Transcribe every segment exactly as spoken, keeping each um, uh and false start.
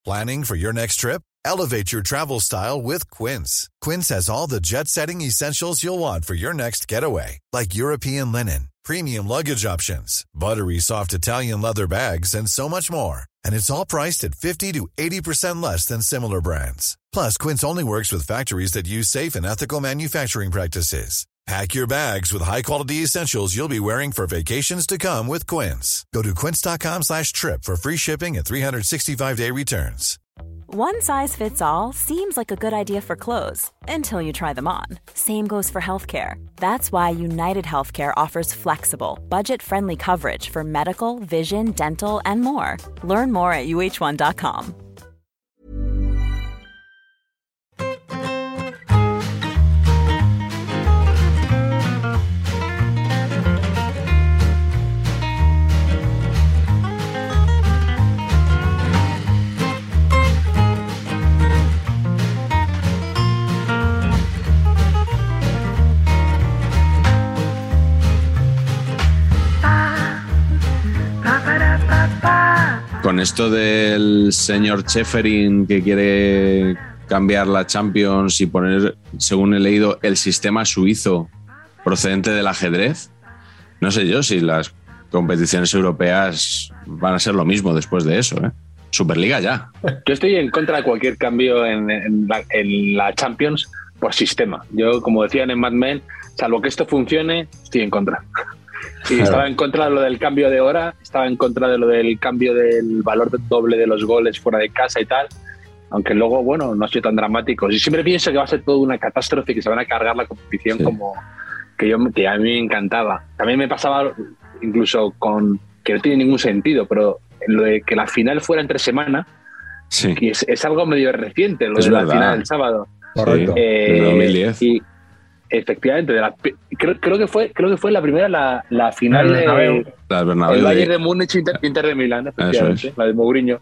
Planning for your next trip? Elevate your travel style with Quince. Quince has all the jet-setting essentials you'll want for your next getaway, like European linen, premium luggage options, buttery soft Italian leather bags, and so much more. And it's all priced at fifty to eighty percent less than similar brands. Plus, Quince only works with factories that use safe and ethical manufacturing practices. Pack your bags with high-quality essentials you'll be wearing for vacations to come with Quince. Go to quince.com slash trip for free shipping and three sixty-five day returns. One size fits all seems like a good idea for clothes until you try them on. Same goes for healthcare. That's why United Healthcare offers flexible, budget-friendly coverage for medical, vision, dental, and more. Learn more at U H one dot com. Con esto del señor Ceferin que quiere cambiar la Champions y poner, según he leído, el sistema suizo procedente del ajedrez, no sé yo si las competiciones europeas van a ser lo mismo después de eso, ¿eh? Superliga ya. Yo estoy en contra de cualquier cambio en, en, la, en la Champions por sistema. Yo, como decían en Mad Men, salvo que esto funcione, estoy en contra. Sí, claro. Estaba en contra de lo del cambio de hora, estaba en contra de lo del cambio del valor doble de los goles fuera de casa y tal, aunque luego, bueno, no ha sido tan dramático. Y siempre pienso que va a ser toda una catástrofe, que se van a cargar la competición, sí. como que, yo, que a mí me encantaba. También me pasaba incluso con, que no tiene ningún sentido, pero lo de que la final fuera entre semana, sí. que es, es algo medio reciente, lo es de verdad. La final del sábado. Correcto, eh, en dos mil diez. Y, efectivamente, de la, creo, creo que fue creo que fue la primera la, la final de el Bayern de Múnich Inter, Inter de Milán, efectivamente, es. La de Mourinho.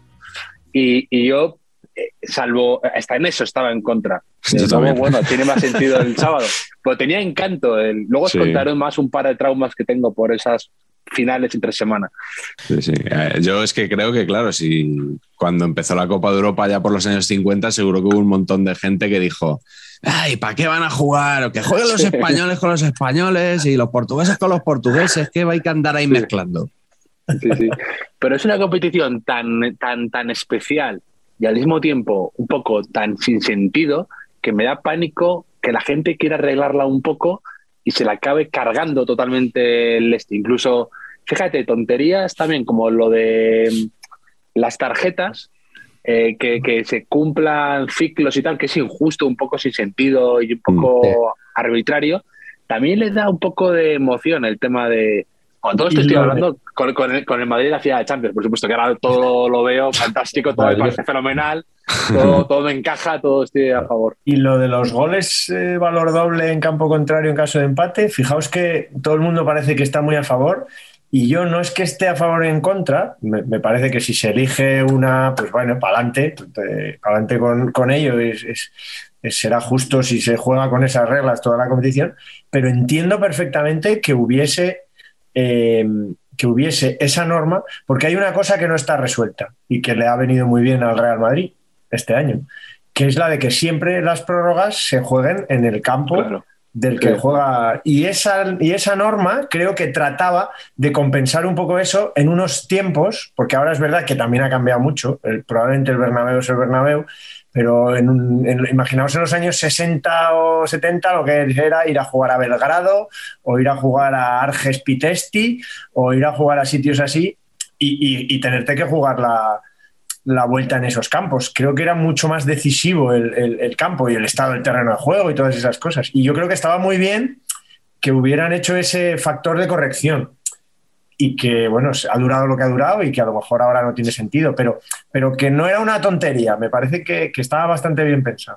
Y, y yo, eh, salvo hasta en eso estaba en contra. Yo también. Bueno, tiene más sentido el sábado, pero tenía encanto. El, luego os sí. contaré más un par de traumas que tengo por esas finales entre semana. Sí, sí. Yo es que creo que, claro, si cuando empezó la Copa de Europa ya por los años cincuenta, seguro que hubo un montón de gente que dijo: ay, ¿para qué van a jugar? O que jueguen los españoles con los españoles y los portugueses con los portugueses, que hay que andar ahí sí. mezclando. Sí, sí. Pero es una competición tan, tan, tan especial y al mismo tiempo un poco tan sin sentido que me da pánico que la gente quiera arreglarla un poco y se la acabe cargando totalmente el este. Incluso, fíjate, tonterías también como lo de las tarjetas, eh, que, que se cumplan ciclos y tal, que es injusto, un poco sin sentido y un poco sí. arbitrario. También le da un poco de emoción el tema de... Con todo esto estoy hablando con, con, el, con el Madrid hacia la Champions, por supuesto, que ahora todo lo veo fantástico, todo me parece fenomenal, todo, todo me encaja, todo estoy a favor. Y lo de los goles, eh, valor doble en campo contrario en caso de empate, fijaos que todo el mundo parece que está muy a favor y yo no es que esté a favor o en contra, me, me parece que si se elige una, pues bueno, para adelante, para adelante con, con ello, es, es, es, será justo si se juega con esas reglas toda la competición, pero entiendo perfectamente que hubiese... Eh, que hubiese esa norma, porque hay una cosa que no está resuelta y que le ha venido muy bien al Real Madrid este año, que es la de que siempre las prórrogas se jueguen en el campo claro. del que claro. juega, y esa, y esa norma creo que trataba de compensar un poco eso en unos tiempos, porque ahora es verdad que también ha cambiado mucho, el, probablemente el Bernabéu es el Bernabéu, pero en un, en, imaginaos en los años sesenta o setenta lo que era ir a jugar a Belgrado o ir a jugar a Arges Pitesti o ir a jugar a sitios así y, y, y tenerte que jugar la, la vuelta en esos campos. Creo que era mucho más decisivo el, el, el campo y el estado del terreno de juego y todas esas cosas. Y yo creo que estaba muy bien que hubieran hecho ese factor de corrección. Y que, bueno, ha durado lo que ha durado y que a lo mejor ahora no tiene sentido, pero, pero que no era una tontería, me parece que, que estaba bastante bien pensado.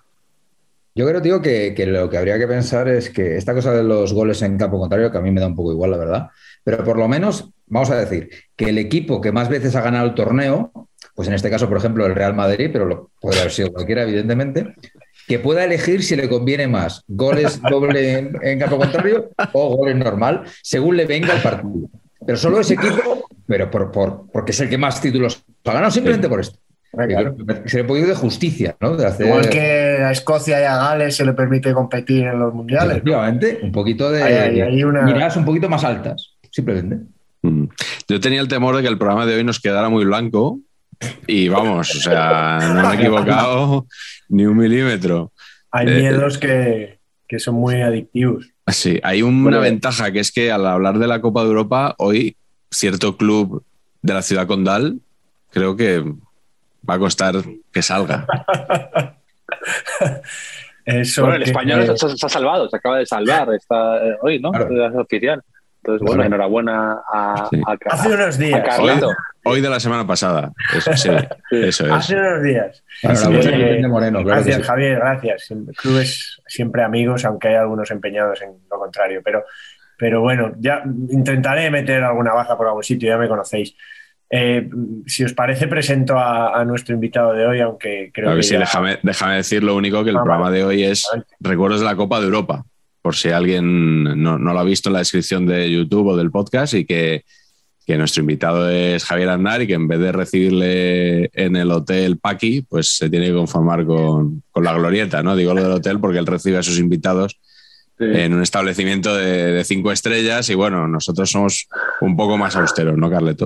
Yo creo, tío, que, que lo que habría que pensar es que esta cosa de los goles en campo contrario, que a mí me da un poco igual, la verdad, pero por lo menos, vamos a decir, que el equipo que más veces ha ganado el torneo, pues en este caso, por ejemplo, el Real Madrid, pero lo, puede haber sido cualquiera, evidentemente, que pueda elegir si le conviene más goles doble en, en campo contrario o goles normal, según le venga el partido. Pero solo ese equipo, pero por, por, porque es el que más títulos ha ganado, simplemente por esto. Claro. Se le puede ir de justicia, ¿no? De hacer... Igual que a Escocia y a Gales se le permite competir en los mundiales. Efectivamente, ¿no? Un poquito de hay, hay, hay una... miradas un poquito más altas, simplemente. Mm. Yo tenía el temor de que el programa de hoy nos quedara muy blanco y vamos, o sea, no me he equivocado ni un milímetro. Hay eh, miedos que, que son muy adictivos. Sí, hay una bueno, ventaja que es que al hablar de la Copa de Europa, hoy cierto club de la ciudad condal creo que va a costar que salga. Eso bueno, el que... español se, se ha salvado, se acaba de salvar está, eh, hoy, ¿no? Claro. Es oficial. Entonces, bueno, bueno, enhorabuena a, sí. a, a Hace unos días. Hoy, hoy de la semana pasada. Eso, sí, sí. Eso es. Hace unos días. Enhorabuena, sí. de Moreno, claro gracias, sí. Javier, gracias. Clubes siempre amigos, aunque hay algunos empeñados en lo contrario. Pero, pero bueno, ya intentaré meter alguna baza por algún sitio, ya me conocéis. Eh, si os parece, presento a, a nuestro invitado de hoy, aunque creo claro que, que sí, ya... déjame, déjame decir lo único que el ah, programa de hoy es Recuerdos de la Copa de Europa, por si alguien no, no lo ha visto en la descripción de YouTube o del podcast, y que, que nuestro invitado es Javier Aznar y que en vez de recibirle en el hotel Paqui, pues se tiene que conformar con, con la glorieta, ¿no? Digo lo del hotel porque él recibe a sus invitados sí. en un establecimiento de, de cinco estrellas y bueno, nosotros somos un poco más austeros, ¿no, Carleto?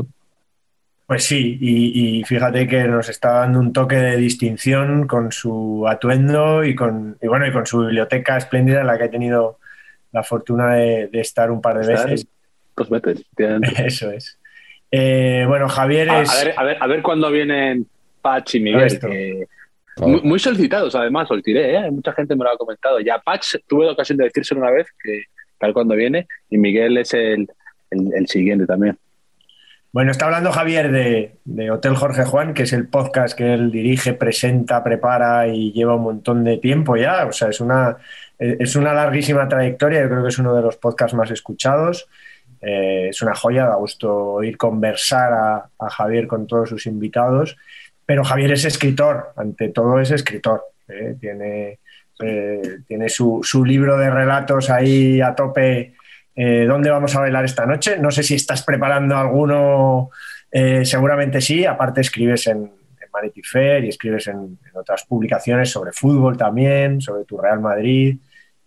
Pues sí, y, y fíjate que nos está dando un toque de distinción con su atuendo y con y bueno y con su biblioteca espléndida en la que he tenido la fortuna de, de estar un par de estar veces. Dos veces. Eso es. Eh, bueno, Javier a, es... A ver, a ver, a ver cuándo vienen Patch y Miguel, que... oh. muy, muy solicitados además, os diré, ¿eh? Mucha gente me lo ha comentado. Ya Patch tuve la ocasión de decírselo una vez, que tal cuando viene, y Miguel es el, el, el siguiente también. Bueno, está hablando Javier de, de Hotel Jorge Juan, que es el podcast que él dirige, presenta, prepara y lleva un montón de tiempo ya. O sea, es una, es una larguísima trayectoria. Yo creo que es uno de los podcasts más escuchados. Eh, es una joya, da gusto oír conversar a, a Javier con todos sus invitados. Pero Javier es escritor, ante todo es escritor. ¿eh? Tiene, eh, tiene su, su libro de relatos ahí a tope. Eh, ¿Dónde vamos a bailar esta noche? No sé si estás preparando alguno, eh, seguramente sí. Aparte escribes en, en Vanity Fair y escribes en, en otras publicaciones sobre fútbol también, sobre tu Real Madrid.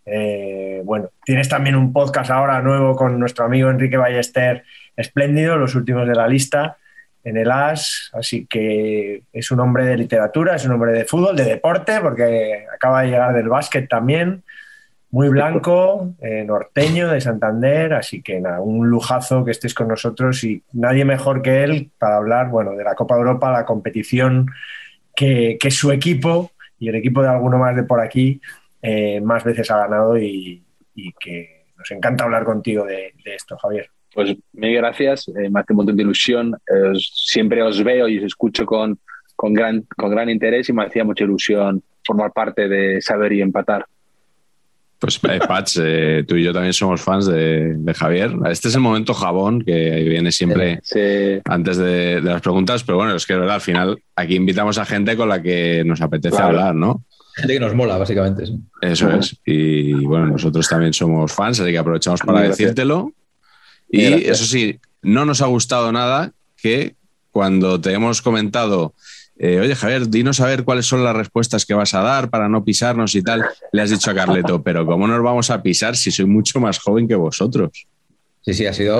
Eh, bueno, tienes también un podcast ahora nuevo con nuestro amigo Enrique Ballester, espléndido, Los Últimos de la Lista, en el As. Así que es un hombre de literatura, es un hombre de fútbol, de deporte, porque acaba de llegar del básquet también. Muy blanco, eh, norteño, de Santander, así que nada, un lujazo que estés con nosotros y nadie mejor que él para hablar, bueno, de la Copa de Europa, la competición que, que su equipo y el equipo de alguno más de por aquí eh, más veces ha ganado y, y que nos encanta hablar contigo de, de esto, Javier. Pues mil gracias, eh, me hace un montón de ilusión, eh, siempre os veo y os escucho con, con, gran, con gran interés y me hacía mucha ilusión formar parte de Saber y Empatar. Pues eh, Patch, eh, tú y yo también somos fans de, de Javier. Este es el momento jabón que viene siempre sí. antes de, de las preguntas, pero bueno, es que es verdad, al final aquí invitamos a gente con la que nos apetece claro. hablar, ¿no? Gente que nos mola, básicamente. Sí. Eso uh-huh. es. Y bueno, nosotros también somos fans, así que aprovechamos para Gracias. decírtelo. Y Gracias. eso sí, no nos ha gustado nada que cuando te hemos comentado... Eh, oye, Javier, dinos a ver cuáles son las respuestas que vas a dar para no pisarnos y tal. Le has dicho a Carleto, pero ¿cómo nos vamos a pisar si soy mucho más joven que vosotros? Sí, sí, ha sido...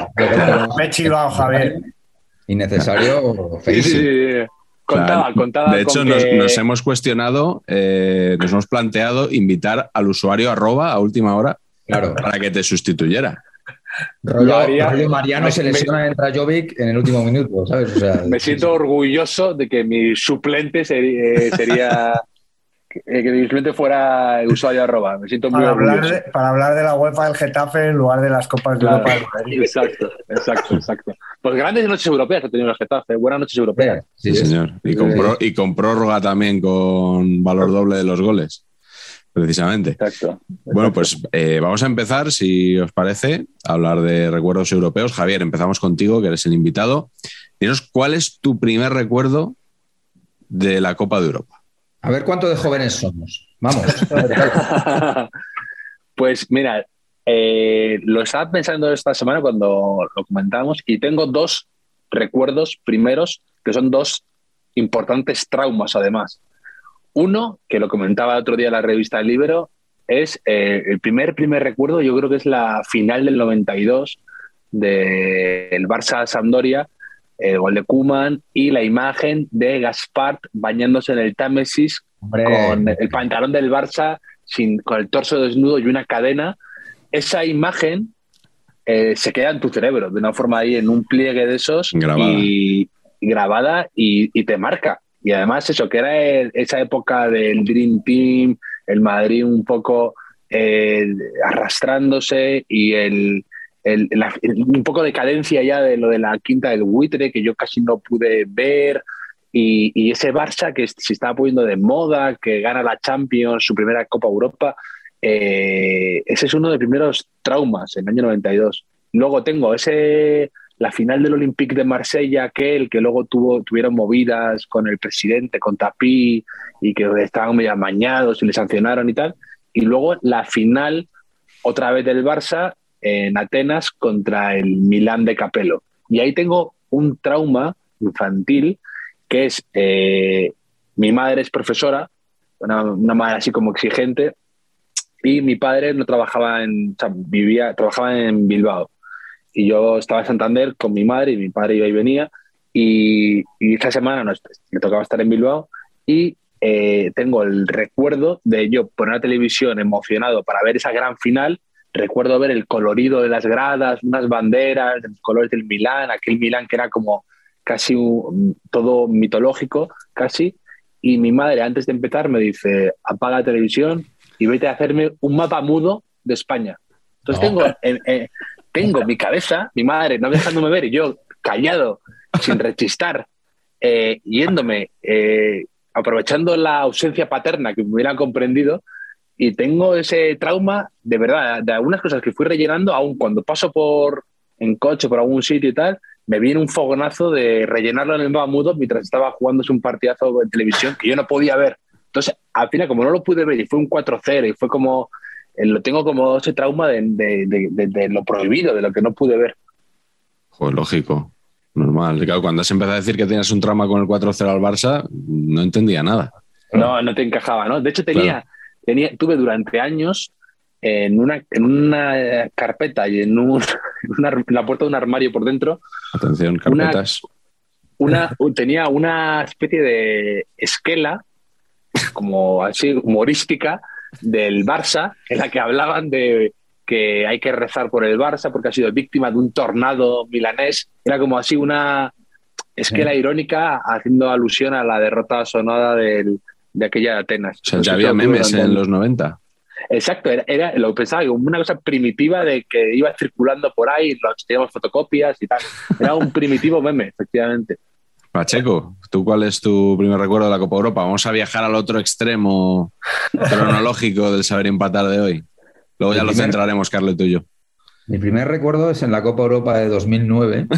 Me he chivado, Javier. Innecesario. Sí, sí, sí. Contaba, claro. contaba De hecho, con nos, que... nos hemos cuestionado, eh, nos hemos planteado invitar al usuario arroba a última hora claro. para que te sustituyera. Rollo, María, rollo Mariano me, se lesiona me, en Rajovic en el último minuto, ¿sabes? O sea, me siento orgulloso de que mi suplente sería, sería que mi suplente fuera el usuario arroba. Me siento muy para orgulloso. Hablar de, para hablar de la UEFA del Getafe en lugar de las Copas claro, de Europa. Del exacto, exacto, exacto. Pues grandes noches europeas ha tenido el Getafe, buenas noches europeas. Sí, sí señor. Y con, pro, y con prórroga también con valor doble de los goles. Precisamente. Exacto. Bueno, pues eh, vamos a empezar, si os parece, a hablar de recuerdos europeos. Javier, empezamos contigo, que eres el invitado. Dinos, ¿cuál es tu primer recuerdo de la Copa de Europa? A ver cuánto de jóvenes somos. Vamos. Pues mira, eh, lo estaba pensando esta semana cuando lo comentábamos y tengo dos recuerdos primeros, que son dos importantes traumas además. Uno, que lo comentaba el otro día en la revista El Libro, es eh, el primer, primer recuerdo, yo creo que es la final del noventa y dos del Barça-Sampdoria, el gol de Koeman y la imagen de Gaspart bañándose en el Támesis con el pantalón del Barça, sin, con el torso desnudo y una cadena. Esa imagen eh, se queda en tu cerebro de una forma ahí en un pliegue de esos grabada y, y, grabada y, y te marca. Y además eso, que era el, esa época del Dream Team, el Madrid un poco eh, arrastrándose y el, el, la, el, un poco de cadencia ya de lo de la quinta del buitre, que yo casi no pude ver. Y, y ese Barça que se estaba poniendo de moda, que gana la Champions, su primera Copa Europa, eh, ese es uno de los primeros traumas en el año noventa y dos. Luego tengo ese, la final del Olympique de Marsella, aquel que luego tuvo, tuvieron movidas con el presidente, con Tapie, y que estaban medio amañados y le sancionaron y tal. Y luego la final, otra vez del Barça, en Atenas contra el Milán de Capello. Y ahí tengo un trauma infantil, que es, eh, mi madre es profesora, una, una madre así como exigente, y mi padre no trabajaba en, o sea, vivía, trabajaba en Bilbao. Y yo estaba en Santander con mi madre, y mi padre iba y venía, y, y esta semana no, me tocaba estar en Bilbao, y eh, tengo el recuerdo de yo poner la televisión emocionado para ver esa gran final. Recuerdo ver el colorido de las gradas, unas banderas, los colores del Milán, aquel Milán que era como casi un, todo mitológico, casi. Y mi madre, antes de empezar, me dice, apaga la televisión y vete a hacerme un mapa mudo de España. Entonces no. tengo, en, en, tengo mi cabeza, mi madre no dejándome ver, y yo callado, sin rechistar, eh, yéndome, eh, aprovechando la ausencia paterna que me hubieran comprendido. Y tengo ese trauma, de verdad, de algunas cosas que fui rellenando, aún cuando paso por en coche por algún sitio y tal, me viene un fogonazo de rellenarlo en el mapa mudo mientras estaba jugándose un partidazo en televisión que yo no podía ver. Entonces, al final, como no lo pude ver y fue un cuatro cero y fue como, eh, lo tengo como ese trauma de, de, de, de, de lo prohibido, de lo que no pude ver. Joder, lógico, normal. Claro, cuando has empezado a decir que tenías un trauma con el cuatro cero al Barça, no entendía nada. No, no te encajaba, ¿no? De hecho, tenía... Claro. Tenía, tuve durante años en una, en una carpeta y en, un, en, una, en la puerta de un armario por dentro. Atención, carpetas. Una, una, tenía una especie de esquela, como así, humorística, del Barça, en la que hablaban de que hay que rezar por el Barça porque ha sido víctima de un tornado milanés. Era como así una esquela sí. irónica haciendo alusión a la derrota sonada del. De aquella de Atenas. O sea, ya había memes en los noventa. Exacto, era, era lo pensaba como una cosa primitiva de que iba circulando por ahí, los teníamos fotocopias y tal. Era un primitivo meme, efectivamente. Pacheco, ¿tú cuál es tu primer recuerdo de la Copa Europa? Vamos a viajar al otro extremo cronológico del saber empatar de hoy. Luego ya lo primer... centraremos, Carlos, y tú y yo. Mi primer recuerdo es en la Copa Europa de dos mil nueve.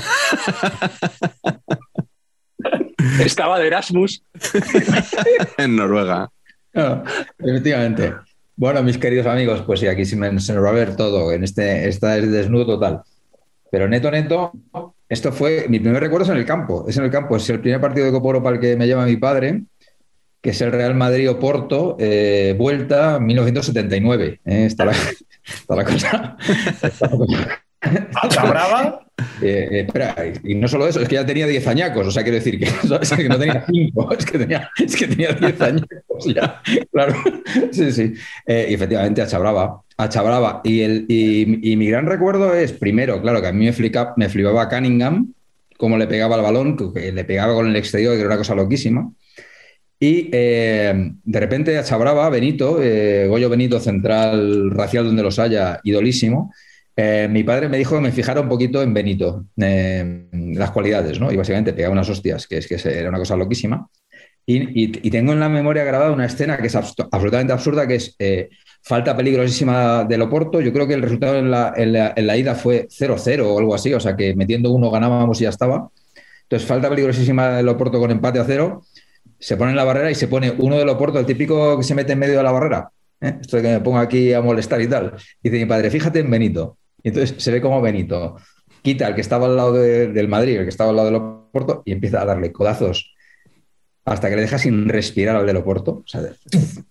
Estaba de Erasmus. En Noruega. No, efectivamente. Bueno, mis queridos amigos, pues sí, aquí se, me, se nos va a ver todo. En este, esta es desnudo total. Pero neto, neto, esto fue... Mi primer recuerdo es en el campo. Es en el campo. Es el primer partido de Copa Europa al que me lleva mi padre, que es el Real Madrid-Oporto, eh, vuelta mil novecientos setenta y nueve. Eh, está, la, está la cosa... Está la cosa. ¿Brava? Eh, eh, espera, y no solo eso, es que ya tenía diez añacos, o sea, quiero decir que, ¿sabes? que no tenía cinco, es que tenía, es que tenía diez añacos ya, claro, sí, sí, eh, y efectivamente achabraba, achabraba, y, el, y, y mi gran recuerdo es, primero, claro, que a mí me, flica, me flipaba Cunningham, cómo le pegaba el balón, que le pegaba con el exterior, que era una cosa loquísima, y eh, de repente achabraba Benito, eh, Goyo Benito, central racial donde los haya, idolísimo. Eh, mi padre me dijo que me fijara un poquito en Benito, eh, las cualidades, ¿no? Y básicamente pegaba unas hostias, que es que era una cosa loquísima. Y, y, y tengo en la memoria grabada una escena que es abs- absolutamente absurda, que es eh, falta peligrosísima del Oporto. Yo creo que el resultado en la, en la, en la ida fue cero cero o algo así, o sea que metiendo uno ganábamos y ya estaba. Entonces, falta peligrosísima del Oporto con empate a cero. Se pone en la barrera y se pone uno del Oporto, el típico que se mete en medio de la barrera. ¿eh? Esto de que me pongo aquí a molestar y tal. Y dice mi padre, fíjate en Benito. Y entonces se ve como Benito quita al que estaba al lado de, del Madrid, el que estaba al lado del Oporto, y empieza a darle codazos hasta que le deja sin respirar al del Oporto. O sea, de...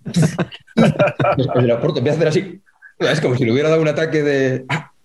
el del Oporto empieza a hacer así. Es como si le hubiera dado un ataque de...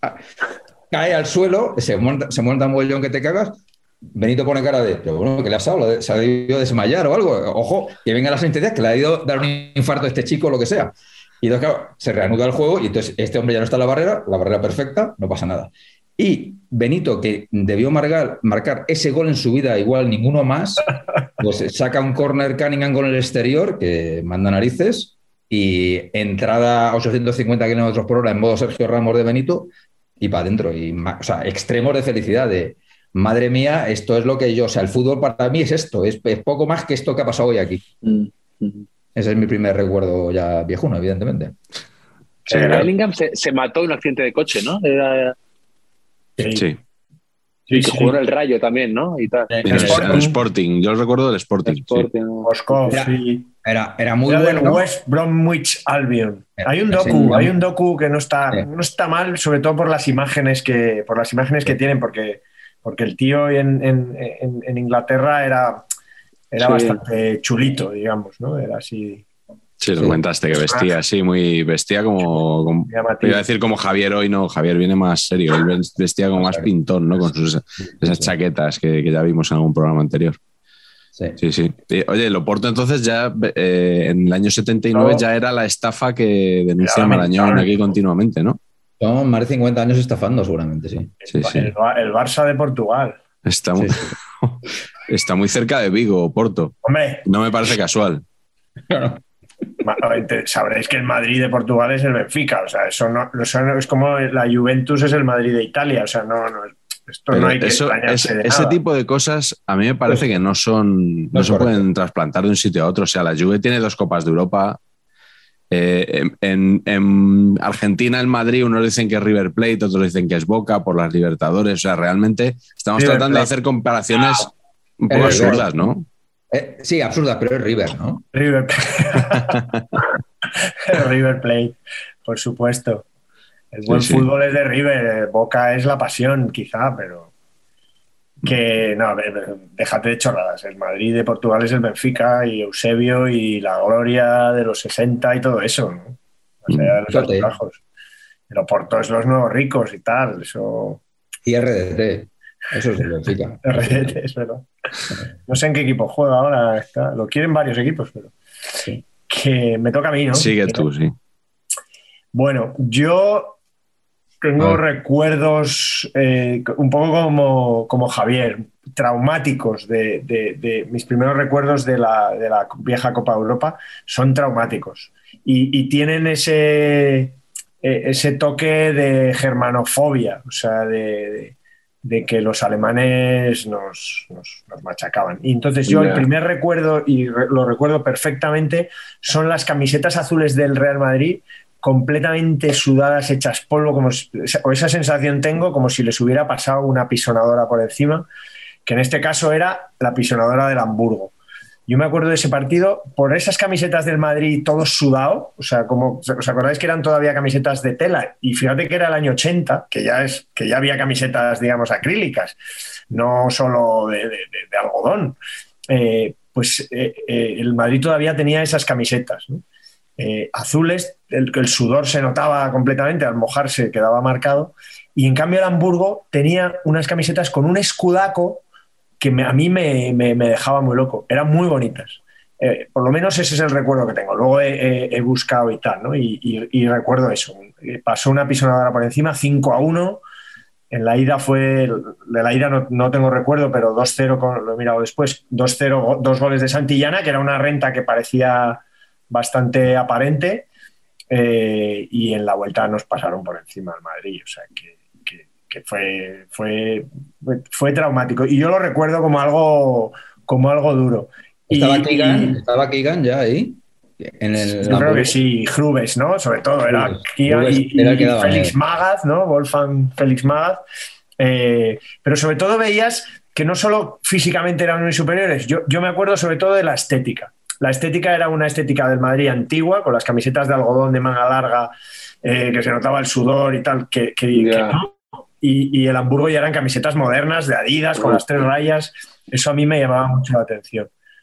Cae al suelo, se monta, se monta un bollón que te cagas. Benito pone cara de, pero bueno, ¿qué le ha pasado? ¿Se ha debido desmayar o algo? Ojo, que venga la sentencia, que le ha ido a dar un infarto a este chico o lo que sea. Y entonces, claro, se reanuda el juego y entonces este hombre ya no está en la barrera, la barrera perfecta, no pasa nada. Y Benito, que debió marcar, marcar ese gol en su vida, igual ninguno más, pues saca un córner Cunningham con el exterior, que manda narices, y entrada a ochocientos cincuenta kilómetros por hora en modo Sergio Ramos de Benito, y para adentro. Y, o sea, extremos de felicidad, de madre mía, esto es lo que yo... O sea, el fútbol para mí es esto, es, es poco más que esto que ha pasado hoy aquí. Mm-hmm. Ese es mi primer recuerdo ya viejuno, evidentemente. Sí, Bellingham se, se mató en un accidente de coche, ¿no? Era... Sí. sí. Y que sí, jugó en el Rayo también, ¿no? Y tal. En el Sporting. El Sporting. Yo recuerdo del Sporting. Sporting sí. Moscov, era, sí. Era, era muy era bueno. Del West Bromwich Albion. Hay un docu, sí, hay un docu que no está, sí. no está mal, sobre todo por las imágenes que, por las imágenes que sí. tienen, porque, porque el tío en, en, en, en Inglaterra era, era sí. bastante chulito, digamos, ¿no? Era así. Sí, lo comentaste, que vestía así, muy. Vestía como. como iba a decir como Javier hoy, no. Javier viene más serio. Él vestía como más pintón, ¿no? Con sus, esas chaquetas que, que ya vimos en algún programa anterior. Sí, sí. sí. Oye, el Oporto entonces ya eh, en el año setenta y nueve no. ya era la estafa que denuncia Marañón aquí continuamente, ¿no? Son más de cincuenta años estafando, seguramente, sí. sí, el, sí. El, el Barça de Portugal. Está muy, sí, sí. está muy cerca de Vigo, Oporto. Hombre. No me parece casual. Claro. Sabréis que el Madrid de Portugal es el Benfica, o sea, eso no, eso no es como la Juventus es el Madrid de Italia, o sea, no, no esto Pero no hay que eso, extrañarse es, de ese nada. tipo de cosas a mí me parece que no son, no, no se pueden trasplantar de un sitio a otro. O sea, la Juve tiene dos Copas de Europa. Eh, en, en Argentina, el Madrid, unos dicen que es River Plate, otros dicen que es Boca por las Libertadores. O sea, realmente estamos River tratando Plate. de hacer comparaciones ah, un poco absurdas, ¿no? Eh, sí, absurda, pero es River, ¿no? River River Plate, por supuesto. El buen sí, fútbol sí. es de River, Boca es la pasión, quizá, pero que no, déjate de chorradas. El Madrid de Portugal es el Benfica y Eusebio y la gloria de los sesenta y todo eso, ¿no? O sea, mm, los trabajos. El Oporto es los nuevos ricos y tal, eso. Y R D T. Eso es el Benfica. R D T, es verdad. No sé en qué equipo juega ahora. Está, lo quieren varios equipos, pero sí. que me toca a mí, ¿no? Sigue tú, sí. Bueno, yo tengo recuerdos eh, un poco como, como Javier, traumáticos de, de, de mis primeros recuerdos de la, de la vieja Copa de Europa son traumáticos y, y tienen ese, ese toque de germanofobia, o sea, de... de de que los alemanes nos, nos, nos machacaban. Y entonces yo yeah. el primer recuerdo, y re, lo recuerdo perfectamente, son las camisetas azules del Real Madrid completamente sudadas, hechas polvo, como si, o esa sensación tengo como si les hubiera pasado una pisonadora por encima, que en este caso era la pisonadora del Hamburgo. Yo me acuerdo de ese partido por esas camisetas del Madrid todos sudados, o sea, como os acordáis que eran todavía camisetas de tela, y fíjate que era el año ochenta, que ya es que ya había camisetas, digamos, acrílicas, no solo de, de, de, de algodón. Eh, pues eh, eh, el Madrid todavía tenía esas camisetas, ¿no? eh, azules, el, el sudor se notaba completamente, al mojarse quedaba marcado, y en cambio el Hamburgo tenía unas camisetas con un escudaco que me, a mí me, me, me dejaba muy loco. Eran muy bonitas. Eh, por lo menos ese es el recuerdo que tengo. Luego he, he, he buscado y tal, ¿no? Y, y, y recuerdo eso. Pasó una pisonadora por encima, cinco a uno. En la ida fue... De la ida no, no tengo recuerdo, pero dos cero, lo he mirado después, dos cero, dos goles de Santillana, que era una renta que parecía bastante aparente. Eh, y en la vuelta nos pasaron por encima al Madrid. O sea, que... que fue, fue, fue traumático. Y yo lo recuerdo como algo, como algo duro. ¿Estaba, y, Keegan, y, ¿Estaba Keegan ya ahí? En el, yo creo que sí, Hrubes, ¿no? Sobre todo, era Keegan y, y, y Félix Magath, ¿no? Wolfgang Félix Magath. Eh, pero sobre todo veías que no solo físicamente eran muy superiores, yo, yo me acuerdo sobre todo de la estética. La estética era una estética del Madrid antigua, con las camisetas de algodón de manga larga, eh, que se notaba el sudor y tal, que, que, yeah. que no. Y, y el Hamburgo ya eran camisetas modernas de Adidas con las tres rayas. Eso a mí me llamaba mucho la atención.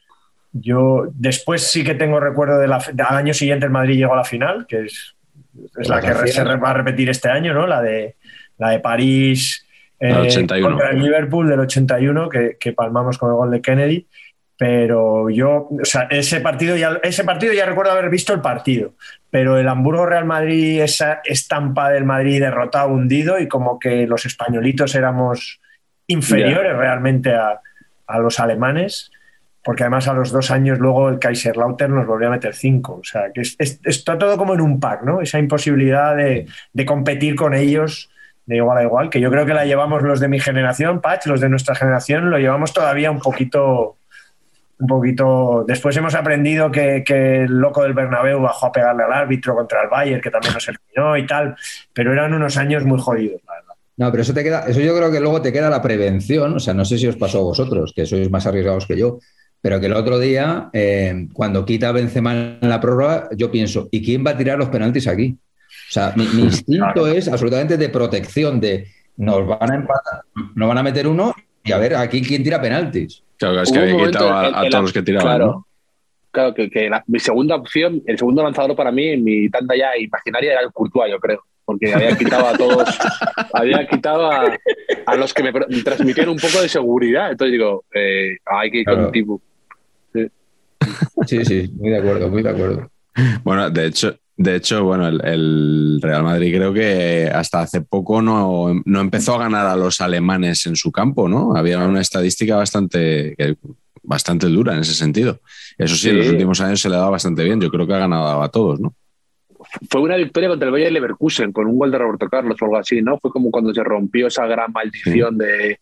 Yo después sí que tengo recuerdo de la, al año siguiente el Madrid llegó a la final, que es, es la que se va a repetir este año, ¿no? La de, la de París eh, contra el Liverpool del ochenta y uno, que, que palmamos con el gol de Kennedy. Pero yo, o sea, ese partido ya, ese partido ya recuerdo haber visto el partido, pero el Hamburgo-Real Madrid, esa estampa del Madrid derrotado, hundido, y como que los españolitos éramos inferiores yeah. realmente a, a los alemanes, porque además a los dos años luego el Kaiserslautern nos volvió a meter cinco. O sea, que es, es, está todo como en un pack, ¿no? Esa imposibilidad de, de competir con ellos de igual a igual, que yo creo que la llevamos los de mi generación, Patch, los de nuestra generación, lo llevamos todavía un poquito... un poquito. Después hemos aprendido que, que el loco del Bernabéu bajó a pegarle al árbitro contra el Bayern, que también nos eliminó y tal, pero eran unos años muy jodidos, la verdad. No, pero eso te queda, eso yo creo que luego te queda la prevención, o sea, no sé si os pasó a vosotros, que sois más arriesgados que yo, pero que el otro día, eh, cuando quita Benzema en la prórroga, yo pienso, ¿y quién va a tirar los penaltis aquí? O sea, mi, mi instinto claro. es absolutamente de protección, de nos van a empatar, nos van a meter uno y a ver aquí quién tira penaltis. Claro, es que había quitado a, a todos la, los que tiraban, claro, ¿no? Claro, que, que la, mi segunda opción, el segundo lanzador para mí, en mi tanda ya imaginaria, era el Courtois, yo creo. Porque había quitado a todos, había quitado a, a los que me, me transmitían un poco de seguridad. Entonces digo, eh, hay que ir claro. con un tipo. Sí. sí, sí, muy de acuerdo, muy de acuerdo. Bueno, de hecho, de hecho, bueno, el, el Real Madrid creo que hasta hace poco no, no empezó a ganar a los alemanes en su campo, ¿no? Había una estadística bastante, bastante dura en ese sentido. Eso sí, sí, en los últimos años se le ha dado bastante bien. Yo creo que ha ganado a todos, ¿no? Fue una victoria contra el Bayer Leverkusen con un gol de Roberto Carlos o algo así, ¿no? Fue como cuando se rompió esa gran maldición sí. de...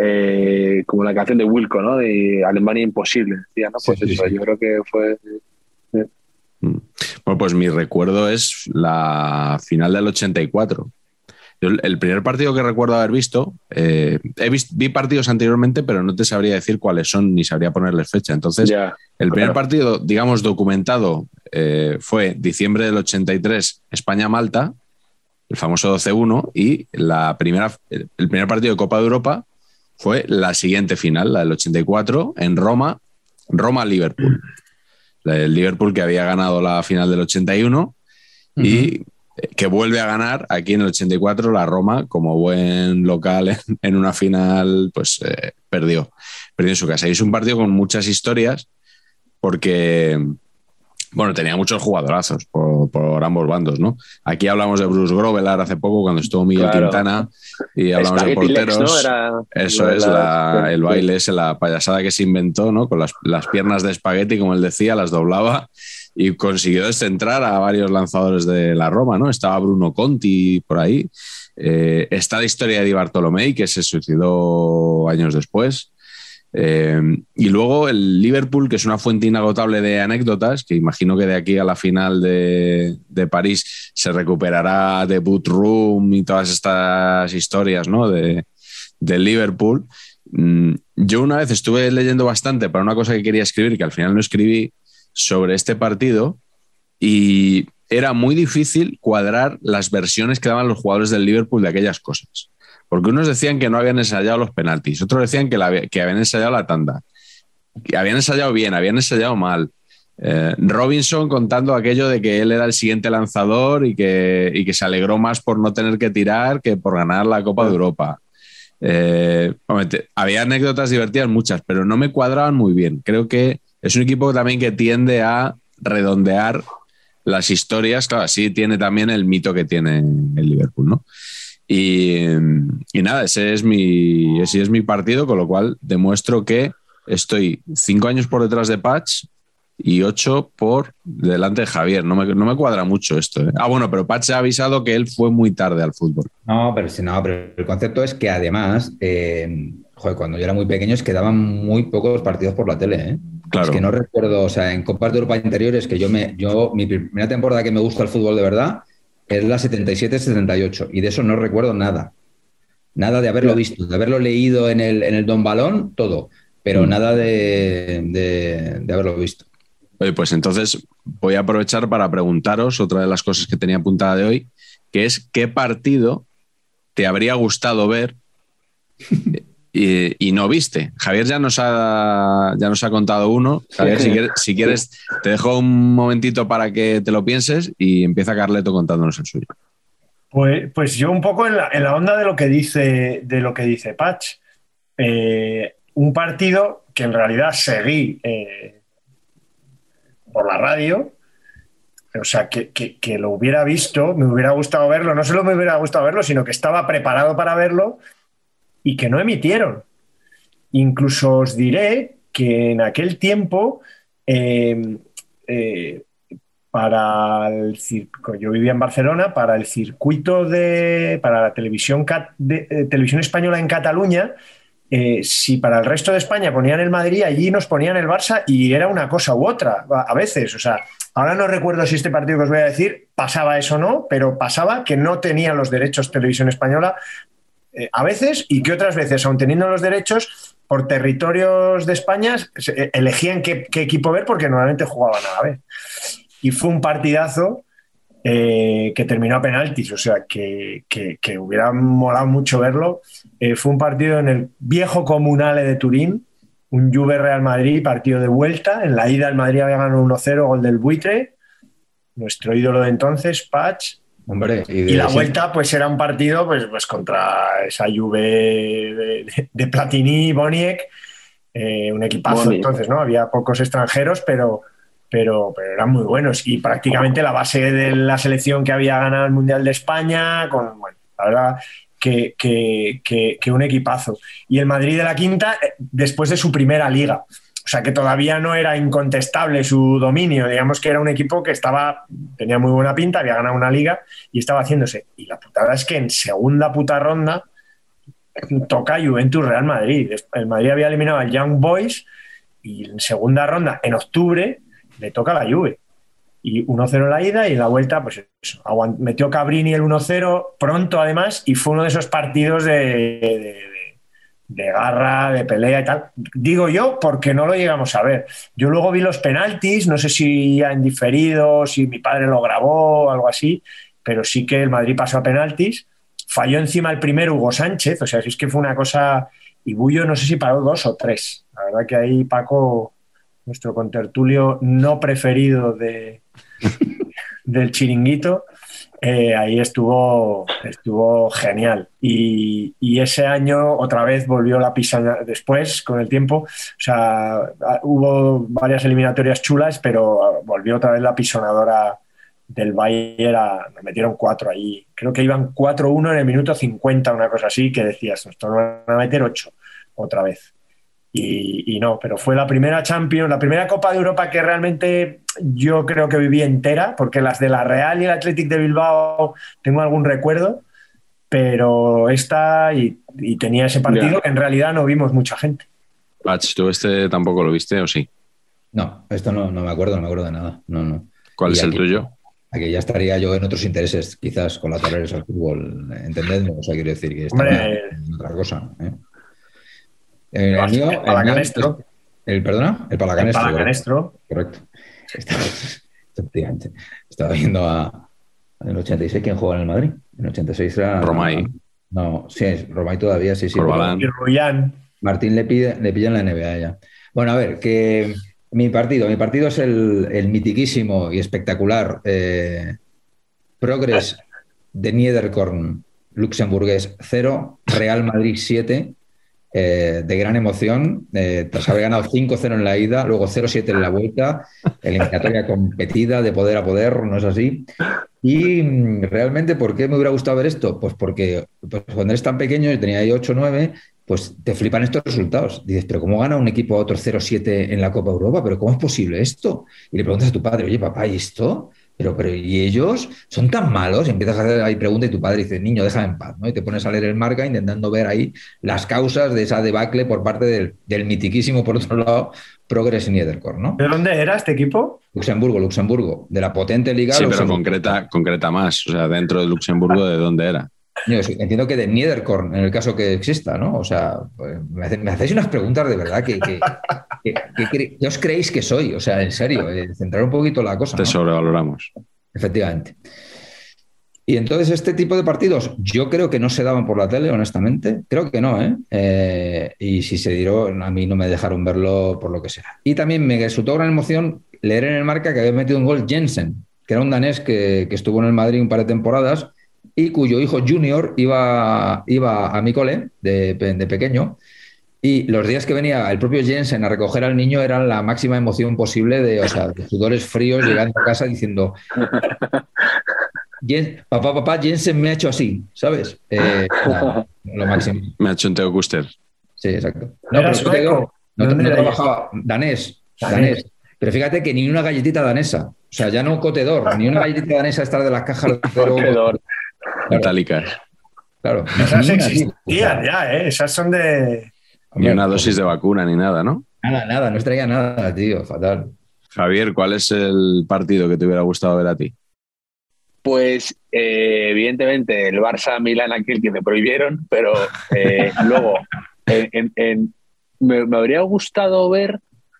Eh, como la canción de Wilco, ¿no? De Alemania imposible, decía, ¿no? Pues sí, eso, sí. Yo creo que fue... Eh. Bueno, pues mi recuerdo es la final del ochenta y cuatro. Yo, el primer partido que recuerdo haber visto, eh, he visto, vi partidos anteriormente, pero no te sabría decir cuáles son ni sabría ponerles fecha. Entonces, ya, el primer claro. partido, digamos, documentado eh, fue diciembre del ochenta y tres, España-Malta, el famoso doce uno, y la primera, el primer partido de Copa de Europa fue la siguiente final, la del ochenta y cuatro, en Roma, Roma-Liverpool. El Liverpool que había ganado la final del ochenta y uno uh-huh. y que vuelve a ganar aquí en el ochenta y cuatro, la Roma, como buen local en, en una final, pues eh, perdió, perdió en su casa. Y es un partido con muchas historias porque, bueno, tenía muchos jugadorazos por, por ambos bandos, ¿no? Aquí hablamos de Bruce Grovelar hace poco, cuando estuvo Miguel claro. Quintana, y hablamos Spaghetti de porteros. Lex, ¿no? Era Eso es, la, la, el baile ese, la payasada que se inventó, ¿no? Con las, las piernas de espagueti, como él decía, las doblaba y consiguió descentrar a varios lanzadores de la Roma, ¿no? Estaba Bruno Conti por ahí. Eh, está la historia de Di Bartolomei, que se suicidó años después. Eh, y luego el Liverpool, que es una fuente inagotable de anécdotas, que imagino que de aquí a la final de, de París se recuperará The Boot Room y todas estas historias, ¿no? de, del Liverpool. Mm, yo una vez estuve leyendo bastante para una cosa que quería escribir, que al final no escribí, sobre este partido, y era muy difícil cuadrar las versiones que daban los jugadores del Liverpool de aquellas cosas. Porque unos decían que no habían ensayado los penaltis, otros decían que, la, que habían ensayado la tanda, que habían ensayado bien, habían ensayado mal. Eh, Robinson contando aquello de que él era el siguiente lanzador y que, y que se alegró más por no tener que tirar que por ganar la Copa de Europa. Eh, había anécdotas divertidas muchas, pero no me cuadraban muy bien. Creo que es un equipo también que tiende a redondear las historias. Claro, así tiene también el mito que tiene el Liverpool, ¿no? Y, y nada, ese es mi, ese es mi partido, con lo cual demuestro que estoy cinco años por detrás de Patch y ocho por delante de Javier. No me, no me cuadra mucho esto, ¿eh? Ah, bueno, pero Patch ha avisado que él fue muy tarde al fútbol. No, pero, no, pero el concepto es que además, eh, joder, cuando yo era muy pequeño es que daban muy pocos partidos por la tele, ¿eh? Claro. Es que no recuerdo, o sea, en Copas de Europa interiores, que yo me, yo, mi primera temporada que me gusta el fútbol de verdad es la setenta y siete setenta y ocho, y de eso no recuerdo nada. Nada de haberlo visto, de haberlo leído en el, en el Don Balón, todo, pero mm. nada de, de, de haberlo visto. Oye, pues entonces voy a aprovechar para preguntaros otra de las cosas que tenía apuntada de hoy, que es ¿qué partido te habría gustado ver y, y no viste. Javier ya nos ha, ya nos ha contado uno. Javier, si quieres, si quieres, te dejo un momentito para que te lo pienses y empieza Carleto contándonos el suyo. Pues, pues yo un poco en la, en la onda de lo que dice, de lo que dice Patch. Eh, un partido que en realidad seguí eh, por la radio, o sea, que, que, que lo hubiera visto, me hubiera gustado verlo, no solo me hubiera gustado verlo, sino que estaba preparado para verlo y que no emitieron. Incluso os diré que en aquel tiempo, eh, eh, para el circo, yo vivía en Barcelona, para el circuito de, para la televisión, de, eh, televisión española en Cataluña, eh, si para el resto de España ponían el Madrid, allí nos ponían el Barça y era una cosa u otra, a, a veces, o sea, ahora no recuerdo si este partido que os voy a decir pasaba eso o no, pero pasaba que no tenían los derechos televisión española eh, a veces, y que otras veces, aun teniendo los derechos, por territorios de España, elegían qué, qué equipo ver porque normalmente jugaban a la vez. Y fue un partidazo eh, que terminó a penaltis, o sea, que, que, que hubiera molado mucho verlo. Eh, fue un partido en el viejo Comunale de Turín, un Juve Real Madrid, partido de vuelta. En la ida el Madrid había ganado uno cero, gol del Buitre, nuestro ídolo de entonces, Patch. Hombre, y, y la vuelta pues era un partido pues, pues contra esa Juve de, de, de Platini, Boniek, eh, un equipazo. Boniek. Entonces, ¿no? Había pocos extranjeros, pero... Pero, pero eran muy buenos y prácticamente la base de la selección que había ganado el Mundial de España, con, bueno, la verdad que, que, que, que un equipazo. Y el Madrid de la quinta, después de su primera liga, o sea que todavía no era incontestable su dominio, digamos que era un equipo que estaba, tenía muy buena pinta, había ganado una liga y estaba haciéndose. Y la putada es que en segunda puta ronda toca Juventus Real Madrid. El Madrid había eliminado al Young Boys y en segunda ronda, en octubre, le toca la Juve. Y uno cero en la ida y en la vuelta, pues eso, metió Cabrini el uno cero pronto además y fue uno de esos partidos de, de, de, de garra, de pelea y tal. Digo yo porque no lo llegamos a ver. Yo luego vi los penaltis, no sé si ya en diferido, si mi padre lo grabó o algo así, pero sí que el Madrid pasó a penaltis. Falló encima el primero Hugo Sánchez, o sea, si es que fue una cosa... Y Bullo no sé si paró dos o tres. La verdad que ahí Paco... nuestro contertulio no preferido de, del chiringuito, eh, ahí estuvo, estuvo genial. Y, y ese año otra vez volvió la pisada después, con el tiempo. O sea, hubo varias eliminatorias chulas, pero volvió otra vez la pisonadora del Bayern. A, nos metieron cuatro ahí. Creo que iban cuatro uno en el minuto cincuenta, una cosa así, que decías, esto no van a meter ocho otra vez. Y, y no, pero fue la primera Champions, la primera Copa de Europa que realmente yo creo que viví entera, porque las de la Real y el Athletic de Bilbao tengo algún recuerdo, pero esta y, y tenía ese partido yeah. que en realidad no vimos mucha gente. Patch, ¿tú este tampoco lo viste o sí? No, esto no, no me acuerdo, no me acuerdo de nada. No, no. ¿Cuál y es aquí, el tuyo? Aquí ya estaría yo en otros intereses, quizás colaterales al fútbol, entendedme, o sea, quiero decir que esta es otra cosa, ¿eh? El, el mío, el palacanestro. El, el, ¿Perdona? El palacanestro. El palacanestro. Correcto. Estaba, efectivamente. Estaba viendo a... En el ochenta y seis, ¿quién jugaba en el Madrid? En el ochenta y seis era... Romay. No, sí, Romay todavía, sí, sí. Y Rullán. Martín le pide, le pilla en la N B A ya. Bueno, a ver, que mi partido, mi partido es el, el mitiquísimo y espectacular eh, Progress de Niederkorn, luxemburgués cero, Real Madrid siete. Eh, de gran emoción, eh, tras haber ganado cinco cero en la ida, luego cero siete en la vuelta, eliminatoria competida de poder a poder, ¿no es así? Y mm, realmente, ¿por qué me hubiera gustado ver esto? Pues porque pues, cuando eres tan pequeño, yo tenía ahí ocho nueve, pues te flipan estos resultados. Dices, ¿pero cómo gana un equipo a otro cero siete en la Copa Europa? ¿Pero cómo es posible esto? Y le preguntas a tu padre, oye, papá, ¿y esto? Pero, pero, ¿y ellos son tan malos? Y empiezas a hacer ahí preguntas y tu padre dice, niño, déjame en paz, ¿no? Y te pones a leer el Marca intentando ver ahí las causas de esa debacle por parte del, del mitiquísimo, por otro lado, Progress Niederkorn, ¿no? ¿De dónde era este equipo? Luxemburgo, Luxemburgo. De la potente liga. Sí, pero concreta, concreta más. O sea, dentro de Luxemburgo, ¿de dónde era? Yo entiendo que de Niederkorn, en el caso que exista, ¿no? O sea, me, hace, me hacéis unas preguntas de verdad que, que, que, que, que, que os creéis que soy. O sea, en serio, eh, centrar un poquito la cosa. Te ¿no? sobrevaloramos. Efectivamente. Y entonces este tipo de partidos yo creo que no se daban por la tele, honestamente. Creo que no, ¿eh? eh y si se dieron, a mí no me dejaron verlo por lo que sea. Y también me resultó gran emoción leer en el Marca que había metido un gol Jensen, que era un danés que, que estuvo en el Madrid un par de temporadas y cuyo hijo Junior iba, iba a mi cole de, de pequeño. Y los días que venía el propio Jensen a recoger al niño eran la máxima emoción posible de, o sea, de sudores fríos llegando a casa diciendo... Papá, papá, Jensen me ha hecho así, ¿sabes? Eh, nada, lo máximo. Me ha hecho un Teo Kuster. Sí, exacto. No, pero sueco. No, no, no trabajaba. Danés, danés. Pero fíjate que ni una galletita danesa. O sea, ya no cotedor, ni una galletita danesa estar de las cajas de cotedor. Metálicas. Claro. Esas existían ya, ¿eh? Esas son de... Ni una dosis de vacuna ni nada, ¿no? Nada, nada, no traía nada, tío, fatal. Javier, ¿cuál es el partido que te hubiera gustado ver a ti? Pues eh, evidentemente el Barça-Milán aquel que me prohibieron, pero eh, luego en, en, en, me, me habría gustado ver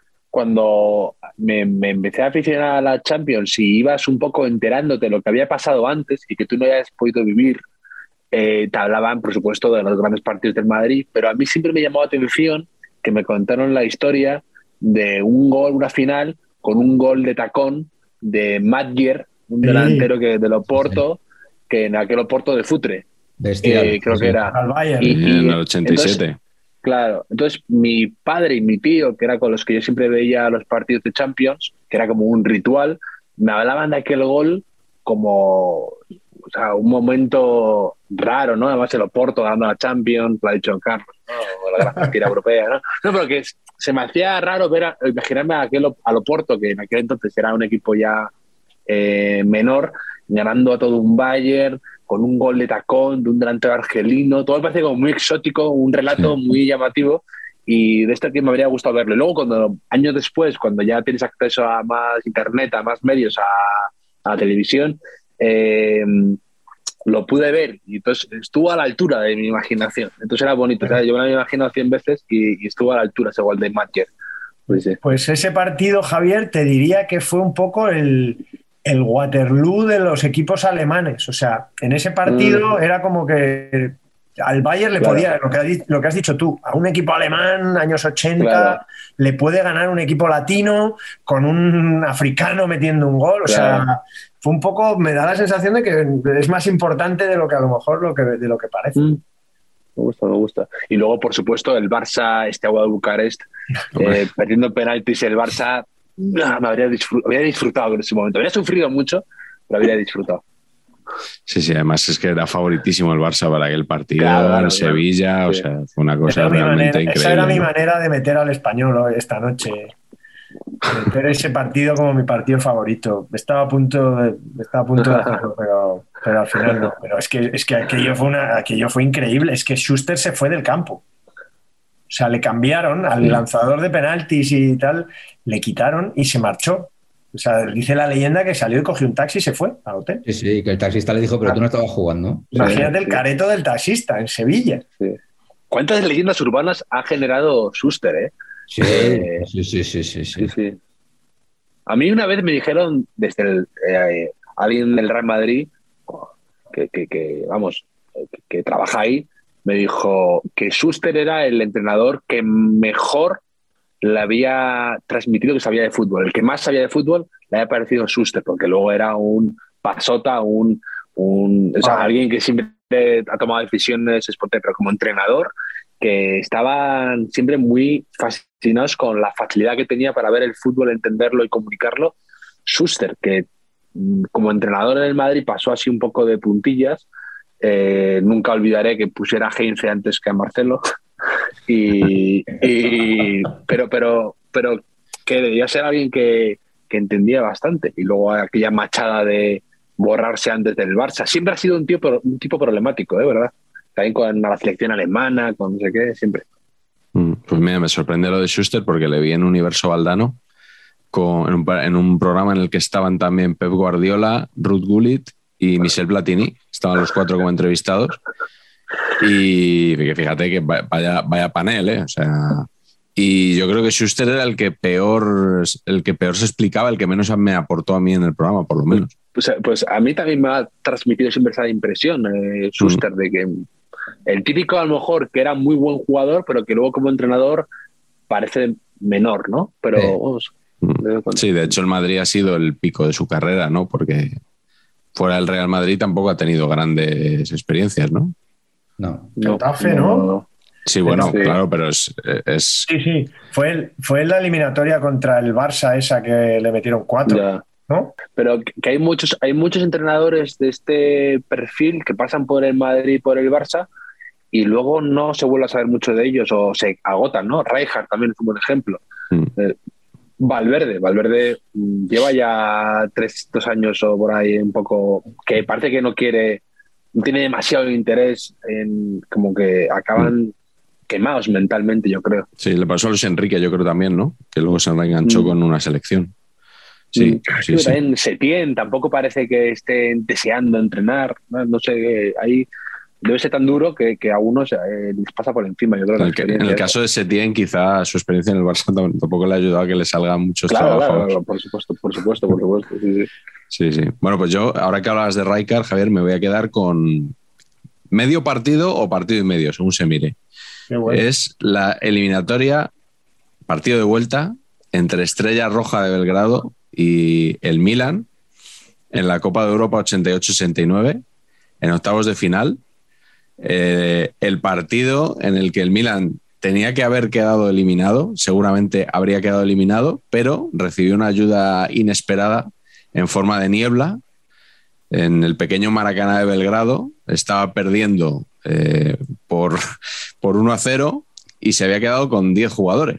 cuando me, me empecé a aficionar a la Champions y ibas un poco enterándote de lo que había pasado antes y que tú no hayas podido vivir. Eh, te hablaban, por supuesto, de los grandes partidos del Madrid, pero a mí siempre me llamó la atención que me contaron la historia de un gol, una final, con un gol de tacón de Madger, un delantero que de Oporto, que en aquel Oporto de Futre, eh, creo que era. Al Bayern. Y, y, en el ochenta y siete. Entonces, claro, entonces mi padre y mi tío, que era con los que yo siempre veía los partidos de Champions, que era como un ritual, me hablaban de aquel gol como, o sea, un momento raro, ¿no? Además el Oporto ganando la Champions, lo ha dicho Carlos, ¿no? O la gran partida europea, ¿no? No, pero que se me hacía raro ver a, imaginarme a aquel, al Oporto, que en aquel entonces era un equipo ya Eh, menor, ganando a todo un Bayern con un gol de tacón de un delantero argelino, todo me parece como muy exótico, un relato sí. muy llamativo y de esto que me habría gustado verlo. Y luego cuando años después, cuando ya tienes acceso a más internet, a más medios, a, a la televisión, eh, lo pude ver y entonces estuvo a la altura de mi imaginación, entonces era bonito, o sea, yo me lo había imaginado cien veces y, y estuvo a la altura ese gol de Madger. Pues, sí. Pues ese partido, Javier, te diría que fue un poco el el Waterloo de los equipos alemanes. O sea, en ese partido mm. era como que al Bayern le claro. podía, lo que, has, lo que has dicho tú, a un equipo alemán, años ochenta, claro. le puede ganar un equipo latino con un africano metiendo un gol. O claro. sea, fue un poco, me da la sensación de que es más importante de lo que a lo mejor lo que, de lo que parece. Mm. Me gusta, me gusta. Y luego, por supuesto, el Barça, este agua de Bucarest, eh, perdiendo penaltis, el Barça... No, me habría disfrutado, habría disfrutado en ese momento. Habría sufrido mucho, pero habría disfrutado. Sí, sí, además es que era favoritísimo el Barça para aquel partido claro, claro, en Sevilla, claro. o sea, fue una cosa realmente manera, increíble. Esa era mi manera de meter al Español hoy, esta noche. Meter ese partido como mi partido favorito. Estaba a punto de, estaba a punto de hacerlo, pero, pero al final no. Pero es que, es que aquello, fue una, aquello fue increíble. Es que Schuster se fue del campo. O sea, le cambiaron al sí. lanzador de penaltis y tal, le quitaron y se marchó. O sea, dice la leyenda que salió y cogió un taxi y se fue al hotel. Sí, sí, que el taxista le dijo, pero tú no estabas jugando. Imagínate sí, el careto sí. del taxista en Sevilla. Sí. ¿Cuántas leyendas urbanas ha generado Schuster, eh? Sí, eh, sí, sí, sí, sí, sí, sí. A mí una vez me dijeron desde el, eh, alguien del Real Madrid, que, que, que vamos, que, que trabaja ahí, me dijo que Schuster era el entrenador que mejor le había transmitido que sabía de fútbol. El que más sabía de fútbol le había parecido Schuster, porque luego era un pasota, un, un o sea, ah. alguien que siempre ha tomado decisiones, pero como entrenador, que estaban siempre muy fascinados con la facilidad que tenía para ver el fútbol, entenderlo y comunicarlo. Schuster, que como entrenador en el Madrid pasó así un poco de puntillas. Eh, nunca olvidaré que pusiera a Heinze antes que a Marcelo y, y pero pero pero que debía ser alguien que, que entendía bastante y luego aquella machada de borrarse antes del Barça siempre ha sido un tipo un tipo problemático, ¿eh? ¿Verdad? También con la selección alemana, con no sé qué, siempre. Pues mira, me sorprende lo de Schuster porque le vi en Universo Valdano con, en, un, en un programa en el que estaban también Pep Guardiola, Ruud Gullit y Michel Platini, estaban los cuatro como entrevistados y fíjate que vaya, vaya panel, ¿eh? O sea, y yo creo que Schuster era el que peor el que peor se explicaba, el que menos me aportó a mí en el programa, por lo menos. Pues, pues a mí también me ha transmitido siempre esa impresión, eh, Schuster, mm. de que el típico a lo mejor que era muy buen jugador, pero que luego como entrenador parece menor, ¿no? Pero sí. Vamos, sí, de hecho el Madrid ha sido el pico de su carrera, ¿no? Porque fuera del Real Madrid tampoco ha tenido grandes experiencias, ¿no? No. Getafe, ¿no? no. Sí, bueno, sí. claro, pero es, es... Sí, sí. Fue, el, fue en la eliminatoria contra el Barça esa que le metieron cuatro, ya. ¿no? Pero que hay muchos, hay muchos entrenadores de este perfil que pasan por el Madrid y por el Barça y luego no se vuelve a saber mucho de ellos o se agotan, ¿no? Rijkaard también es un buen ejemplo. Mm. Eh, Valverde, Valverde lleva ya tres, dos años o por ahí un poco, que parece que no quiere, no tiene demasiado interés en, como que acaban mm. quemados mentalmente, yo creo. Sí, le pasó a Luis Enrique, yo creo también, ¿no? Que luego se reenganchó mm. con una selección. Sí, mm. sí, sí. También Setién tampoco parece que estén deseando entrenar, no, no sé, ahí debe ser tan duro que, que a unos eh, les pasa por encima, yo creo. En el, que, en el caso de Setién, quizá su experiencia en el Barça tampoco le ha ayudado a que le salgan muchos claro, trabajos. Claro, por supuesto, por supuesto, por supuesto. Sí, sí. sí, sí. Bueno, pues yo, ahora que hablabas de Rijkaard, Javier, me voy a quedar con medio partido o partido y medio, según se mire. Qué bueno. Es la eliminatoria, partido de vuelta, entre Estrella Roja de Belgrado y el Milan en la Copa de Europa ochenta y ocho ochenta y nueve, en octavos de final. Eh, el partido en el que el Milan tenía que haber quedado eliminado, seguramente habría quedado eliminado, pero recibió una ayuda inesperada en forma de niebla en el pequeño Maracaná de Belgrado. Estaba perdiendo eh, por, por uno a cero y se había quedado con diez jugadores.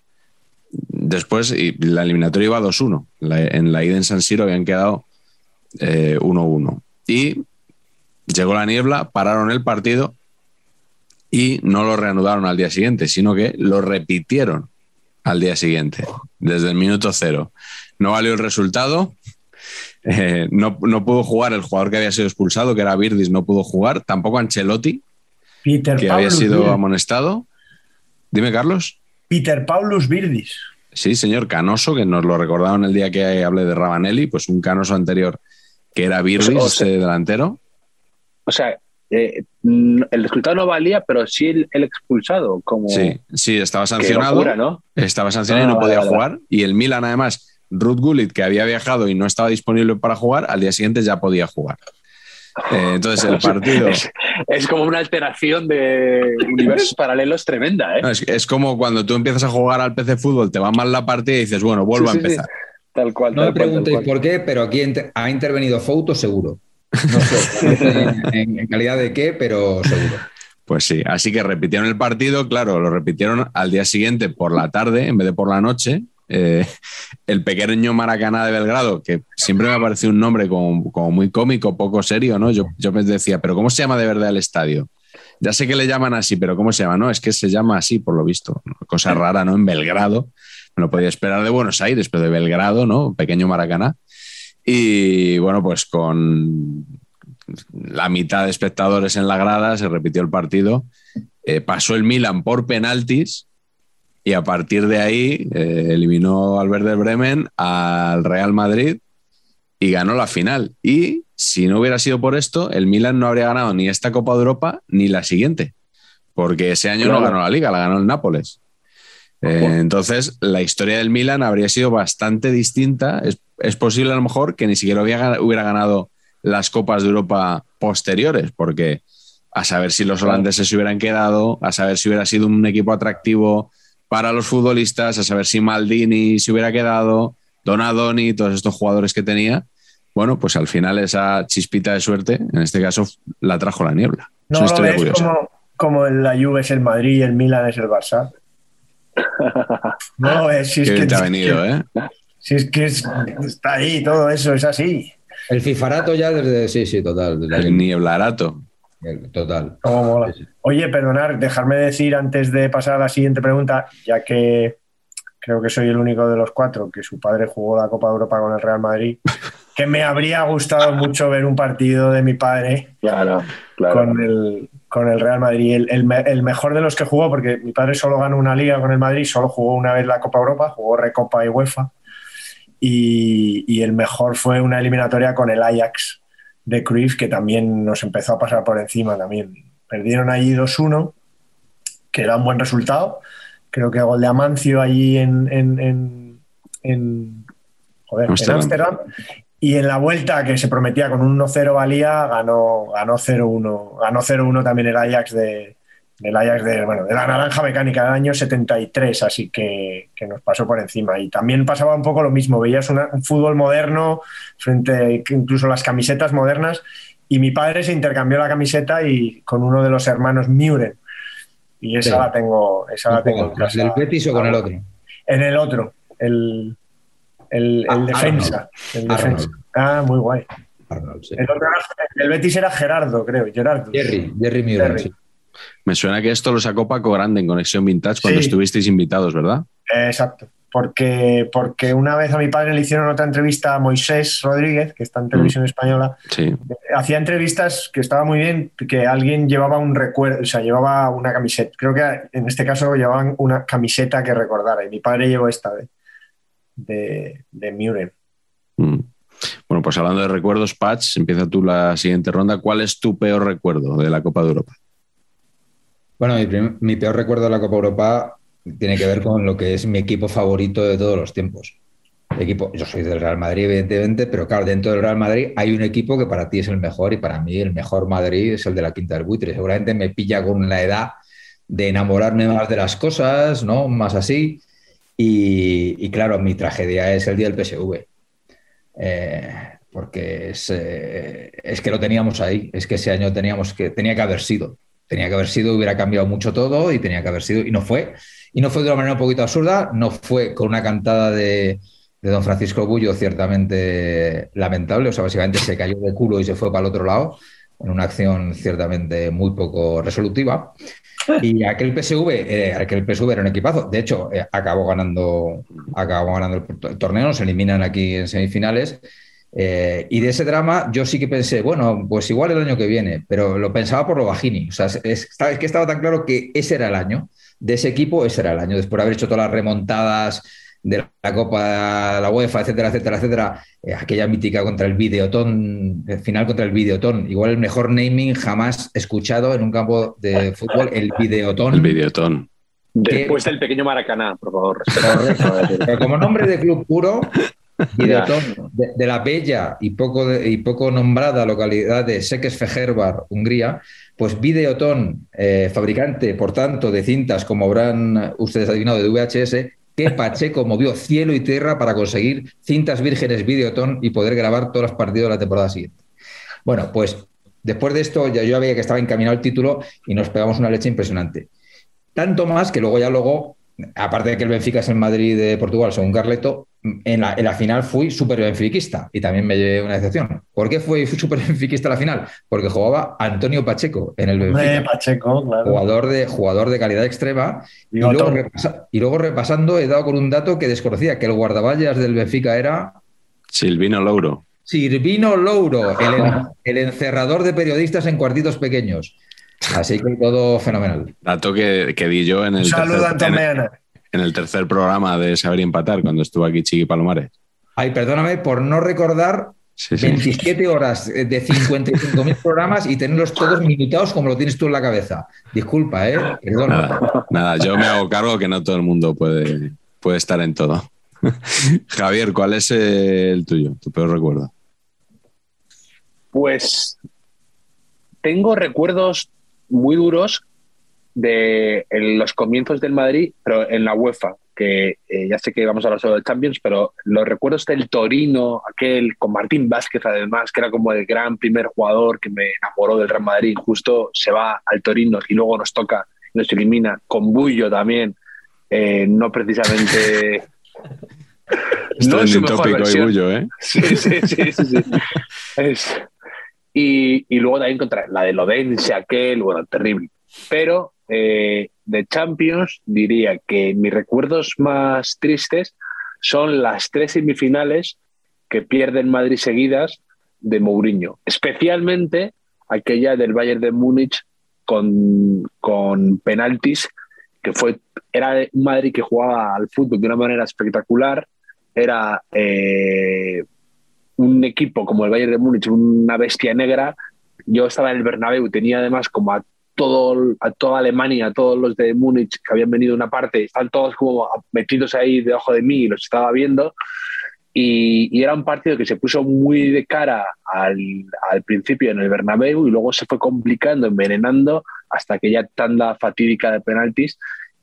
Después y la eliminatoria iba dos uno. La, en la ida en San Siro habían quedado eh, uno uno. Y llegó la niebla, pararon el partido y no lo reanudaron al día siguiente, sino que lo repitieron al día siguiente, desde el minuto cero. No valió el resultado, eh, no, no pudo jugar el jugador que había sido expulsado, que era Virdis, no pudo jugar, tampoco Ancelotti, Peter que Paulus, había sido bien. amonestado. Dime, Carlos. Peter Paulus Virdis. Sí, señor, canoso, que nos lo recordaron el día que hablé de Ravanelli, pues un canoso anterior que era Virdis, o sea, este delantero. O sea, eh, el resultado no valía, pero sí el, el expulsado. Como... Sí, sí, estaba sancionado. Locura, ¿no? Estaba sancionado ah, y no podía vale, jugar. Vale. Y el Milan, además, Ruud Gullit, que había viajado y no estaba disponible para jugar, al día siguiente ya podía jugar. Eh, entonces el partido... Es, es como una alteración de universos paralelos tremenda, ¿eh? No, es, es como cuando tú empiezas a jugar al P C Fútbol, te va mal la partida y dices, bueno, vuelvo sí, a empezar. Sí, sí. Tal cual, no tal me preguntéis cual, tal cual. por qué, pero aquí ha intervenido Fouto seguro. No sé en, en calidad de qué, pero seguro. Pues sí, así que repitieron el partido, claro, lo repitieron al día siguiente por la tarde en vez de por la noche. Eh, el pequeño Maracaná de Belgrado, que siempre me ha parecido un nombre como, como muy cómico, poco serio, ¿no? Yo, yo me decía, ¿pero cómo se llama de verdad el estadio? Ya sé que le llaman así, pero ¿cómo se llama? No, es que se llama así, por lo visto. Cosa rara, ¿no? En Belgrado. Me lo podía esperar de Buenos Aires, pero de Belgrado, ¿no? Pequeño Maracaná. Y bueno, pues con la mitad de espectadores en la grada se repitió el partido. Eh, pasó el Milan por penaltis y a partir de ahí eh, eliminó al Werder Bremen al Real Madrid y ganó la final. Y si no hubiera sido por esto, el Milan no habría ganado ni esta Copa de Europa ni la siguiente, porque ese año claro. no ganó la Liga, la ganó el Nápoles. Eh, entonces, la historia del Milan habría sido bastante distinta. Es, es posible, a lo mejor, que ni siquiera hubiera, hubiera ganado las Copas de Europa posteriores, porque a saber si los holandeses se hubieran quedado, a saber si hubiera sido un equipo atractivo para los futbolistas, a saber si Maldini se hubiera quedado, Donadoni, todos estos jugadores que tenía. Bueno, pues al final esa chispita de suerte, en este caso, la trajo la niebla. No lo ves como, como la Juve es el Madrid y el Milan es el Barça. No, es, si es Qué que te ha venido, ¿eh? Si es que es, está ahí, todo eso es así. El fifarato ya desde... Sí, sí, total. Desde el nieblarato. Total. Cómo mola. Sí, sí. Oye, perdonar, dejarme decir antes de pasar a la siguiente pregunta, ya que creo que soy el único de los cuatro que su padre jugó la Copa de Europa con el Real Madrid, que me habría gustado mucho ver un partido de mi padre claro, claro. Con, el, con el Real Madrid. El, el, el mejor de los que jugó, porque mi padre solo ganó una liga con el Madrid, solo jugó una vez la Copa Europa, jugó Recopa y UEFA. y, y el mejor fue una eliminatoria con el Ajax de Cruyff, que también nos empezó a pasar por encima también. Perdieron allí dos uno, que era un buen resultado. Creo que gol de Amancio allí en, en, en, en, joder, en Ámsterdam. Y en la vuelta, que se prometía con un uno cero valía, ganó, ganó cero uno. Ganó cero uno también el Ajax de, del Ajax de, bueno, de la naranja mecánica del año setenta y tres, así que, que nos pasó por encima. Y también pasaba un poco lo mismo, veías una, un fútbol moderno, frente incluso las camisetas modernas, y mi padre se intercambió la camiseta y con uno de los hermanos Muren. Y esa sí. la tengo, esa la tengo en casa. ¿Del Betis o con el otro? En el otro, el, el, el ah, defensa. El defensa. Ah, muy guay. Arnold, sí. el, otro era, el Betis era Gerardo, creo. Gerardo. Jerry, Jerry Muren, sí. Me suena que esto lo sacó Paco Grande en Conexión Vintage cuando sí. estuvisteis invitados, ¿verdad? Exacto. Porque, porque una vez a mi padre le hicieron otra entrevista a Moisés Rodríguez, que está en Televisión mm. Española. Sí. Hacía entrevistas que estaba muy bien, que alguien llevaba un recuerdo, o sea, llevaba una camiseta. Creo que en este caso llevaban una camiseta que recordara. Y mi padre llevó esta de, de, de Muren. Mm. Bueno, pues hablando de recuerdos, Patch, empieza tú la siguiente ronda. ¿Cuál es tu peor recuerdo de la Copa de Europa? Bueno, mi, prim- mi peor recuerdo de la Copa Europa tiene que ver con lo que es mi equipo favorito de todos los tiempos. El equipo, yo soy del Real Madrid, evidentemente, pero claro, dentro del Real Madrid hay un equipo que para ti es el mejor y para mí el mejor Madrid es el de la Quinta del Buitre. Seguramente me pilla con la edad de enamorarme más de las cosas, ¿no? Más así. Y, y claro, mi tragedia es el día del P S V. Eh, porque es, eh, es que lo teníamos ahí. Es que ese año teníamos que, tenía que haber sido. Tenía que haber sido, hubiera cambiado mucho todo y tenía que haber sido, y no fue. Y no fue de una manera un poquito absurda, no fue con una cantada de, de don Francisco Bullo ciertamente lamentable, o sea, básicamente se cayó de culo y se fue para el otro lado, en una acción ciertamente muy poco resolutiva. Y aquel P S V, eh, aquel P S V era un equipazo, de hecho, eh, acabó ganando, acabó ganando el torneo, nos eliminan aquí en semifinales. Eh, y de ese drama yo sí que pensé, bueno, pues igual el año que viene, pero lo pensaba por lo bajini. O sea, es, es que estaba tan claro que ese era el año, de ese equipo ese era el año, después de haber hecho todas las remontadas de la Copa, la UEFA, etcétera, etcétera, etcétera, eh, aquella mítica contra el Videoton, el final contra el Videoton, igual el mejor naming jamás escuchado en un campo de fútbol, el Videoton. El Videoton. Después del pequeño Maracaná, por favor. Pero como nombre de club puro, Videoton, de, de la bella y poco, de, y poco nombrada localidad de Székesfehérvár, Hungría, pues Videoton, eh, fabricante, por tanto, de cintas, como habrán ustedes adivinado, de V H S, que Pacheco movió cielo y tierra para conseguir cintas vírgenes Videoton y poder grabar todos los partidos de la temporada siguiente. Bueno, pues después de esto ya yo veía que estaba encaminado el título y nos pegamos una leche impresionante. Tanto más que luego ya luego, aparte de que el Benfica es el Madrid de Portugal, según Carleto, en la, en la final fui súper benfiquista y también me llevé una decepción. ¿Por qué fui súper benfiquista en la final? Porque jugaba Antonio Pacheco en el Benfica. Eh, Pacheco, claro. Jugador de, jugador de calidad extrema. Y, y, luego repasa, y luego repasando he dado con un dato que desconocía, que el guardaballas del Benfica era... Silvino Louro. Silvino Louro, el, el encerrador de periodistas en cuartitos pequeños. Así que todo fenomenal. Dato que, que di yo en el, tercer, en, el, en el tercer programa de Saber y Empatar, cuando estuvo aquí Chiqui Palomares. Ay, perdóname por no recordar sí, sí. veintisiete horas de cincuenta y cinco mil programas y tenerlos todos minutados como lo tienes tú en la cabeza. Disculpa, ¿eh? Perdona. Nada, nada, yo me hago cargo que no todo el mundo puede, puede estar en todo. Javier, ¿cuál es el tuyo, tu peor recuerdo? Pues tengo recuerdos muy duros de en los comienzos del Madrid, pero en la UEFA, que eh, ya sé que vamos a hablar solo de Champions, pero los recuerdos del Torino, aquel con Martín Vázquez además, que era como el gran primer jugador que me enamoró del Real Madrid, justo se va al Torino y luego nos toca, nos elimina, con Bullo también, eh, no precisamente... no es su mejor versión. Bullo, ¿eh? Sí, sí, sí, sí, sí. Es... Y, y luego también contra la de Lodense, aquel, bueno, terrible. Pero eh, de Champions diría que mis recuerdos más tristes son las tres semifinales que pierde el Madrid seguidas de Mourinho. Especialmente aquella del Bayern de Múnich con, con penaltis, que fue, era un Madrid que jugaba al fútbol de una manera espectacular, era eh, un equipo como el Bayern de Múnich, una bestia negra. Yo estaba en el Bernabéu, tenía además como a, todo, a toda Alemania, a todos los de Múnich que habían venido de una parte, están todos como metidos ahí debajo de mí y los estaba viendo. Y, y era un partido que se puso muy de cara al, al principio en el Bernabéu y luego se fue complicando, envenenando hasta aquella tanda fatídica de penaltis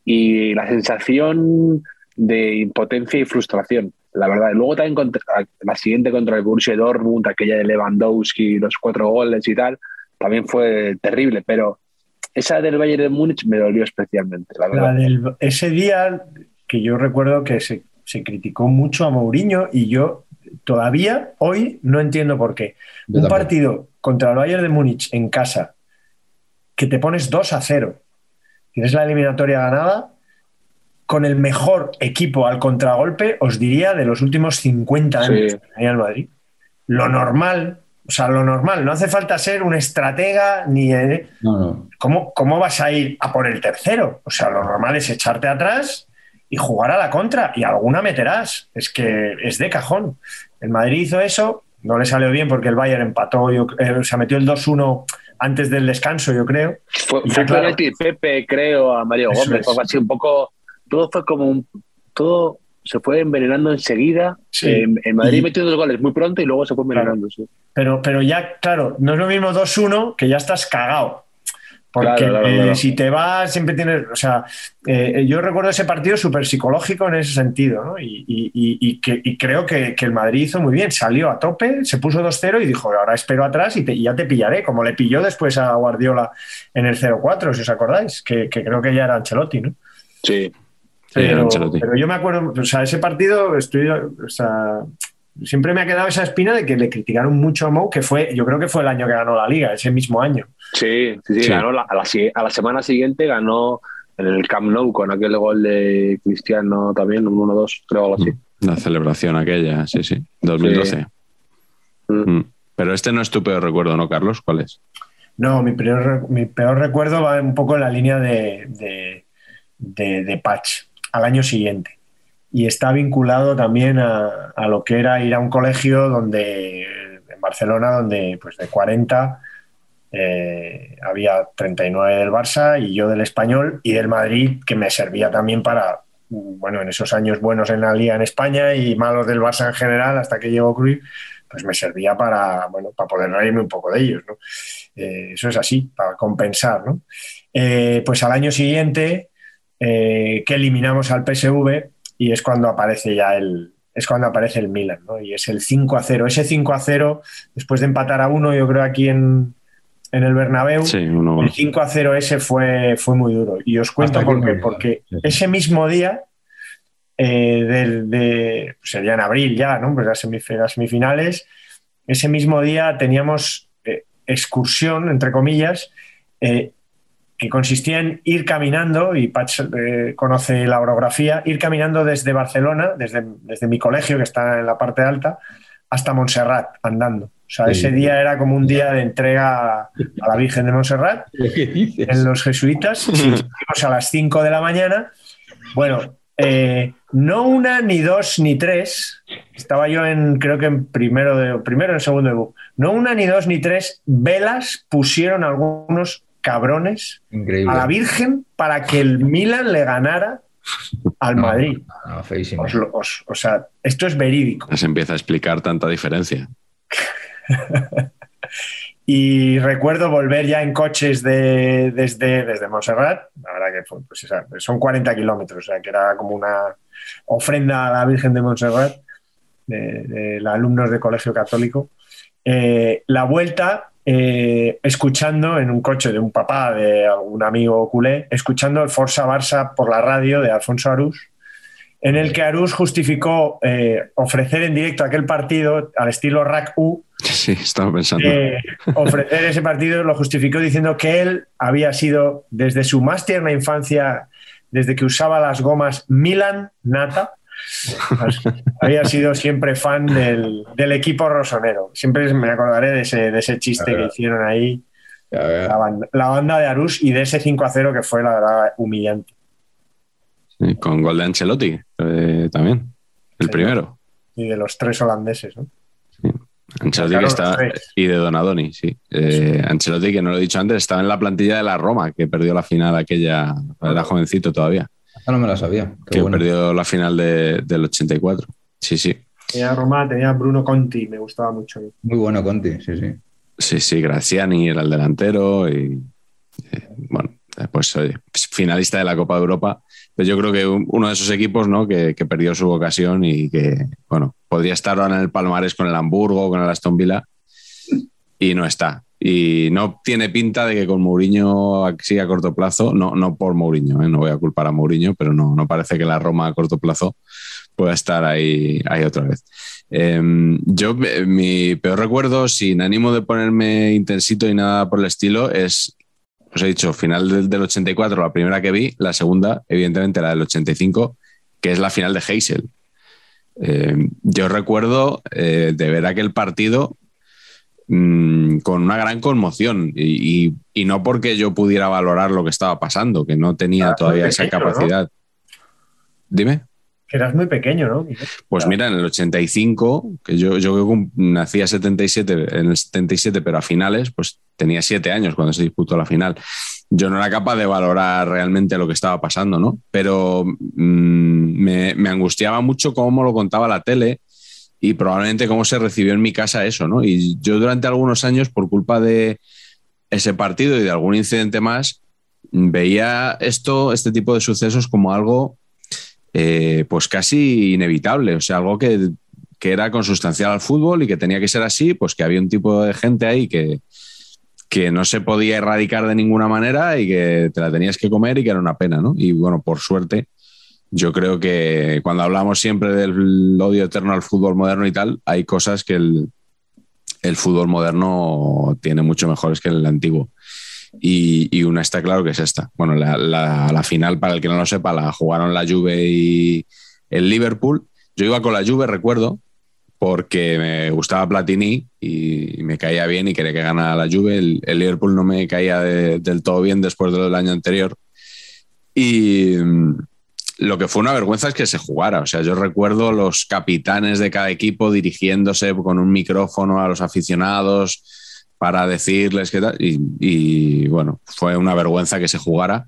y la sensación de impotencia y frustración, la verdad. Y luego también contra, la siguiente contra el Borussia Dortmund, aquella de Lewandowski, los cuatro goles y tal, también fue terrible, pero esa del Bayern de Múnich me dolió especialmente, la verdad. La del, ese día que yo recuerdo que se se criticó mucho a Mourinho y yo todavía hoy no entiendo por qué. Yo Un también. partido contra el Bayern de Múnich en casa que te pones dos a cero, tienes la eliminatoria ganada con el mejor equipo al contragolpe, os diría, de los últimos cincuenta años sí. en el Madrid. Lo normal, o sea, lo normal, no hace falta ser un estratega ni... Eh, no, no. ¿Cómo, ¿Cómo vas a ir a por el tercero? O sea, lo normal es echarte atrás y jugar a la contra, y alguna meterás. Es que es de cajón. El Madrid hizo eso, no le salió bien porque el Bayern empató, yo, eh, se metió el dos uno antes del descanso, yo creo. Fue, fue claro, Pepe, creo, a Mario Gómez, fue así un poco, todo fue como un, todo se fue envenenando enseguida. Sí. Eh, en Madrid y, metió dos goles muy pronto y luego se fue envenenando. Claro. Sí. Pero, pero ya, claro, no es lo mismo dos uno que ya estás cagado. Porque claro, claro, claro. Eh, si te vas, siempre tienes... O sea, eh, yo recuerdo ese partido súper psicológico en ese sentido, ¿no? Y, y, y, y, que, y creo que, que el Madrid hizo muy bien. Salió a tope, se puso dos cero y dijo, ahora espero atrás y, te, y ya te pillaré, como le pilló después a Guardiola en el cero cuatro, si os acordáis, que, que creo que ya era Ancelotti, ¿no? Sí, pero, sí, pero yo me acuerdo, o sea, ese partido, estoy, o sea, siempre me ha quedado esa espina de que le criticaron mucho a Mou, que fue, yo creo que fue el año que ganó la Liga, ese mismo año. Sí, sí, sí, sí. Ganó la, a, la, a la semana siguiente ganó en el Camp Nou con aquel gol de Cristiano también, un uno dos, creo, algo así. La celebración aquella, sí, sí, dos mil doce. Sí. Mm. Pero este no es tu peor recuerdo, ¿no, Carlos? ¿Cuál es? No, mi peor, mi peor recuerdo va un poco en la línea de, de, de, de Patch, al año siguiente. Y está vinculado también a, a lo que era ir a un colegio donde, en Barcelona, donde pues de cuarenta eh, había treinta y nueve del Barça y yo del Español y del Madrid, que me servía también para, bueno, en esos años buenos en la Liga en España y malos del Barça en general, hasta que llegó Cruyff, pues me servía para, bueno, para poder reírme un poco de ellos, ¿no? Eh, eso es así, para compensar, ¿no? Eh, pues al año siguiente, eh, que eliminamos al P S V, y es cuando aparece ya el es cuando aparece el Milan, ¿no? Y es el cinco a cero. Ese cinco a cero, después de empatar a uno, yo creo aquí en, en el Bernabéu, sí, uno, uno. El cinco a cero ese fue, fue muy duro. Y os cuento por qué. Porque ese mismo día, eh, de, de, sería en abril ya, ¿no? Pues las, semif- las semifinales, ese mismo día teníamos eh, excursión, entre comillas, eh, que consistía en ir caminando, y Patch eh, conoce la orografía, ir caminando desde Barcelona, desde, desde mi colegio, que está en la parte alta, hasta Montserrat, andando. O sea, sí, ese día era como un día de entrega a la Virgen de Montserrat, en los jesuitas. Sí, fuimos a las cinco de la mañana. Bueno, eh, no una, ni dos, ni tres. Estaba yo en, creo que en primero, de, primero en segundo de Bu. No una, ni dos, ni tres velas pusieron algunos cabrones Increíble. A la Virgen para que el Milan le ganara al no, Madrid. No, feísimo. Os, os, o sea, esto es verídico. Se empieza a explicar tanta diferencia. Y recuerdo volver ya en coches de, desde, desde Montserrat. La verdad que fue, pues esa, son cuarenta kilómetros, o sea que era como una ofrenda a la Virgen de Montserrat de, de, de alumnos de colegio católico. Eh, la vuelta, eh, escuchando en un coche de un papá de algún amigo culé, escuchando el Forza Barça por la radio de Alfonso Arús, en el que Arús justificó eh, ofrecer en directo aquel partido al estilo R A C U. Sí, estaba pensando. Eh, ofrecer ese partido lo justificó diciendo que él había sido, desde su más tierna infancia, desde que usaba las gomas Milan Nata, pues, había sido siempre fan del, del equipo rosonero. Siempre me acordaré de ese, de ese chiste que hicieron ahí la banda, la banda de Arús, y de ese cinco a cero que fue, la verdad, humillante. Sí, con gol de Ancelotti eh, también, el sí, primero. y de los tres holandeses, ¿no? Sí. Ancelotti que está, y de Donadoni, sí. Eh, Ancelotti, que no lo he dicho antes, estaba en la plantilla de la Roma, que perdió la final aquella, era jovencito todavía. Ah, no me la sabía. Qué que bueno. Perdió la final de, del ochenta y cuatro. Sí, sí. Tenía Roma, tenía Bruno Conti, me gustaba mucho. Muy bueno Conti, sí, sí. Sí, sí, Graziani era el delantero y eh, bueno, pues oye, finalista de la Copa de Europa. Pero yo creo que uno de esos equipos, ¿no? que, que perdió su ocasión y que, bueno, podría estar ahora en el palmarés con el Hamburgo, con el Aston Villa, y no está. Y no tiene pinta de que con Mourinho siga a corto plazo, no, no por Mourinho, ¿eh? No voy a culpar a Mourinho, pero no, no parece que la Roma a corto plazo pueda estar ahí, ahí otra vez. Eh, yo, mi peor recuerdo, sin ánimo de ponerme intensito y nada por el estilo, es, os he dicho, final del, del ochenta y cuatro, la primera que vi, la segunda, evidentemente, la del ochenta y cinco, que es la final de Heysel. Eh, yo recuerdo eh, de ver aquel partido mmm, con una gran conmoción y, y, y no porque yo pudiera valorar lo que estaba pasando, que no tenía ah, todavía pequeño, esa capacidad. ¿No? Dime. Que eras muy pequeño, ¿no? Pues mira, en el ochenta y cinco, que yo, yo nací a setenta y siete, en el setenta y siete, pero a finales, pues tenía siete años cuando se disputó la final. Yo no era capaz de valorar realmente lo que estaba pasando, ¿no? Pero mmm, me, me angustiaba mucho cómo lo contaba la tele y probablemente cómo se recibió en mi casa eso, ¿no? Y yo durante algunos años, por culpa de ese partido y de algún incidente más, veía esto, este tipo de sucesos como algo eh, pues casi inevitable, o sea, algo que, que era consustancial al fútbol y que tenía que ser así, pues que había un tipo de gente ahí que, que no se podía erradicar de ninguna manera y que te la tenías que comer y que era una pena, ¿no? Y bueno, por suerte, yo creo que cuando hablamos siempre del odio eterno al fútbol moderno y tal, hay cosas que el, el fútbol moderno tiene mucho mejores que el antiguo. Y, y una está claro que es esta. Bueno, la, la, la final, para el que no lo sepa, la jugaron la Juve y el Liverpool. Yo iba con la Juve, recuerdo, porque me gustaba Platini y me caía bien y quería que ganara la Juve. El, el Liverpool no me caía de, del todo bien después del año anterior. Y lo que fue una vergüenza es que se jugara. O sea, yo recuerdo los capitanes de cada equipo dirigiéndose con un micrófono a los aficionados para decirles qué tal. Y, y bueno, fue una vergüenza que se jugara.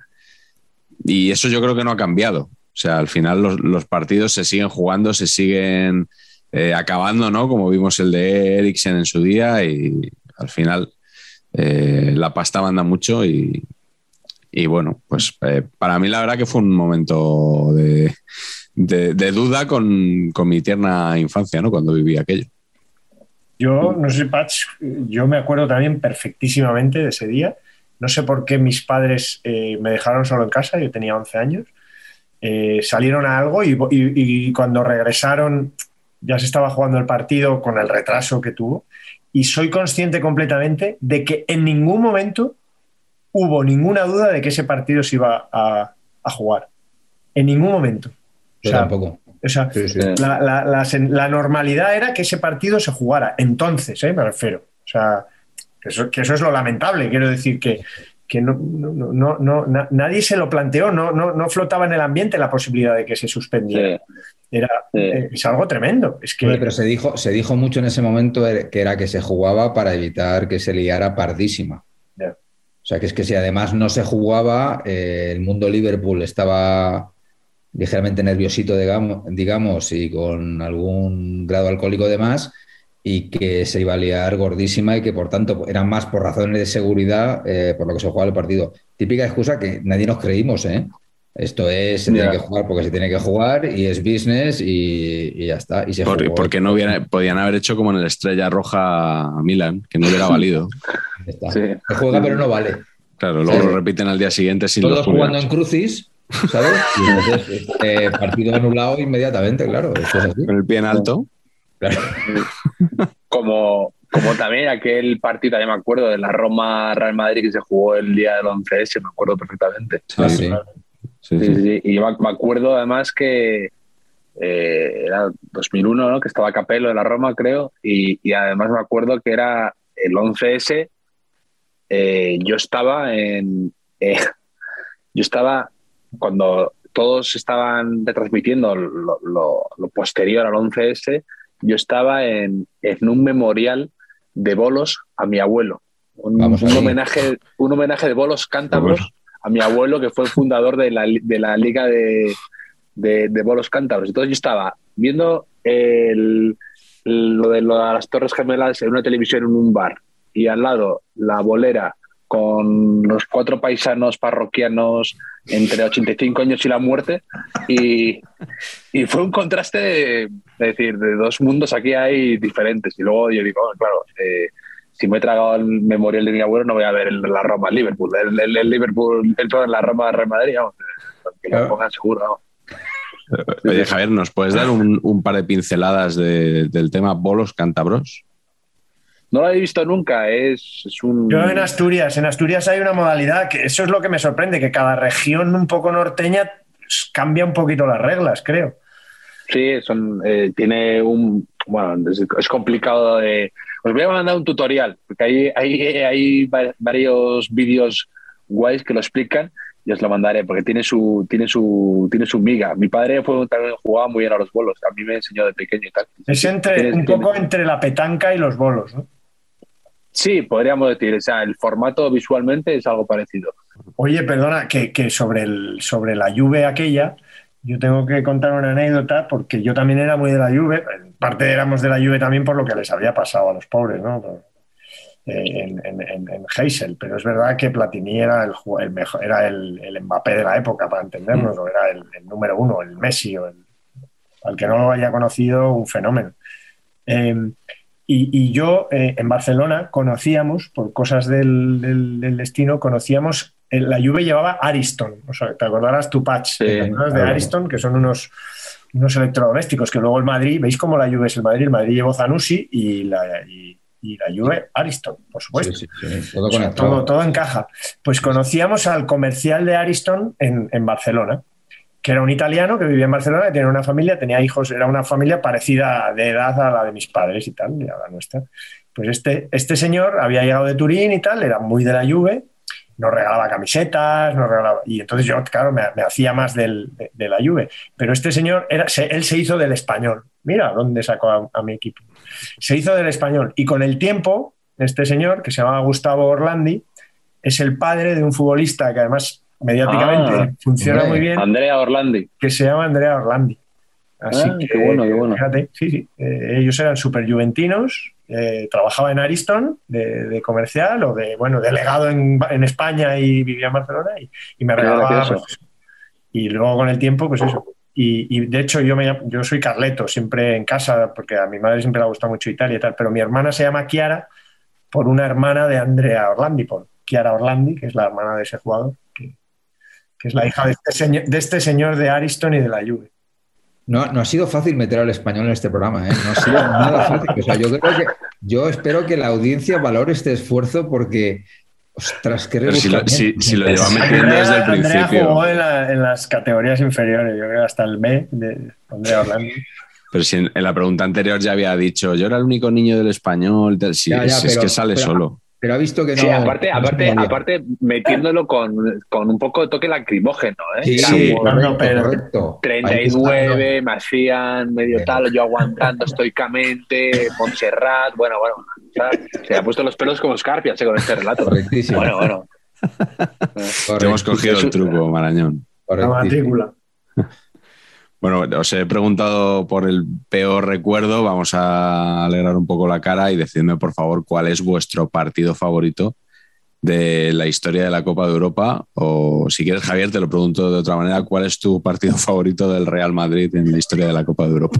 Y eso yo creo que no ha cambiado. O sea, al final los, los partidos se siguen jugando, se siguen eh, acabando, ¿no? Como vimos el de Eriksen en su día y al final eh, la pasta manda mucho y, y bueno, pues eh, para mí la verdad que fue un momento de, de, de duda con, con mi tierna infancia, ¿no? Cuando viví aquello. Yo, no sé, Patch, yo me acuerdo también perfectísimamente de ese día. No sé por qué mis padres eh, me dejaron solo en casa, yo tenía once años. Eh, salieron a algo y, y, y cuando regresaron ya se estaba jugando el partido con el retraso que tuvo. Y soy consciente completamente de que en ningún momento hubo ninguna duda de que ese partido se iba a, a jugar. En ningún momento. Yo o sea, tampoco. O sea, sí, sí. La, la, la, la normalidad era que ese partido se jugara. Entonces, ¿eh? me refiero. O sea, que eso, que eso es lo lamentable. Quiero decir que, que no, no, no, no, na, nadie se lo planteó, no, no, no flotaba en el ambiente la posibilidad de que se suspendiera. Sí. Era, sí. eh, es algo tremendo. Es que... Bueno, pero se dijo, se dijo mucho en ese momento que era que se jugaba para evitar que se liara pardísima. Yeah. O sea, que es que si además no se jugaba, eh, el mundo Liverpool estaba ligeramente nerviosito, digamos, digamos, y con algún grado alcohólico de más, y que se iba a liar gordísima y que, por tanto, eran más por razones de seguridad eh, por lo que se jugaba el partido. Típica excusa que nadie nos creímos, ¿eh? Esto es, se yeah. tiene que jugar porque se tiene que jugar y es business y, y ya está. Y se Por, porque no hubiera, podían haber hecho como en el Estrella Roja Milan, que no hubiera valido. Está. Sí. Se juega pero no vale. Claro, luego sí. lo repiten al día siguiente sin Todos los jugando en crucis, ¿sabes? Y entonces, eh, partido anulado inmediatamente, claro. Esto es así. Con el pie en alto. Claro. Como, como también aquel partido, también me acuerdo, de la Roma-Real Madrid que se jugó el día del once ese, me acuerdo perfectamente. Sí, ah, sí. Sí, sí. Sí, sí. Y yo me acuerdo además que eh, era dos mil uno, ¿no? Que estaba Capello de la Roma, creo, y, y además me acuerdo que era el once ese. Eh, yo estaba en... Eh, yo estaba cuando todos estaban retransmitiendo lo, lo, lo posterior al once ese, yo estaba en, en un memorial de bolos a mi abuelo. Un, un, homenaje, un homenaje de bolos cántabros Vamos. a mi abuelo, que fue el fundador de la, de la Liga de, de, de Bolos Cántabros. Entonces yo estaba viendo el, lo, de, lo de las Torres Gemelas en una televisión en un bar, y al lado la bolera con los cuatro paisanos parroquianos entre ochenta y cinco años y la muerte, y, y fue un contraste de, es decir, de dos mundos aquí hay diferentes. Y luego yo digo, oh, claro, eh, si me he tragado el memorial de mi abuelo, no voy a ver el, la Roma Liverpool, el, el, el Liverpool, el, en la Roma Real Madrid, vamos, que lo pongan seguro, vamos. Oye, Javier, ¿nos puedes dar un, un par de pinceladas de, del tema bolos cántabros? No lo he visto nunca, es, es un... Yo en Asturias, en Asturias hay una modalidad, que eso es lo que me sorprende, que cada región un poco norteña cambia un poquito las reglas, creo. Sí, son, eh, tiene un... Bueno, es, es complicado de... Os voy a mandar un tutorial, porque hay, hay, hay varios vídeos guays que lo explican, y os lo mandaré, porque tiene su, tiene su, tiene su miga. Mi padre fue, también jugaba muy bien a los bolos, a mí me enseñó de pequeño y tal. Es entre, ¿Tienes, un poco tienes... entre la petanca y los bolos, ¿no? Sí, podríamos decir, o sea, el formato visualmente es algo parecido. Oye, perdona, que, que sobre, el, sobre la Juve aquella, yo tengo que contar una anécdota, porque yo también era muy de la Juve, en parte éramos de la Juve también por lo que les había pasado a los pobres, ¿no? En, en, en, en Heysel, pero es verdad que Platini era el, el mejor, era el, el Mbappé de la época, para entendernos, o era el, el número uno, el Messi, o el, al que no lo haya conocido, un fenómeno. Eh, Y, y yo eh, en Barcelona conocíamos, por cosas del, del, del destino, conocíamos, el, la Juve llevaba Ariston, o sea, te acordarás tu patch, sí, ¿te acuerdas de Ariston? Que son unos, unos electrodomésticos, que luego el Madrid, ¿veis cómo la Juve es el Madrid? El Madrid llevó Zanussi y la, y, y la Juve Ariston, por supuesto. Sí, sí, sí. Todo, o sea, todo, todo encaja. Pues conocíamos al comercial de Ariston en, en Barcelona, que era un italiano que vivía en Barcelona, que tenía una familia, tenía hijos, era una familia parecida de edad a la de mis padres y tal, y a la nuestra. Pues este, este señor había llegado de Turín y tal, era muy de la Juve, nos regalaba camisetas, nos regalaba... Y entonces yo, claro, me, me hacía más del, de, de la Juve. Pero este señor, era, se, él se hizo del Español. Mira dónde sacó a, a mi equipo. Se hizo del Español. Y con el tiempo, este señor, que se llamaba Gustavo Orlandi, es el padre de un futbolista que además... mediáticamente ah, funciona hombre, muy bien. Andrea Orlandi. Que se llama Andrea Orlandi. Así ah, que, qué bueno, qué bueno. Fíjate, sí, sí. Eh, ellos eran súper juventinos, eh, trabajaba en Ariston de, de comercial o de, bueno, delegado en, en España y vivía en Barcelona y, y me regalaba. Pues, y luego con el tiempo, pues eso. Y, y de hecho yo, me, yo soy Carleto, siempre en casa, porque a mi madre siempre le ha gustado mucho Italia y tal, pero mi hermana se llama Chiara por una hermana de Andrea Orlandi, por Chiara Orlandi, que es la hermana de ese jugador. Que, que es la hija de este, señor, de este señor de Ariston y de la Juve. No, no ha sido fácil meter al español en este programa, ¿eh? No ha sido nada fácil. O sea, yo creo que, yo espero que la audiencia valore este esfuerzo porque, ostras, qué si lo, si, si lo lleva metiendo desde el principio. Andrea jugó en, la, en las categorías inferiores, yo creo hasta el B de Andrea Orlandi. Pero si en, en la pregunta anterior ya había dicho, yo era el único niño del español, si, ya, ya, si pero, es que sale pero, solo. Pero ha visto que no. Sí, aparte, no aparte, aparte metiéndolo con, con un poco de toque lacrimógeno, ¿eh? Sí, sí, correcto, pero correcto. treinta y nueve, me hacían medio pero. tal, yo aguantando estoicamente, Montserrat, bueno, bueno. ¿sabes? Se ha puesto los pelos como escarpias ¿eh? con este relato. Correctísimo. Bueno, bueno. Te hemos cogido el truco, Marañón. La matrícula. Bueno, os he preguntado por el peor recuerdo, vamos a alegrar un poco la cara y decidme por favor cuál es vuestro partido favorito de la historia de la Copa de Europa, o si quieres, Javier, te lo pregunto de otra manera, ¿cuál es tu partido favorito del Real Madrid en la historia de la Copa de Europa?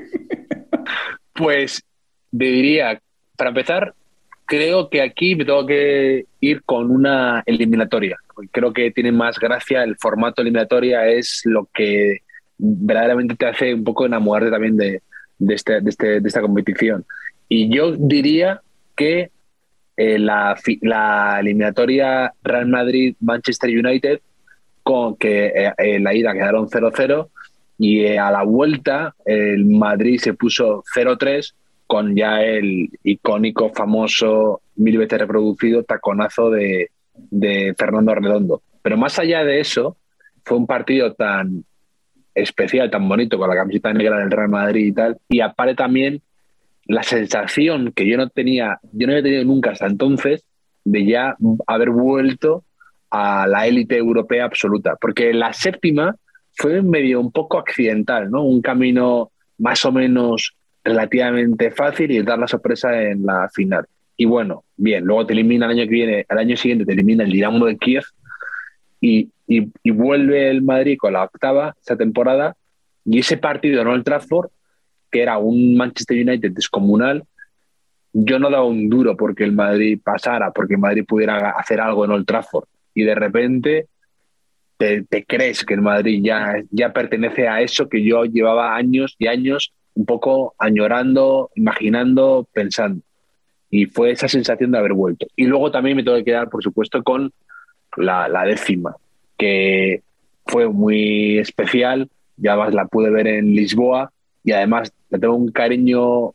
Pues diría, para empezar, creo que aquí me tengo que ir con una eliminatoria. Creo que tiene más gracia, el formato eliminatoria es lo que verdaderamente te hace un poco enamorarte también de, de, este, de, este, de esta competición. Y yo diría que eh, la, la eliminatoria Real Madrid-Manchester United, con que eh, en la ida quedaron cero cero y eh, a la vuelta el Madrid se puso cero tres con ya el icónico, famoso, mil veces reproducido taconazo de, de Fernando Redondo. Pero más allá de eso, fue un partido tan especial, tan bonito, con la camiseta negra del Real Madrid y tal, y aparte también la sensación que yo no tenía, yo no había tenido nunca hasta entonces, de ya haber vuelto a la élite europea absoluta, porque la séptima fue medio un poco accidental, ¿no? Un camino más o menos relativamente fácil y dar la sorpresa en la final. Y bueno, bien, luego te elimina el año que viene, al año siguiente te elimina el Dinamo de Kiev y, y, y vuelve el Madrid con la octava esa temporada, y ese partido en Old Trafford, que era un Manchester United descomunal, yo no daba un duro porque el Madrid pasara, porque el Madrid pudiera hacer algo en Old Trafford, y de repente te, te crees que el Madrid ya, ya pertenece a eso que yo llevaba años y años un poco añorando, imaginando, pensando. Y fue esa sensación de haber vuelto. Y luego también me tengo que quedar, por supuesto, con la, la décima, que fue muy especial, y además la pude ver en Lisboa, y además le tengo un cariño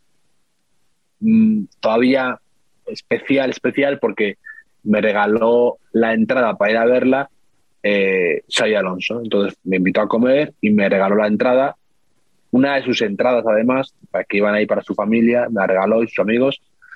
mmm, todavía especial, especial, porque me regaló la entrada para ir a verla eh, Xabi Alonso. Entonces me invitó a comer y me regaló la entrada, una de sus entradas además, para que iban ahí para su familia, me la regaló y sus amigos,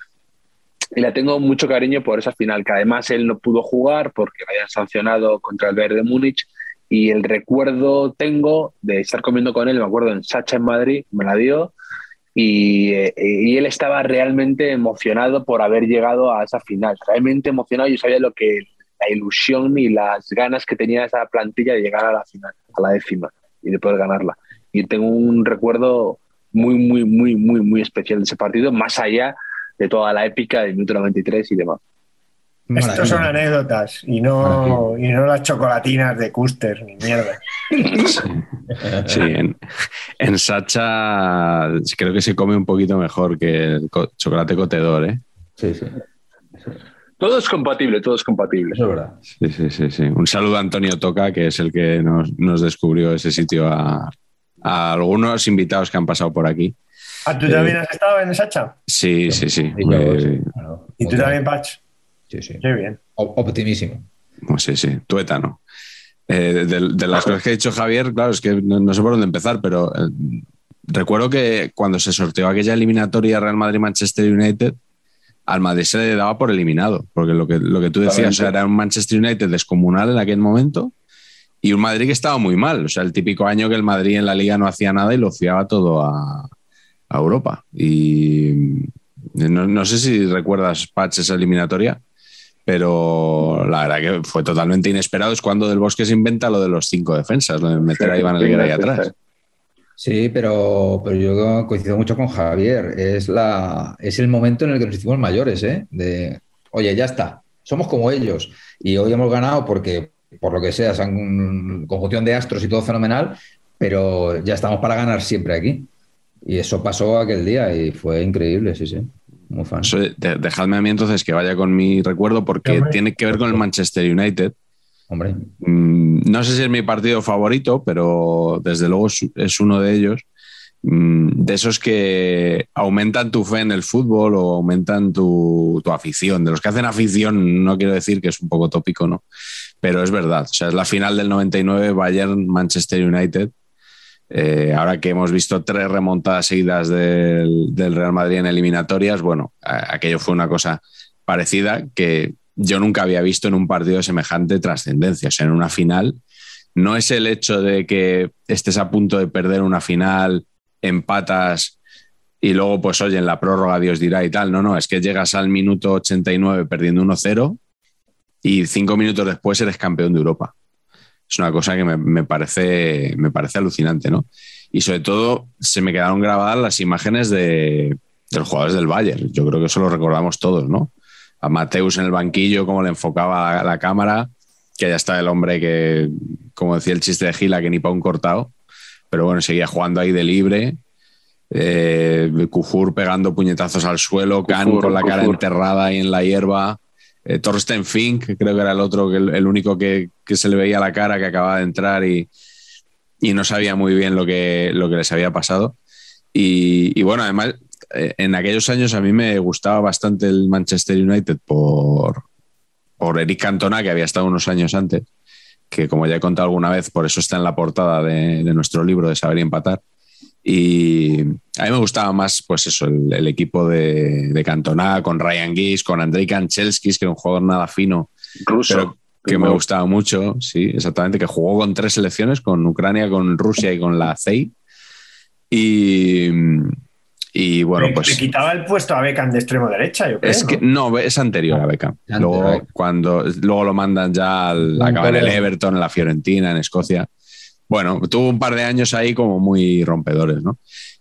y la tengo mucho cariño por esa final, que además él no pudo jugar porque lo habían sancionado contra el Bayern de Múnich, y el recuerdo tengo de estar comiendo con él, me acuerdo en Sacha en Madrid, me la dio, y, eh, y él estaba realmente emocionado por haber llegado a esa final, realmente emocionado. Yo sabía lo que la ilusión y las ganas que tenía esa plantilla de llegar a la final, a la décima, y de poder ganarla. Y tengo un recuerdo muy, muy, muy, muy, muy especial de ese partido, más allá de toda la épica del minuto noventa y tres y demás. Estos son anécdotas y no, y no las chocolatinas de Custer ni mierda. Sí, sí en, en Sacha creo que se come un poquito mejor que el co- chocolate cotedor, ¿eh? Sí, sí. Todo es compatible, todo es compatible. Eso es verdad. Sí, sí, sí, sí. Un saludo a Antonio Toca, que es el que nos, nos descubrió ese sitio a, a algunos invitados que han pasado por aquí. ¿Ah, tú también eh, has estado en Sacha? Sí, sí, sí. Sí, claro, eh, sí, claro. ¿Y tú también, Pach? Sí, sí. Qué bien. Optimísimo. Sí, sí, tuétano. Eh, de, de las cosas que ha dicho Javier, claro, es que no, no sé por dónde empezar, pero eh, recuerdo que cuando se sorteó aquella eliminatoria Real Madrid-Manchester United, al Madrid se le daba por eliminado, porque lo que, lo que tú decías, o sea, era un Manchester United descomunal en aquel momento y un Madrid que estaba muy mal. O sea, el típico año que el Madrid en la Liga no hacía nada y lo fiaba todo a, a Europa. Y no, no sé si recuerdas, Patch, esa eliminatoria, pero la verdad que fue totalmente inesperado. Es cuando Del Bosque se inventa lo de los cinco defensas, lo de meter a Iván Helguera ahí atrás. Sí, pero, pero yo coincido mucho con Javier. Es, la, es el momento en el que nos hicimos mayores, ¿eh? De, oye, ya está, somos como ellos. Y hoy hemos ganado porque, por lo que sea, son conjunción de astros y todo fenomenal, pero ya estamos para ganar siempre aquí. Y eso pasó aquel día y fue increíble, sí, sí. Muy fan. Eso, de, dejadme a mí entonces que vaya con mi recuerdo, porque Hombre. tiene que ver con el Manchester United. Hombre. No sé si es mi partido favorito, pero desde luego es uno de ellos. De esos que aumentan tu fe en el fútbol o aumentan tu, tu afición. De los que hacen afición, no quiero decir que es un poco tópico, ¿no? Pero es verdad. O sea, es la final del noventa y nueve, Bayern-Manchester United. Eh, ahora que hemos visto tres remontadas seguidas del, del Real Madrid en eliminatorias, bueno, aquello fue una cosa parecida que yo nunca había visto en un partido de semejante trascendencia. O sea, en una final no es el hecho de que estés a punto de perder una final, empatas y luego, pues oye, en la prórroga Dios dirá y tal. No, no, es que llegas al minuto ochenta y nueve perdiendo uno cero y cinco minutos después eres campeón de Europa. Es una cosa que me, me, parece, me parece alucinante, ¿no? Y sobre todo se me quedaron grabadas las imágenes de, de los jugadores del Bayern. Yo creo que eso lo recordamos todos, ¿no? A Mateus en el banquillo, cómo le enfocaba la, la cámara, que ya está el hombre que, como decía el chiste de Gila, que ni pa' un cortado, pero bueno, seguía jugando ahí de libre. Eh, Kufur pegando puñetazos al suelo, Kufur, Kahn con la Kufur. cara enterrada ahí en la hierba. Eh, Thorsten Fink, que creo que era el otro, que el, el único que, que se le veía la cara, que acababa de entrar y, y no sabía muy bien lo que, lo que les había pasado. Y, y bueno, además, eh, en aquellos años a mí me gustaba bastante el Manchester United por, por Eric Cantona, que había estado unos años antes, que como ya he contado alguna vez, por eso está en la portada de, de nuestro libro de Saber y Empatar. Y a mí me gustaba más, pues eso, el, el equipo de, de Cantona, con Ryan Giggs, con Andrei Kanchelskis, que era un jugador nada fino, Ruso. pero que me gustaba mucho, sí, exactamente, que jugó con tres selecciones, con Ucrania, con Rusia y con la C E I. Y, y bueno, le, pues... Le quitaba el puesto a Beckham de extremo derecha, yo creo, Es que ¿no? no, es anterior a Beckham. Antes, Luego, Beckham. cuando, luego lo mandan ya al acabar en el Everton, en la Fiorentina, en Escocia. Bueno, tuvo un par de años ahí como muy rompedores, ¿no?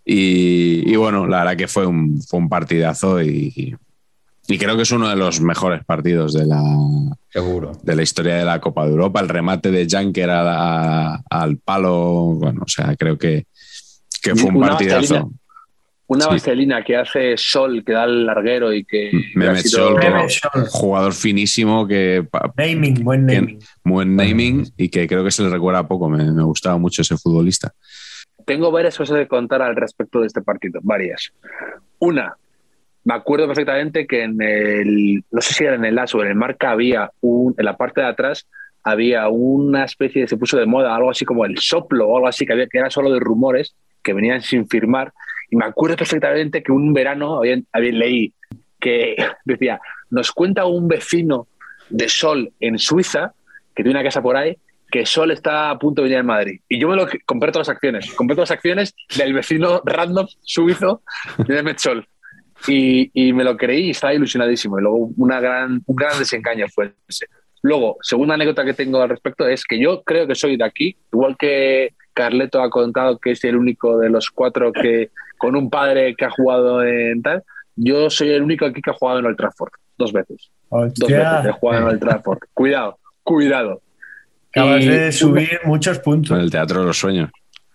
Y, y bueno, la verdad que fue un, fue un partidazo y, y creo que es uno de los mejores partidos de la, Seguro. de la historia de la Copa de Europa. El remate de Janker a, a, al palo, bueno, o sea, creo que, que fue un Una partidazo. vaselina. Una Sí. vaselina que hace Sol, que da el larguero y que, que ha Mehmet sido Scholl, que Mehmet Scholl. jugador finísimo, que pa- Naming, buen que- naming. buen naming y que creo que se le recuerda poco. Me, me gustaba mucho ese futbolista. Tengo varias cosas que contar al respecto de este partido, varias. Una, me acuerdo perfectamente que en el, no sé si era en el As o en el Marca, había un, en la parte de atrás había una especie de, se puso de moda, algo así como el soplo o algo así, que, había, que era solo de rumores, que venían sin firmar. Y me acuerdo perfectamente que un verano había, había, leí que decía, nos cuenta un vecino de Sol en Suiza, que tiene una casa por ahí, que Sol está a punto de venir al Madrid. Y yo me lo compré todas las acciones. Compré todas las acciones del vecino random suizo de Mehmet Scholl. Y, y me lo creí y estaba ilusionadísimo. Y luego una gran, un gran desengaño fue ese. Luego, segunda anécdota que tengo al respecto es que yo creo que soy de aquí, igual que Carleto ha contado que es el único de los cuatro que con un padre que ha jugado en tal, yo soy el único aquí que ha jugado en Old Trafford, dos veces. Dos veces he jugado en Old Trafford. Cuidado, cuidado. Acabas Y de subir una, muchos En puntos. el Teatro de los Sueños.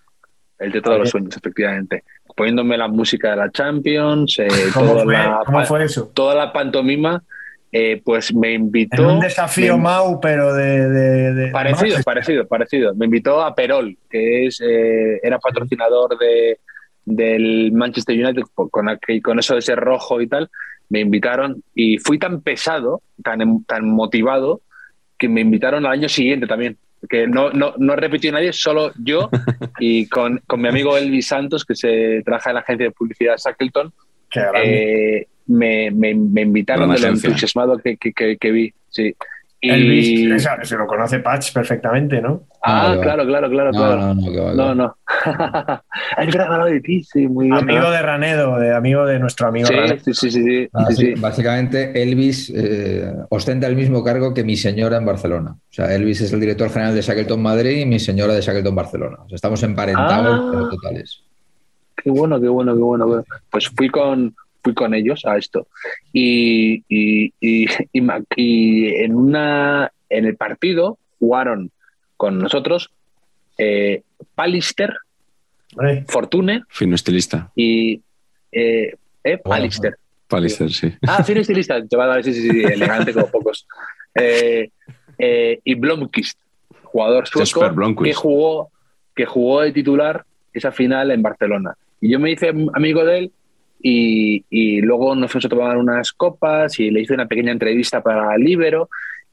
el de todos los sueños, efectivamente. Poniéndome la música de la Champions, eh, ¿Cómo, toda, fue, la, ¿Cómo fue eso? toda la pantomima, eh, pues me invitó... En un desafío me, Mau, pero de... de, de parecido, de parecido, parecido. Me invitó a Perol, que es eh, era patrocinador de, del Manchester United, con, aquel, con eso de ser rojo y tal. Me invitaron y fui tan pesado, tan, tan motivado, que me invitaron al año siguiente también. Que no, no, no repitió nadie, solo yo y con, con mi amigo Elvis Santos, que se trabaja en la agencia de publicidad Shackleton, eh, me, me, me invitaron de lo entusiasmado que, que, que, que vi. Sí. Y... Elvis, esa, se lo conoce Patch perfectamente, ¿no? Ah, no, claro, claro, claro, no, claro. No, no, que va, no. no. Es verdad, de ti, sí, muy bien. Amigo ¿no? de Ranedo, de amigo de nuestro amigo sí, Ranedo. Sí, sí, sí. sí, Básicamente, sí, sí. básicamente Elvis eh, ostenta el mismo cargo que mi señora en Barcelona. O sea, Elvis es el director general de Shackleton Madrid y mi señora de Shackleton Barcelona. O sea, estamos emparentados ah, totales. Qué bueno, qué bueno, qué bueno. Pues fui con, fui con ellos a esto. Y, y, y, y, y en, una, en el partido jugaron con nosotros eh, Pallister, ¿Eh? Fortune. Fino estilista. Y eh, eh, Pallister. Bueno, Pallister, sí. Ah, fino estilista. Sí, sí, sí, elegante como pocos. Eh, eh, y Blomqvist, jugador sueco que jugó, que jugó de titular esa final en Barcelona. Y yo me hice amigo de él y, y luego nos fuimos a tomar unas copas y le hice una pequeña entrevista para Libero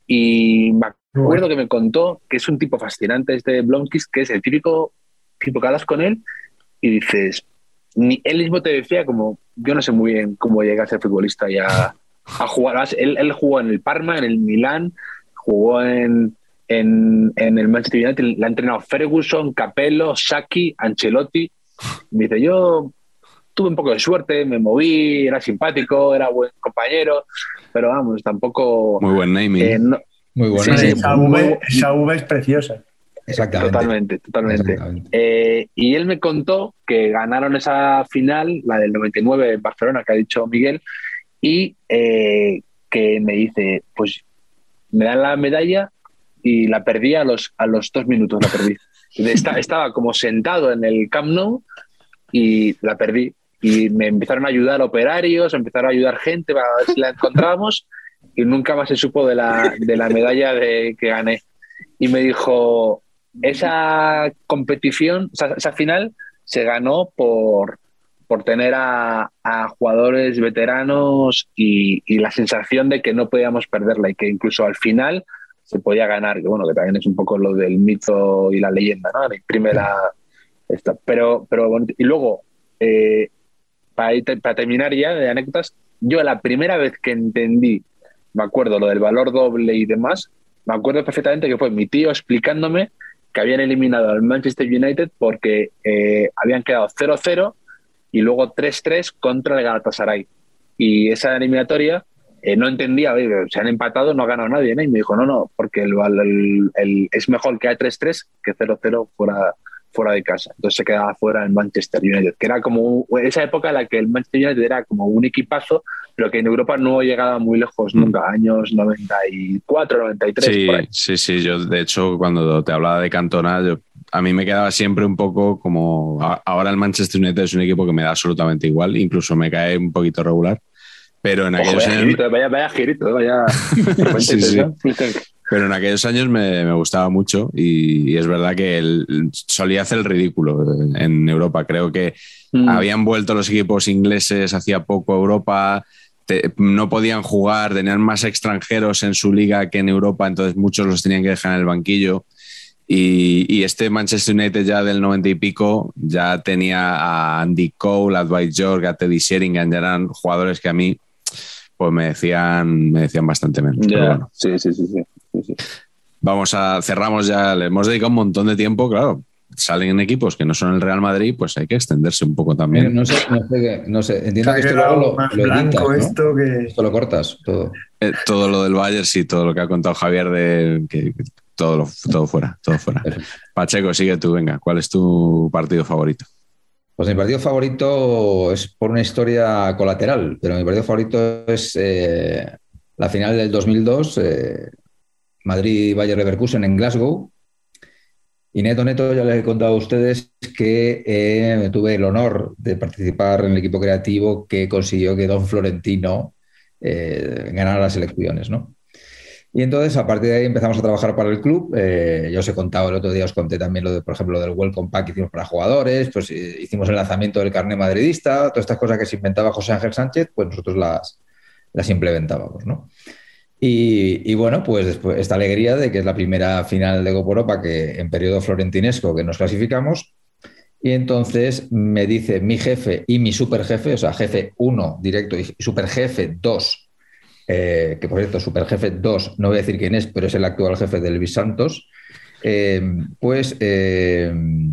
y me acuerdo que me contó que es un tipo fascinante este Blomqvist, que es el típico tipo que hablas con él y dices, ni él mismo te decía como, yo no sé muy bien cómo llegué a ser futbolista y a, a jugar. Él, él jugó en el Parma, en el Milán, jugó en, en, en el Manchester United, la ha entrenado Ferguson, Capello, Sacchi, Ancelotti. Me dice, yo tuve un poco de suerte, me moví, era simpático, era buen compañero, pero vamos, tampoco... Muy buen naming. Eh, no, muy buen sí, naming. Esa, muy, v, esa V es preciosa. Exactamente. Totalmente, totalmente. Exactamente. Eh, y él me contó que ganaron esa final, la del noventa y nueve en Barcelona, que ha dicho Miguel, y eh, que me dice, pues me dan la medalla y la perdí a los, a los dos minutos, la perdí. Está, estaba como sentado en el Camp Nou y la perdí. Y me empezaron a ayudar operarios, empezaron a ayudar gente para ver si la encontrábamos y nunca más se supo de la, de la medalla de, que gané. Y me dijo, esa competición, esa, esa final se ganó por, por tener a, a jugadores veteranos y, y la sensación de que no podíamos perderla y que incluso al final se podía ganar, que bueno, que también es un poco lo del mito y la leyenda, ¿no? Imprime la... Esta. Pero, pero, y luego, eh, para, para terminar ya de anécdotas, yo la primera vez que entendí, me acuerdo lo del valor doble y demás, me acuerdo perfectamente que fue mi tío explicándome que habían eliminado al Manchester United porque eh, habían quedado cero cero y luego tres tres contra el Galatasaray. Y esa eliminatoria eh, no entendía, oye, se han empatado, no ha ganado nadie, ¿no? Y me dijo, no, no, porque el, el, el, es mejor que haya tres tres que cero cero fuera, fuera de casa. Entonces se quedaba fuera el Manchester United, que era como esa época en la que el Manchester United era como un equipazo, pero que en Europa no llegaba muy lejos nunca, años noventa y cuatro, noventa y tres. Sí, por ahí. sí, sí. Yo, de hecho, cuando te hablaba de Cantona, yo, a mí me quedaba siempre un poco como... Ahora el Manchester United es un equipo que me da absolutamente igual, incluso me cae un poquito regular, pero en Ojo, aquellos vaya años... girito, vaya, vaya girito, vaya... sí, sí. Pero en aquellos años me, me gustaba mucho y, y es verdad que él solía hacer el ridículo en Europa. Creo que mm. habían vuelto los equipos ingleses hacía poco a Europa, te, no podían jugar, tenían más extranjeros en su liga que en Europa, entonces muchos los tenían que dejar en el banquillo. Y, y este Manchester United ya del noventa y pico ya tenía a Andy Cole, a Dwight York, a Teddy Sheringham, ya eran jugadores que a mí pues me decían, me decían bastante menos. Yeah. Pero bueno. Sí, sí, sí, sí. Sí, sí. Vamos a cerramos ya, le hemos dedicado un montón de tiempo, claro. Salen en equipos que no son el Real Madrid, pues hay que extenderse un poco también. No sé, no sé, no sé. Entiendo que esto luego lo, lo editas, ¿no? esto, que... esto lo cortas todo. Eh, todo lo del Bayern, sí, todo lo que ha contado Javier de que, que todo, lo, todo fuera, todo fuera. Perfecto. Pacheco, sigue tú, venga. ¿Cuál es tu partido favorito? Pues mi partido favorito es por una historia colateral, pero mi partido favorito es eh, la final del dos mil dos, eh, Madrid-Bayer Leverkusen en Glasgow. Y neto, neto, ya les he contado a ustedes que eh, tuve el honor de participar en el equipo creativo que consiguió que Don Florentino eh, ganara las elecciones, ¿no? Y entonces, a partir de ahí empezamos a trabajar para el club. Eh, yo os he contado, el otro día os conté también lo de, por ejemplo, lo del Welcome Pack que hicimos para jugadores, pues eh, hicimos el lanzamiento del carnet madridista, todas estas cosas que se inventaba José Ángel Sánchez, pues nosotros las, las implementábamos, ¿no? Y, y bueno, pues después esta alegría de que es la primera final de Copa Europa que en periodo florentinesco que nos clasificamos. Y entonces me dice mi jefe y mi superjefe, o sea, jefe uno directo y superjefe dos, Eh, que por cierto, Superjefe dos, no voy a decir quién es, pero es el actual jefe de Luis Santos, eh, pues eh,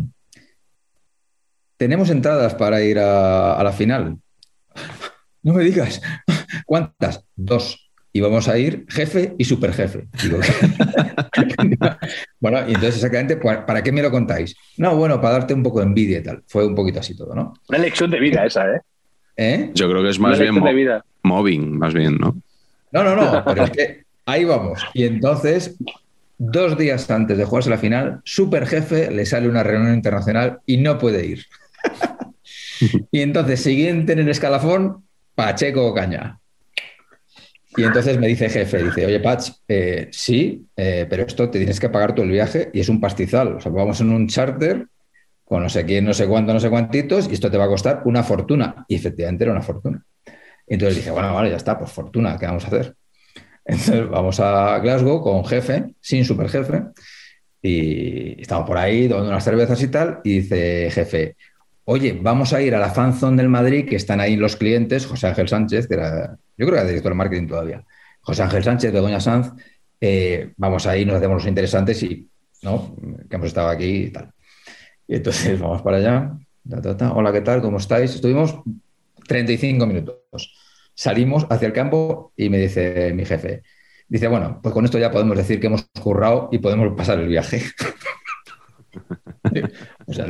tenemos entradas para ir a, a la final. No me digas, ¿cuántas? Dos. Y vamos a ir jefe y superjefe. Digo, bueno, y entonces exactamente, ¿para qué me lo contáis? No, bueno, para darte un poco de envidia y tal. Fue un poquito así todo, ¿no? Una lección de vida esa, ¿eh? ¿Eh? Yo creo que es más Una bien mo- de vida. mobbing, más bien, ¿no? No, no, no, pero es que ahí vamos. Y entonces, dos días antes de jugarse la final, Superjefe le sale una reunión internacional y no puede ir. Y entonces, siguiente en el escalafón, Pacheco Caña. Y entonces me dice jefe, dice, oye, Pach, eh, sí, eh, pero esto te tienes que pagar todo el viaje y es un pastizal. O sea, vamos en un charter con no sé quién, no sé cuánto, no sé cuántitos y esto te va a costar una fortuna. Y efectivamente era una fortuna. Entonces dije, bueno, vale, ya está, pues fortuna, ¿qué vamos a hacer? Entonces vamos a Glasgow con jefe, sin superjefe, y estamos por ahí tomando unas cervezas y tal, y dice jefe, oye, vamos a ir a la fanzone del Madrid, que están ahí los clientes, José Ángel Sánchez, que era, yo creo que era director de marketing todavía, José Ángel Sánchez, de Doña Sanz, eh, vamos ahí, nos hacemos los interesantes y, ¿no?, que hemos estado aquí y tal. Y entonces vamos para allá, ta, ta, ta. Hola, ¿qué tal? ¿Cómo estáis? Estuvimos treinta y cinco minutos. Salimos hacia el campo y me dice mi jefe, dice, bueno, pues con esto ya podemos decir que hemos currado y podemos pasar el viaje. O sea,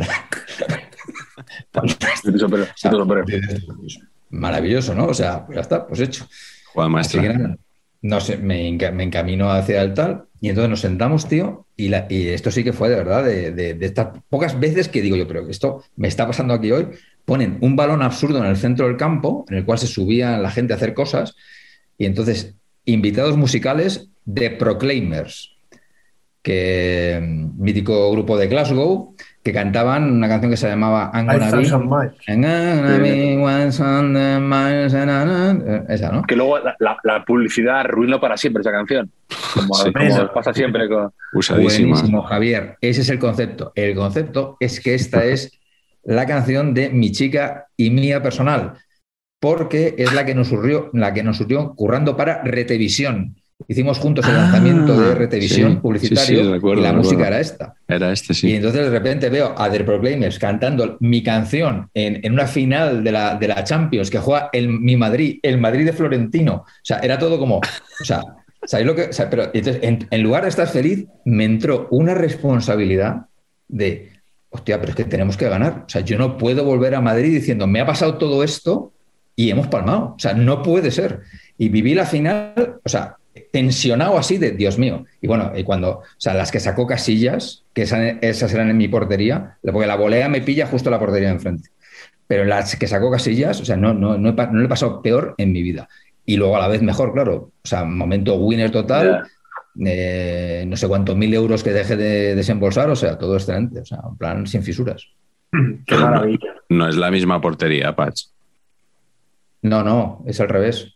maravilloso, ¿no? O sea, pues ya está, pues hecho. Juan maestra. Así que nada, no sé, me, enca- me encamino hacia el tal y entonces nos sentamos, tío, y, la, y esto sí que fue de verdad, de, de, de estas pocas veces que digo yo, pero esto me está pasando aquí hoy. Ponen un balón absurdo en el centro del campo, en el cual se subía la gente a hacer cosas, y entonces invitados musicales de Proclaimers, que mítico grupo de Glasgow, que cantaban una canción que se llamaba I'm gonna be, I'm gonna be once on the miles and on- esa, ¿no? Que luego la, la, la publicidad arruinó para siempre esa canción. como, Sí. como pasa siempre con... Usadísima. Buenísimo, Javier. Ese es el concepto. El concepto es que esta es la canción de mi chica y mía personal, porque es la que nos surgió, la que nos surgió currando para Retevisión. Hicimos juntos el Ah, lanzamiento de Retevisión sí, publicitario, sí, sí, recuerdo, y la recuerdo. música era esta. Era este, Y sí. entonces de repente veo a The Proclaimers cantando mi canción en, en una final de la, de la Champions que juega el, mi Madrid, el Madrid de Florentino. O sea, era todo como... O sea, ¿sabéis lo que...? O sea, pero entonces, en, en lugar de estar feliz, me entró una responsabilidad de... Hostia, pero es que tenemos que ganar. O sea, yo no puedo volver a Madrid diciendo, me ha pasado todo esto y hemos palmado. O sea, no puede ser. Y viví la final, o sea, tensionado así de, Dios mío. Y bueno, y cuando, o sea, las que sacó Casillas, que esas, esas eran en mi portería, porque la volea me pilla justo la portería de enfrente. Pero las que sacó Casillas, o sea, no, no, no, he, no le he pasado peor en mi vida. Y luego a la vez mejor, claro. O sea, momento winner total. Yeah. Eh, no sé cuántos mil euros que deje de desembolsar, o sea, todo excelente. O sea, en plan sin fisuras. Qué maravilla. No, no es la misma portería, Patch. No, no, es al revés.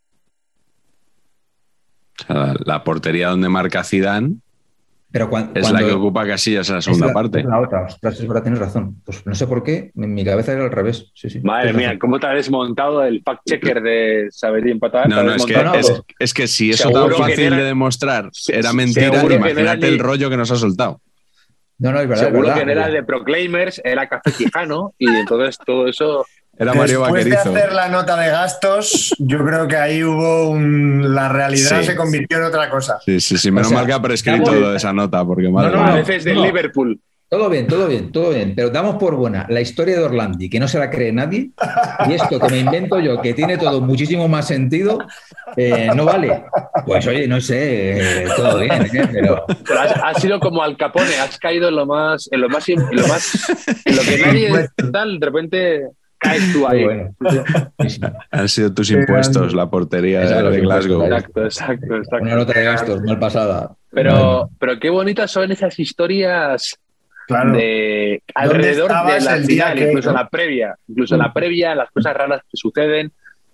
O sea, la, la portería donde marca Zidane Pero cuando, es cuando, la que ocupa Casillas en la segunda es la, parte. Es la otra, ostras, es verdad, tienes razón. Pues no sé por qué, en mi cabeza era al revés. Sí, sí, Madre mía, razón. ¿Cómo te has desmontado el fact-checker de saber empatar? No, no, es que, es, es que si eso tan fácil era, de demostrar era mentira, imagínate el rollo que nos ha soltado. No, no, es verdad. Seguro es verdad, que no era el de Proclaimers, era Café Quijano, y entonces todo eso... Era Mario Después Vaquerizo. de hacer la nota de gastos, yo creo que ahí hubo un... La realidad sí. se convirtió en otra cosa. Sí, sí, sí. Menos o sea, mal que ha prescrito lo de esa nota, porque madre no, no, a veces del no. Liverpool. Todo bien, todo bien, todo bien. Pero damos por buena la historia de Orlandi, que no se la cree nadie, y esto que me invento yo, que tiene todo muchísimo más sentido, eh, no vale. Pues oye, no sé, eh, todo bien, ¿eh? Pero... Pero has, has sido como Al Capone, has caído en lo más, en lo más, en lo más, en lo que nadie tal, de repente caes tú ahí. Bueno. Sí, sí. Han sido tus impuestos, la portería exacto, de Glasgow. Exacto, exacto, exacto. Una nota de gastos mal pasada. Pero, bueno. pero qué bonitas son esas historias. Claro. De alrededor de la final, que, incluso ¿no? la previa, incluso mm. la previa, las cosas raras que suceden.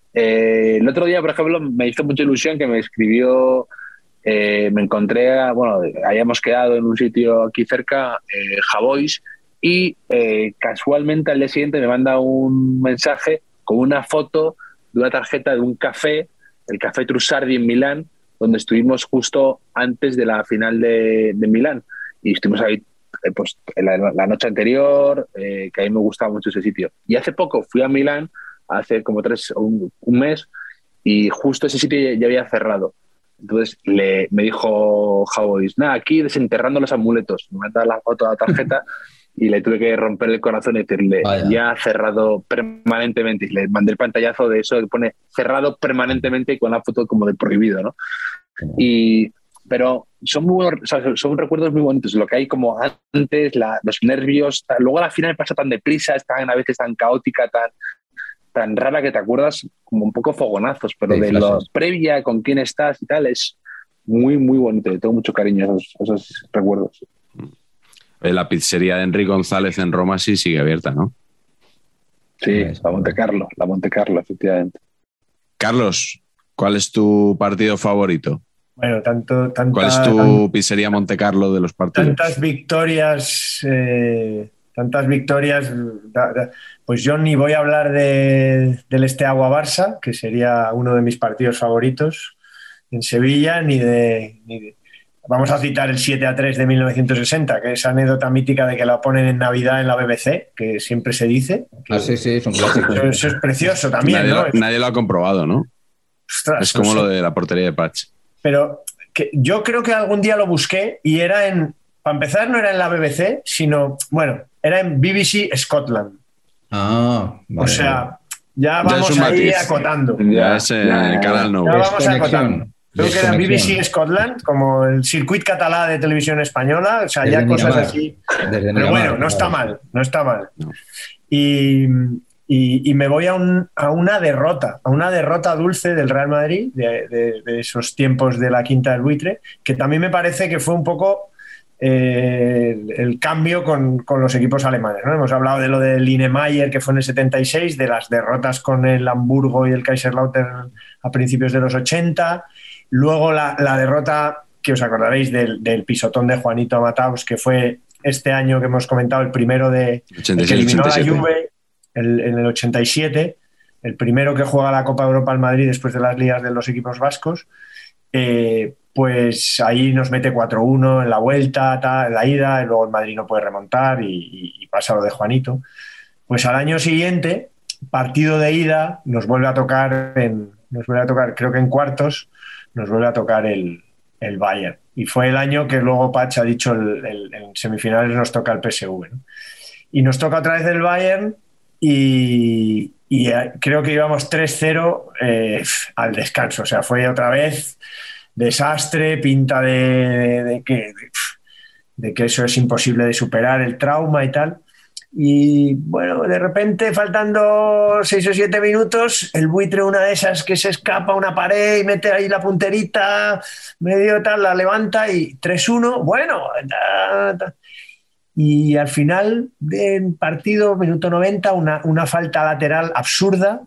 Eh, el otro día, por ejemplo, me hizo mucha ilusión que me escribió, eh, me encontré, a, bueno, habíamos quedado en un sitio aquí cerca, eh, Javois, y eh, casualmente al día siguiente me manda un mensaje con una foto de una tarjeta de un café, el Café Trussardi en Milán, donde estuvimos justo antes de la final de, de Milán, y estuvimos ahí pues la, la noche anterior, eh, que a mí me gustaba mucho ese sitio. Y hace poco fui a Milán, hace como tres, un, un mes, y justo ese sitio ya, ya había cerrado. Entonces le, me dijo Javois, nada, aquí desenterrando los amuletos. Me manda la foto de la tarjeta y le tuve que romper el corazón y decirle, Vaya. ya cerrado permanentemente. Y le mandé el pantallazo de eso que pone cerrado permanentemente con la foto como de prohibido, ¿no? Uh-huh. Y... Pero son, muy, o sea, son recuerdos muy bonitos. Lo que hay como antes, la, los nervios. Luego a la final pasa tan deprisa, tan, a veces tan caótica, tan, tan rara que te acuerdas como un poco fogonazos. Pero sí, de lo previa, con quién estás y tal, es muy, muy bonito. Tengo mucho cariño a esos, esos recuerdos. La pizzería de Enrique González en Roma sí sigue abierta, ¿no? Sí, la Monte Carlo, la Monte Carlo, efectivamente. Carlos, ¿cuál es tu partido favorito? Bueno, tanto, tanta, ¿Cuál es tu tan, pizzería Monte Carlo de los partidos? Tantas victorias, eh, tantas victorias. Da, da, pues yo ni voy a hablar de, del Steaua Barça, que sería uno de mis partidos favoritos en Sevilla, ni de, ni de. Vamos a citar el siete a tres de mil novecientos sesenta, que es anécdota mítica de que la ponen en Navidad en la B B C, que siempre se dice. Que ah, sí, sí, es un clásico. Eso, eso es precioso también, nadie, ¿no? Lo, nadie lo ha comprobado, ¿no? Ostras, es como no sé. Lo de la portería de Patch. Pero que yo creo que algún día lo busqué y era en, para empezar no era en la B B C, sino, bueno, era en B B C Scotland. Ah, vale. O sea, ya vamos ya a ir matiz. acotando. Ya es el ya, canal no. Ya vamos acotando. Creo que era B B C Scotland, como el circuit catalá de televisión española, o sea, Desde ya cosas Miramar. así. Desde Pero Miramar, bueno, no claro. está mal, no está mal. No. Y, y, y me voy a, un, a una derrota, a una derrota dulce del Real Madrid, de, de, de esos tiempos de la Quinta del Buitre, que también me parece que fue un poco eh, el, el cambio con, con los equipos alemanes, ¿no? Hemos hablado de lo de Linemeyer, que fue en el setenta y seis, de las derrotas con el Hamburgo y el Kaiserslautern a principios de los ochenta. Luego la, la derrota que os acordaréis del, del pisotón de Juanito Mataos, que fue este año que hemos comentado, el primero de ochenta y seis, el que eliminó ochenta y siete. a la Juve el, en el ochenta y siete, el primero que juega la Copa de Europa al Madrid después de las ligas de los equipos vascos. Eh, pues ahí nos mete cuatro uno en la vuelta, tal, en la ida, y luego el Madrid no puede remontar y, y, y pasa lo de Juanito. Pues al año siguiente, partido de ida, nos vuelve a tocar, en, nos vuelve a tocar creo que en cuartos, nos vuelve a tocar el, el Bayern. Y fue el año que luego Patch ha dicho, el, el, en semifinales nos toca el P S V, ¿no? Y nos toca otra vez el Bayern y, y creo que íbamos tres cero eh, al descanso. O sea, fue otra vez desastre, pinta de, de, de, que, de, de que eso es imposible de superar, el trauma y tal. Y bueno, de repente, faltando seis o siete minutos, el buitre, una de esas que se escapa a una pared y mete ahí la punterita, medio tal, la levanta y tres uno, bueno. Ta, ta. Y al final del partido, minuto noventa, una, una falta lateral absurda,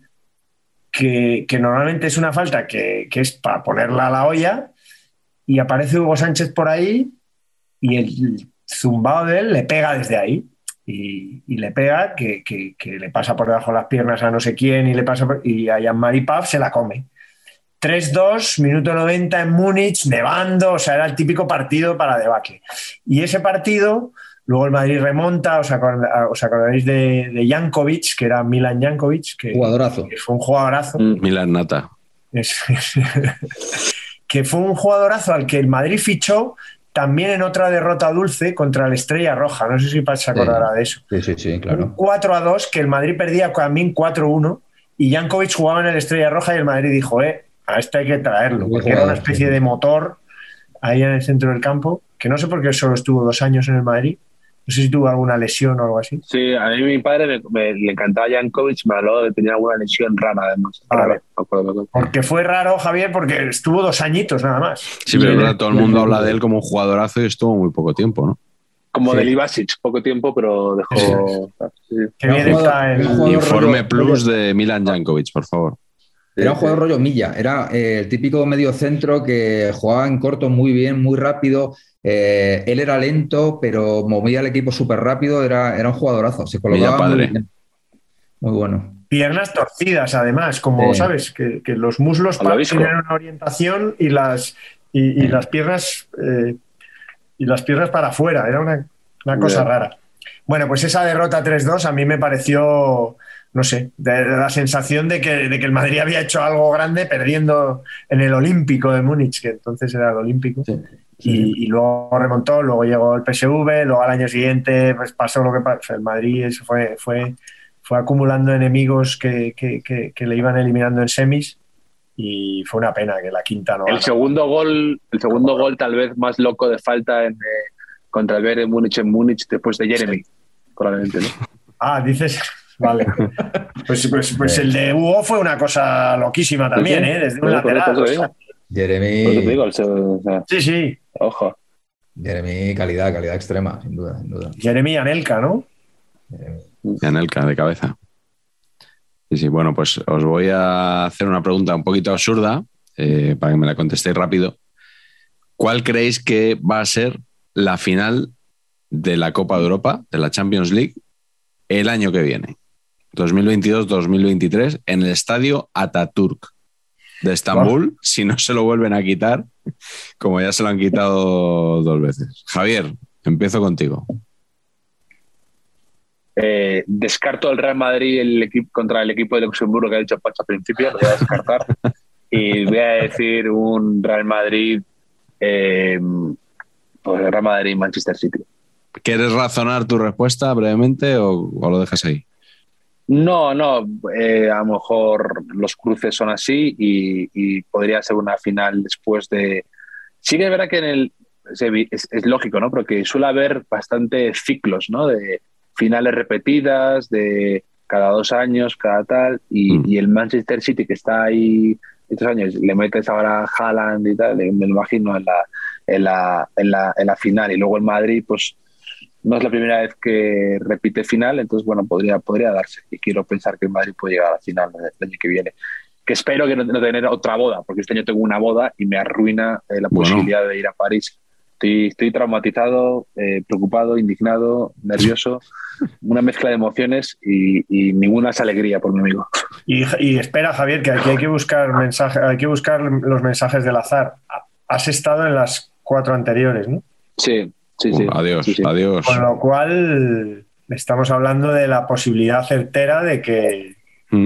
que, que normalmente es una falta que, que es para ponerla a la olla, y aparece Hugo Sánchez por ahí y el zumbao de él le pega desde ahí. Y, y le pega que, que, que le pasa por debajo de las piernas a no sé quién y le pasa por, y a Jean-Marie Paf se la come. tres dos, minuto noventa en Múnich, nevando, o sea, era el típico partido para debacle. Y ese partido, luego el Madrid remonta, os, acord, os acordaréis de, de Jankovic, que era Milan Jankovic, que, jugadorazo. que fue un jugadorazo. Mm, Milan Nata. Es, que fue un jugadorazo al que el Madrid fichó también en otra derrota dulce contra el Estrella Roja. No sé si Pat se acordará sí, de eso. Sí, sí, sí, claro. Un cuatro a dos, que el Madrid perdía también cuatro uno, y Jankovic jugaba en el Estrella Roja y el Madrid dijo, eh, a este hay que traerlo, porque era una especie de motor ahí en el centro del campo, que no sé por qué solo estuvo dos años en el Madrid. No sé si tuvo alguna lesión o algo así. Sí, a mí mi padre me, me, le encantaba Jankovic, me habló de que tenía alguna lesión rara además. Ah, rara, rara. Porque fue raro, Javier, porque estuvo dos añitos nada más. Sí, pero verdad, todo el mundo habla de él como un jugadorazo y estuvo muy poco tiempo, ¿no? Como sí. del Ibasic, poco tiempo, pero dejó... Sí. Qué bien está el Informe plus de Milan Jankovic, por favor. Era un jugador rollo Milla, era eh, el típico medio centro que jugaba en corto muy bien, muy rápido. Eh, él era lento, pero movía al equipo súper rápido, era, era un jugadorazo, se colocaba padre. muy bien. Muy bueno. Piernas torcidas, además, como sí. sabes, que, que los muslos tienen una orientación y las, y, y las piernas eh, y las piernas para afuera, era una, una cosa yeah. rara. Bueno, pues esa derrota tres dos a mí me pareció... no sé, de, de la sensación de que, de que el Madrid había hecho algo grande perdiendo en el Olímpico de Múnich, que entonces era el Olímpico, sí, sí. Y, y luego remontó, luego llegó el P S V, luego al año siguiente pues pasó lo que pasó. El Madrid fue, fue, fue acumulando enemigos que, que, que, que le iban eliminando en semis y fue una pena que la quinta no. El ganó. segundo gol, el segundo gol tal vez más loco de falta en, eh, contra el Bayern Múnich en Múnich después de Jeremy, probablemente, ¿no? Ah, dices... Vale, pues, pues, pues el de Hugo fue una cosa loquísima también, ¿eh? Desde un pues, lateral. Pues, o sea. Jeremy. Pues digo, o sea, sí, sí. Ojo. Jeremy, calidad, calidad extrema, sin duda, sin duda. Jeremy Anelka, ¿no? Jeremy. Anelka, de cabeza. Sí, sí, bueno, pues os voy a hacer una pregunta un poquito absurda, eh, para que me la contestéis rápido. ¿Cuál creéis que va a ser la final de la Copa de Europa, de la Champions League, el año que viene? dos mil veintidós dos mil veintitrés en el estadio Atatürk de Estambul, oh. si no se lo vuelven a quitar, como ya se lo han quitado dos veces. Javier, empiezo contigo. Eh, descarto el Real Madrid el equipo, contra el equipo de Luxemburgo que ha dicho Pacho al principio, lo voy a descartar y voy a decir un Real Madrid eh, pues Real Madrid Manchester City. ¿Quieres razonar tu respuesta brevemente o, o lo dejas ahí? No, no, eh, a lo mejor los cruces son así y, y podría ser una final después de... Sí que es verdad que en el... Es, es lógico, ¿no? Porque suele haber bastante ciclos, ¿no? De finales repetidas, de cada dos años, cada tal, y, mm. y el Manchester City que está ahí estos años, le metes ahora a Haaland y tal, me lo imagino en la, en la, en la, en la final, y luego el Madrid, pues no es la primera vez que repite final, entonces bueno, podría, podría darse, y quiero pensar que el Madrid puede llegar a la final el año que viene. que espero que no, no tener otra boda, porque este año tengo una boda y me arruina eh, la posibilidad bueno. de ir a París. Estoy, estoy traumatizado, eh, preocupado, indignado, nervioso, una mezcla de emociones y, y ninguna es alegría por mi amigo. Y, y espera, Javier, que aquí hay que buscar mensaje, hay que buscar los mensajes del azar. Has estado en las cuatro anteriores, ¿no? Sí, sí, sí. Uh, adiós, sí, sí. adiós. Con lo cual estamos hablando de la posibilidad certera de que, mm.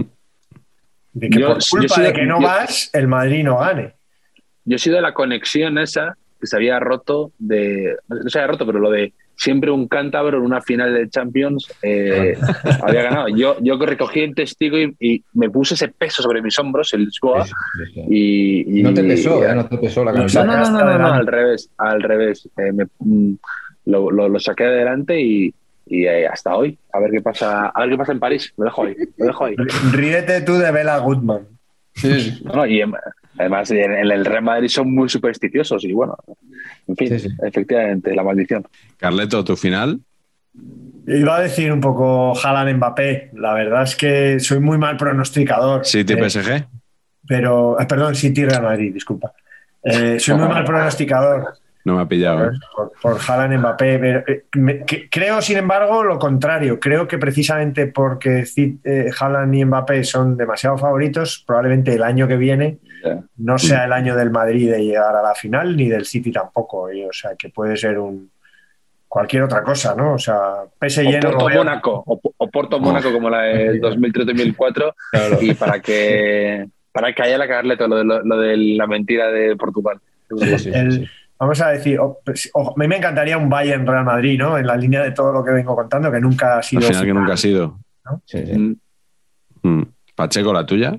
de que yo, por culpa de, de que no yo, vas, el Madrid no gane. Yo he sido de la conexión esa que se había roto de, no se había roto, pero lo de siempre un cántabro en una final de Champions eh, había ganado. Yo, yo recogí el testigo y, y me puse ese peso sobre mis hombros, el Lisboa. Sí, sí, sí. Y, y, no te pesó, y, ¿eh? No te pesó la camiseta. No, no, no, no, no, no al revés, al revés. Eh, me, lo, lo, lo saqué adelante y, y eh, hasta hoy. A ver qué pasa, a ver qué pasa en París. Lo dejo ahí, lo dejo ahí. Ríete tú de Bela Goodman. Sí. No, no, y además en el Real Madrid son muy supersticiosos y bueno, en fin, sí, sí. efectivamente, la maldición. Carleto, ¿tu final? Iba a decir un poco Haaland-Mbappé. La verdad es que soy muy mal pronosticador. ¿City-P S G? Eh, pero, eh, perdón, City-Real Madrid, disculpa. Eh, soy muy mal pronosticador. No me ha pillado. Por, por Haaland-Mbappé. Pero, eh, me, que, creo, sin embargo, lo contrario. Creo que precisamente porque eh, Haaland y Mbappé son demasiado favoritos, probablemente el año que viene no sea el año del Madrid de llegar a la final, ni del City tampoco. Y, o sea, que puede ser un cualquier otra cosa, ¿no? O sea, P S G o Porto no Mónaco, o, o Porto Mónaco, oh. como la del dos mil tres dos mil cuatro, claro. Y para que para que haya la cagarle todo lo de, lo, lo de la mentira de Portugal. Sí, sí, el, sí. Vamos a decir, oh, oh, a mí me encantaría un Bayern Real Madrid, ¿no? En la línea de todo lo que vengo contando, que nunca ha sido. Al final, final que nunca ha sido. ¿No? Sí, sí. Mm. Pacheco, ¿la tuya?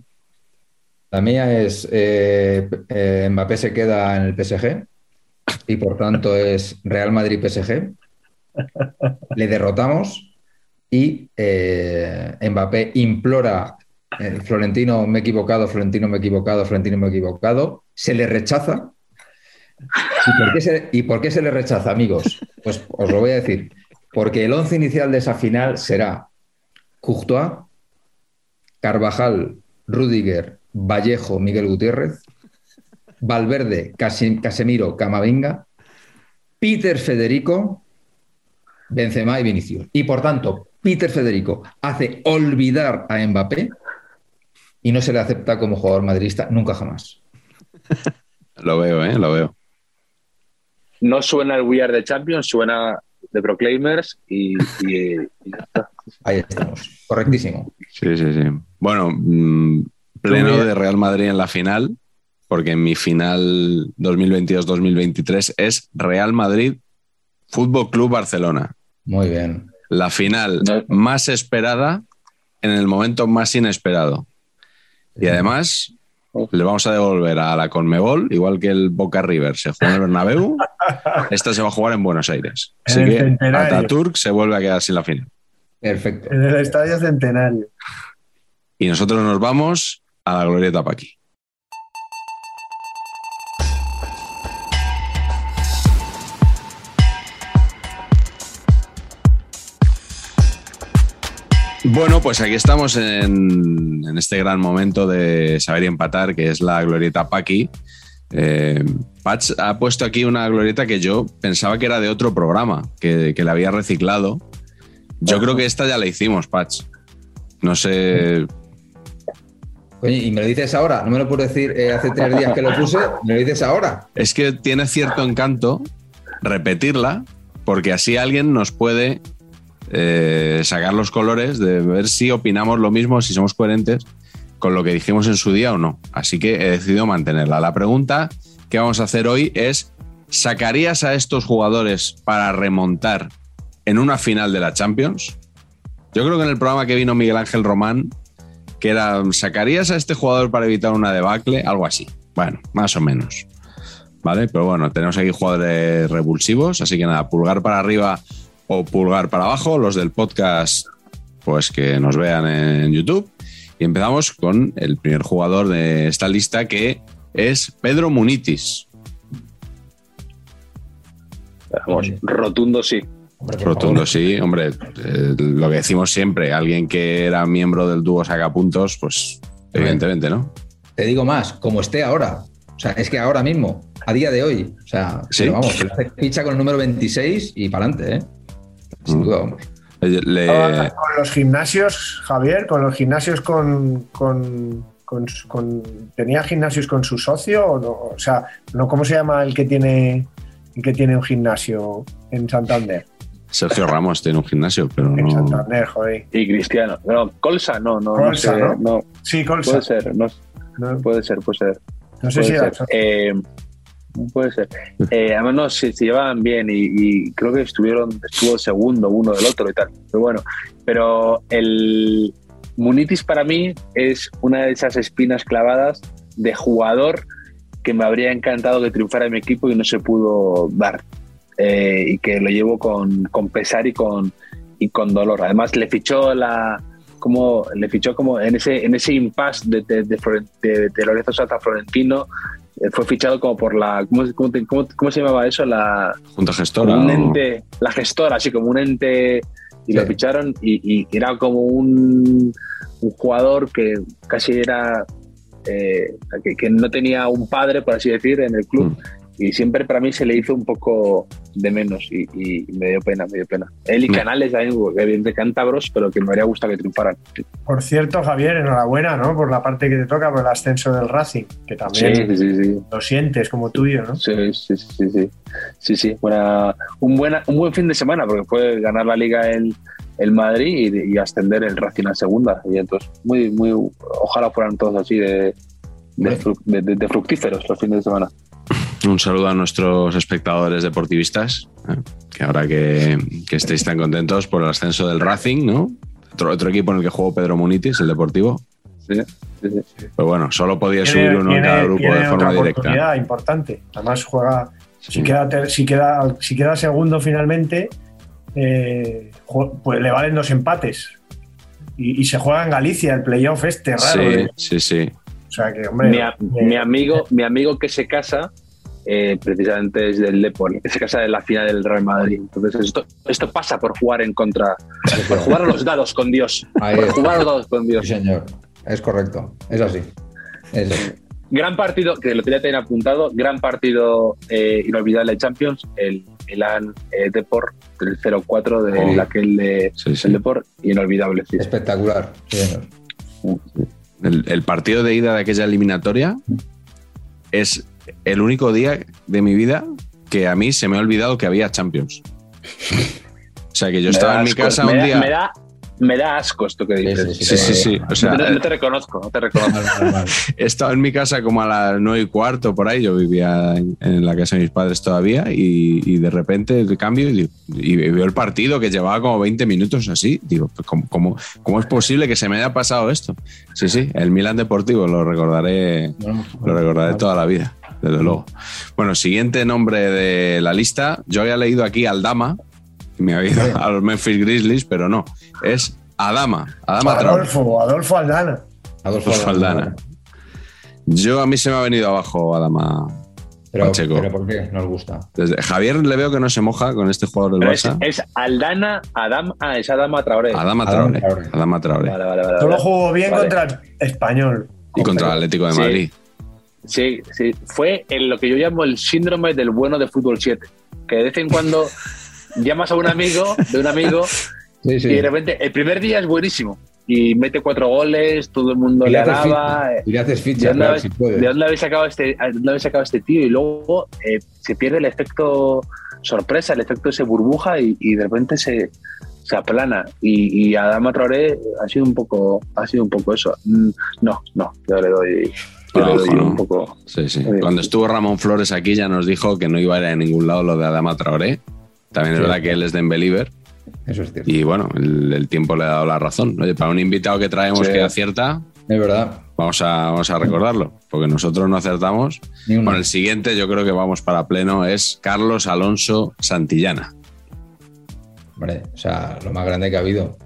La mía es eh, eh, Mbappé se queda en el P S G y por tanto es Real Madrid-P S G. Le derrotamos y eh, Mbappé implora, eh, Florentino me he equivocado, Florentino me he equivocado, Florentino me he equivocado, se le rechaza. ¿Y por qué se, y por qué se le rechaza, amigos? Pues os lo voy a decir. Porque el once inicial de esa final será Courtois, Carvajal, Rüdiger, Vallejo, Miguel Gutiérrez, Valverde, Casemiro, Camavinga, Peter Federico, Benzema y Vinicius. Y por tanto, Peter Federico hace olvidar a Mbappé y no se le acepta como jugador madridista nunca jamás. Lo veo, ¿eh? Lo veo. No suena el We Are the Champions, suena The Proclaimers y, y, y ya está. Ahí estamos. Correctísimo. Sí, sí, sí. Bueno, mmm, pleno de Real Madrid en la final, porque en mi final dos mil veintidós dos mil veintitrés es Real Madrid Fútbol Club Barcelona. Muy bien. La final más esperada en el momento más inesperado. Y además le vamos a devolver a la Conmebol, igual que el Boca River se jugó en el Bernabéu, esta se va a jugar en Buenos Aires. Así que Centenario. Ataturk se vuelve a quedar sin la final. Perfecto. En el Estadio Centenario. Y nosotros nos vamos a la Glorieta Paqui. Bueno, pues aquí estamos en, en este gran momento de saber y empatar, que es la Glorieta Paqui. Eh, Patch ha puesto aquí una glorieta que yo pensaba que era de otro programa, que, que la había reciclado. Yo creo que esta ya la hicimos, Patch. No sé... Oye, ¿y me lo dices ahora? ¿No me lo puedo decir eh, hace tres días que lo puse? ¿Me lo dices ahora? Es que tiene cierto encanto repetirla, porque así alguien nos puede... Eh, sacar los colores de ver si opinamos lo mismo, si somos coherentes con lo que dijimos en su día o no. Así que he decidido mantenerla. La pregunta que vamos a hacer hoy es: ¿sacarías a estos jugadores para remontar en una final de la Champions? Yo creo que en el programa que vino Miguel Ángel Román, que era ¿sacarías a este jugador para evitar una debacle? Algo así. Bueno, más o menos. ¿Vale? Pero bueno, tenemos aquí jugadores revulsivos, así que nada, pulgar para arriba o pulgar para abajo, los del podcast, pues que nos vean en YouTube. Y empezamos con el primer jugador de esta lista, que es Pedro Munitis. Vamos, rotundo sí. Rotundo sí, hombre, eh, lo que decimos siempre, alguien que era miembro del dúo Sacapuntos, pues evidentemente, ¿no? te digo más, como esté ahora. O sea, es que ahora mismo, a día de hoy, o sea, ¿sí? Pero vamos, que hace ficha con el número veintiséis y para adelante, ¿eh? Sin duda, vamos. Le... Con los gimnasios, Javier, con los gimnasios con, con, con, con ¿tenía gimnasios con su socio? O, no? O sea, no, ¿cómo se llama el que tiene el que tiene un gimnasio en Santander? Sergio Ramos tiene un gimnasio, pero no... En Santander, joder. Y Cristiano. No, Colsa, no, no. Colsa, no, sé, ¿no? no. Sí, Colsa. Puede ser, no, No. puede ser, puede ser. No sé puede si era ser. Eh, puede ser. Eh, además, no, se, se llevaban bien y, y creo que estuvieron, estuvo segundo uno del otro y tal. Pero bueno, pero el Munitis para mí es una de esas espinas clavadas de jugador que me habría encantado que triunfara en mi equipo y no se pudo dar. Eh, y que lo llevo con, con pesar y con, y con dolor. Además, le fichó la... como le fichó como en ese en ese impasse de, de, de, de, de Lorenzo Sata Florentino, eh, fue fichado como por la ¿cómo, cómo, cómo, cómo se llamaba eso? La junta gestora, un o... ente, la gestora, así como un ente, y sí. Lo ficharon y, y era como un, un jugador que casi era eh, que, que no tenía un padre, por así decir, en el club. Mm. Y siempre para mí se le hizo un poco de menos y, y me dio pena, me dio pena. Él y Canales también, evidentemente cántabros, pero que me habría gustado que triunfaran. Por cierto, Javier, enhorabuena, ¿no? Por la parte que te toca, por el ascenso del Racing, que también sí, sí, sí. lo sientes como tuyo, ¿no? Sí, sí, sí, sí. Sí, sí. Buena, un, buena, un buen fin de semana, porque fue ganar la Liga el, el Madrid y, y ascender el Racing a segunda. Y entonces, muy, muy, ojalá fueran todos así de, de, de, de, de fructíferos los fines de semana. Un saludo a nuestros espectadores deportivistas, ¿eh? Que ahora que, que estéis tan contentos por el ascenso del Racing, ¿no? Otro, otro equipo en el que jugó Pedro Munitis, el Deportivo. Sí, sí, sí. Pero bueno, solo podía subir uno en cada grupo de forma directa. Oportunidad importante. Además juega, sí. si, queda, si, queda, si queda segundo finalmente, eh, pues le valen dos empates. Y, y se juega en Galicia, el playoff este raro. Sí, ¿eh? sí, sí. O sea que, hombre, mi, a, eh, mi amigo, mi amigo que se casa eh, precisamente es del Depor, que se casa en la final del Real Madrid. Entonces esto, esto pasa por jugar en contra, por jugar a los dados con Dios. Ahí por es. jugar a los dados con Dios. Sí, señor. Es correcto. Es así. Es así. Gran partido, que lo tenía también apuntado, gran partido eh, inolvidable de Champions, el Milan eh, Depor, el cero cuatro de oh. aquel de sí, sí. el Depor, inolvidable. Sí. Espectacular. Sí, señor. El, el partido de ida de aquella eliminatoria es el único día de mi vida que a mí se me ha olvidado que había Champions. O sea, que yo me estaba en mi casa me un da, día... Me da, me da asco esto que dices. Sí, sí, sí. sí, sí. O sea, no, no te reconozco, no te reconozco. He estado en mi casa como a las nueve y cuarto por ahí. Yo vivía en, en la casa de mis padres todavía y, y de repente el cambio y, y veo el partido que llevaba como veinte minutos así. Digo, ¿cómo, cómo, ¿cómo es posible que se me haya pasado esto? Sí, sí, el Milan Deportivo lo recordaré, lo recordaré toda la vida, desde luego. Bueno, siguiente nombre de la lista. Yo había leído aquí Aldama. Me había ido a los Memphis Grizzlies, pero no. Es Adama. Adama Adolfo, Traore. Adolfo Aldana. Adolfo Aldana. Yo a mí se me ha venido abajo Adama pero, Pacheco. ¿Pero por qué? Nos gusta. Desde Javier le veo que no se moja con este jugador del Barça. Es, es Aldana, Adam, ah, es Adama Traore. Adama Traore. Adama Traore. Adama Traore. Vale, vale, vale, Solo jugó bien vale. contra el Español. Y contra el Atlético de Madrid. Sí, sí, sí. Fue en lo que yo llamo el síndrome del bueno de Fútbol siete. Que de vez en cuando llamas a un amigo, de un amigo, sí, sí. y de repente el primer día es buenísimo y mete cuatro goles, todo el mundo y le alaba. Y le haces ficha, ¿De, claro, si puedes. ¿De dónde habéis sacado este, de dónde habéis sacado este tío? Y luego eh, se pierde el efecto sorpresa, el efecto ese burbuja y, y de repente se, se aplana. Y, y Adama Traoré ha sido un poco, ha sido un poco eso. No, no, yo le doy. Yo no, le doy no. un poco. Sí, sí. Cuando estuvo Ramón Flores aquí ya nos dijo que no iba a ir a ningún lado lo de Adama Traoré. También es sí. verdad que él es de Unbeliever. Eso es cierto. Y bueno, el, el tiempo le ha dado la razón. Oye, para un invitado que traemos sí. que acierta, es verdad. Vamos a, vamos a recordarlo, porque nosotros no acertamos. Bueno, el siguiente yo creo que vamos para pleno, es Carlos Alonso Santillana. Hombre, o sea, lo más grande que ha habido.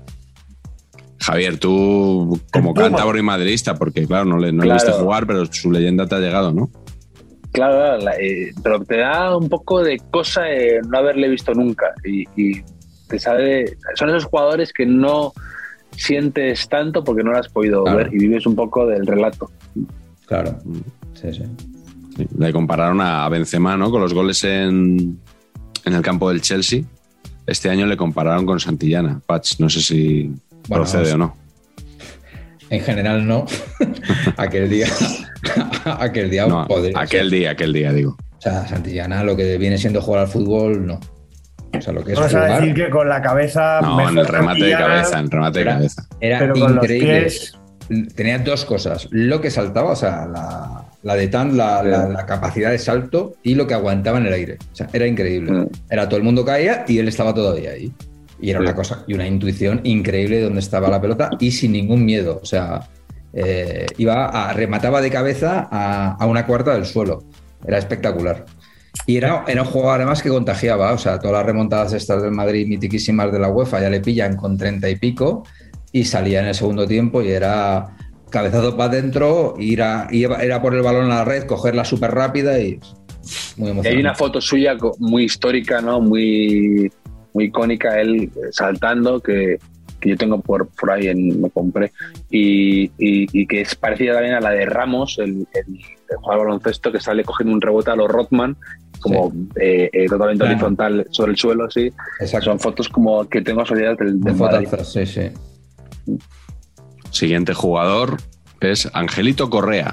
Javier, tú como cántabro y madridista, porque claro, no le no claro. viste jugar, pero su leyenda te ha llegado, ¿no? Claro, la, eh, pero te da un poco de cosa eh, no haberle visto nunca y, y te sabe, son esos jugadores que no sientes tanto porque no lo has podido claro. ver y vives un poco del relato. Claro, sí, sí. Sí, le compararon a Benzema, ¿no? Con los goles en, en el campo del Chelsea. Este año le compararon con Santillana. Patch, no sé si bueno, procede o no. En general no. aquel día, aquel día no, podría aquel ser. día, aquel día, digo. O sea, Santillana, lo que viene siendo jugar al fútbol, no. O sea, lo que es Vamos jugar, a decir que con la cabeza... No, en el remate de cabeza, en el remate de era, cabeza. Era pero con increíble. Los pies... Tenía dos cosas. Lo que saltaba, o sea, la, la de tan, la, la, la capacidad de salto y lo que aguantaba en el aire. O sea, era increíble. Mm. Era todo el mundo caía y él estaba todavía ahí. Y era sí. una cosa y una intuición increíble de dónde estaba la pelota y sin ningún miedo. O sea, eh, iba a, remataba de cabeza a, a una cuarta del suelo. Era espectacular. Y era, era un jugador además que contagiaba. O sea, todas las remontadas estas del Madrid mitiquísimas de la UEFA ya le pillan con treinta y pico y salía en el segundo tiempo y era cabezazo para adentro, ir a, ir a por el balón a la red, cogerla súper rápida y muy emocionante. Y hay una foto suya muy histórica, ¿no? Muy, muy icónica, él saltando, que, que yo tengo por, por ahí, en, me compré, y, y, y que es parecida también a la de Ramos, el, el, el jugador de baloncesto que sale cogiendo un rebote a los Rodman, como sí. eh, eh, totalmente claro. horizontal sobre el suelo, sí. Exacto. Son fotos como que tengo asociadas del, del Madrid. Sí, sí. Siguiente jugador es Angelito Correa.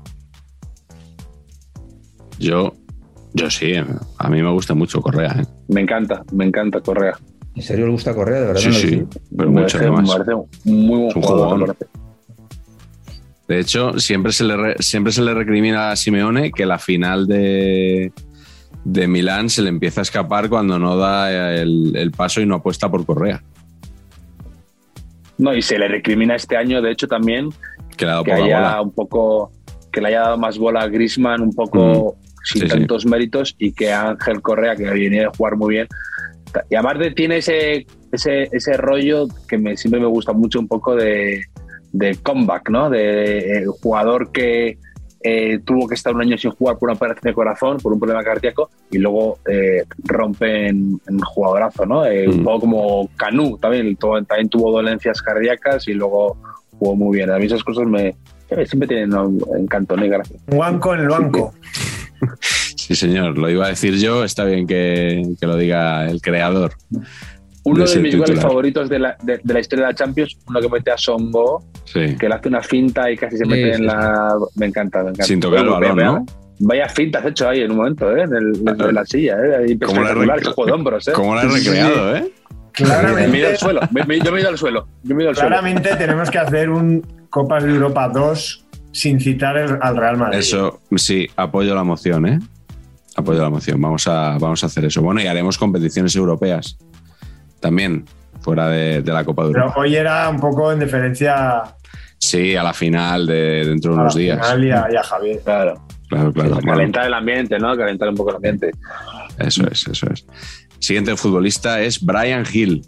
Yo, yo sí, a mí me gusta mucho Correa. ¿eh? Me encanta, me encanta Correa. ¿En serio le gusta Correa? De verdad. Sí, no sí, pero me mucho parece, más. Me parece muy buen es un jugador. jugador. De hecho, siempre se, le re, siempre se le recrimina a Simeone que la final de, de Milán se le empieza a escapar cuando no da el, el paso y no apuesta por Correa. No, y se le recrimina este año, de hecho, también que, le ha dado que haya bola. un poco, que le haya dado más bola a Griezmann, un poco mm, sin sí, tantos sí. méritos, y que Ángel Correa, que venía de jugar muy bien. Y además de, tiene ese, ese, ese rollo que me, siempre me gusta mucho, un poco de, de comeback, ¿no? De el jugador que eh, tuvo que estar un año sin jugar por una operación de corazón, por un problema cardíaco, y luego eh, rompe en, en jugadorazo, ¿no? Eh, mm. Un poco como Canú también, todo, también tuvo dolencias cardíacas y luego jugó muy bien. A mí esas cosas me siempre tienen un encanto, ¿no? Gracias. Un banco en el banco. Sí, señor, lo iba a decir yo, está bien que, que lo diga el creador. Uno de, de mis goles favoritos de la, de, de la historia de la Champions, uno que mete a Songo, sí. que le hace una finta y casi se mete sí, en sí, la... Sí. Me encanta, me encanta. Sin tocar el balón, vaya, ¿no? Vaya fintas hecho ahí en un momento, ¿eh? En, el, en la silla, ¿eh? ¿Cómo la rec... de hombros, ¿eh? ¿Cómo la has recreado, eh? Claramente, me he ido al suelo, me, me, yo me he ido al suelo. Yo me he ido al claramente suelo. Tenemos que hacer un Copas de Europa dos sin citar el, al Real Madrid. Eso, sí, apoyo la moción, ¿eh? Apoyo la moción, vamos a, vamos a hacer eso. Bueno, y haremos competiciones europeas también, fuera de, de la Copa de Europa. Pero hoy era un poco en deferencia... Sí, a la final de dentro de unos días. A la final y a, y a Javier. Claro. Claro, claro. Sí, calentar el ambiente, ¿no? Calentar un poco el ambiente. Eso es, eso es. Siguiente futbolista es Bryan Gil.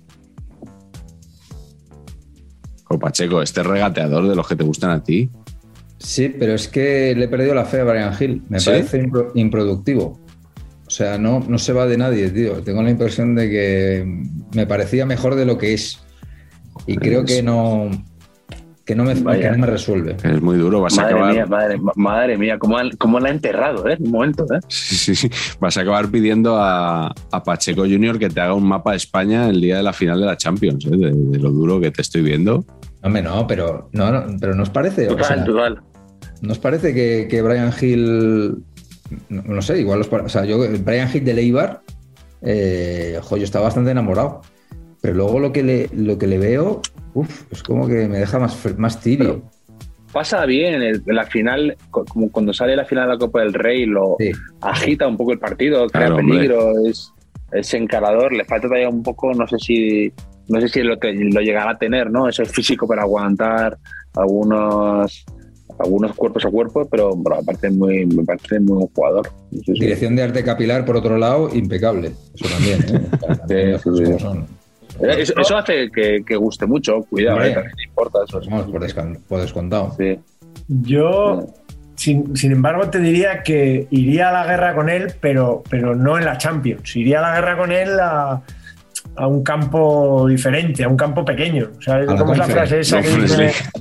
O Pacheco, este regateador de los que te gustan a ti. Sí, pero es que le he perdido la fe a Bryan Gil. Me ¿Sí? parece impro- improductivo. O sea, no, no se va de nadie, tío. Tengo la impresión de que me parecía mejor de lo que es. Y creo es... que no... Que no, me, que no me resuelve. Es muy duro, vas madre a acabar... Mía, madre, madre mía, cómo, cómo la ha enterrado, ¿eh? Un momento, ¿eh? Sí, sí, sí. Vas a acabar pidiendo a, a Pacheco junior que te haga un mapa de España el día de la final de la Champions, ¿eh? de, de lo duro que te estoy viendo. Hombre, no, pero no, no, pero ¿nos parece? Total, o sea, total. ¿Nos parece que, que Bryan Gil... No, no sé, igual... Los, o sea, yo, Bryan Gil de Eibar, eh, ojo, yo estaba bastante enamorado. Pero luego lo que le, lo que le veo... Uf, es como que me deja más, más tibio. Pasa bien en, el, en la final, como cuando sale la final de la Copa del Rey, lo sí. agita un poco el partido, crea claro, peligro, es, es encarador, le falta todavía un poco, no sé si no sé si lo, lo llegará a tener, ¿no? Eso es físico para aguantar algunos algunos cuerpos a cuerpo, pero bueno, me parece muy, me parece muy buen jugador. No sé si... Dirección de arte capilar, por otro lado, impecable. Eso también, ¿eh? También sí, sí, sí. Eso, eso hace que, que guste mucho, cuidado, ¿eh? También te importa eso. Vamos, por, descont- por descontado. Sí. Yo, sin, sin embargo, te diría que iría a la guerra con él, pero, pero no en la Champions. Iría a la guerra con él a, a un campo diferente, a un campo pequeño. O sea, ¿cómo es la frase esa no, que dice?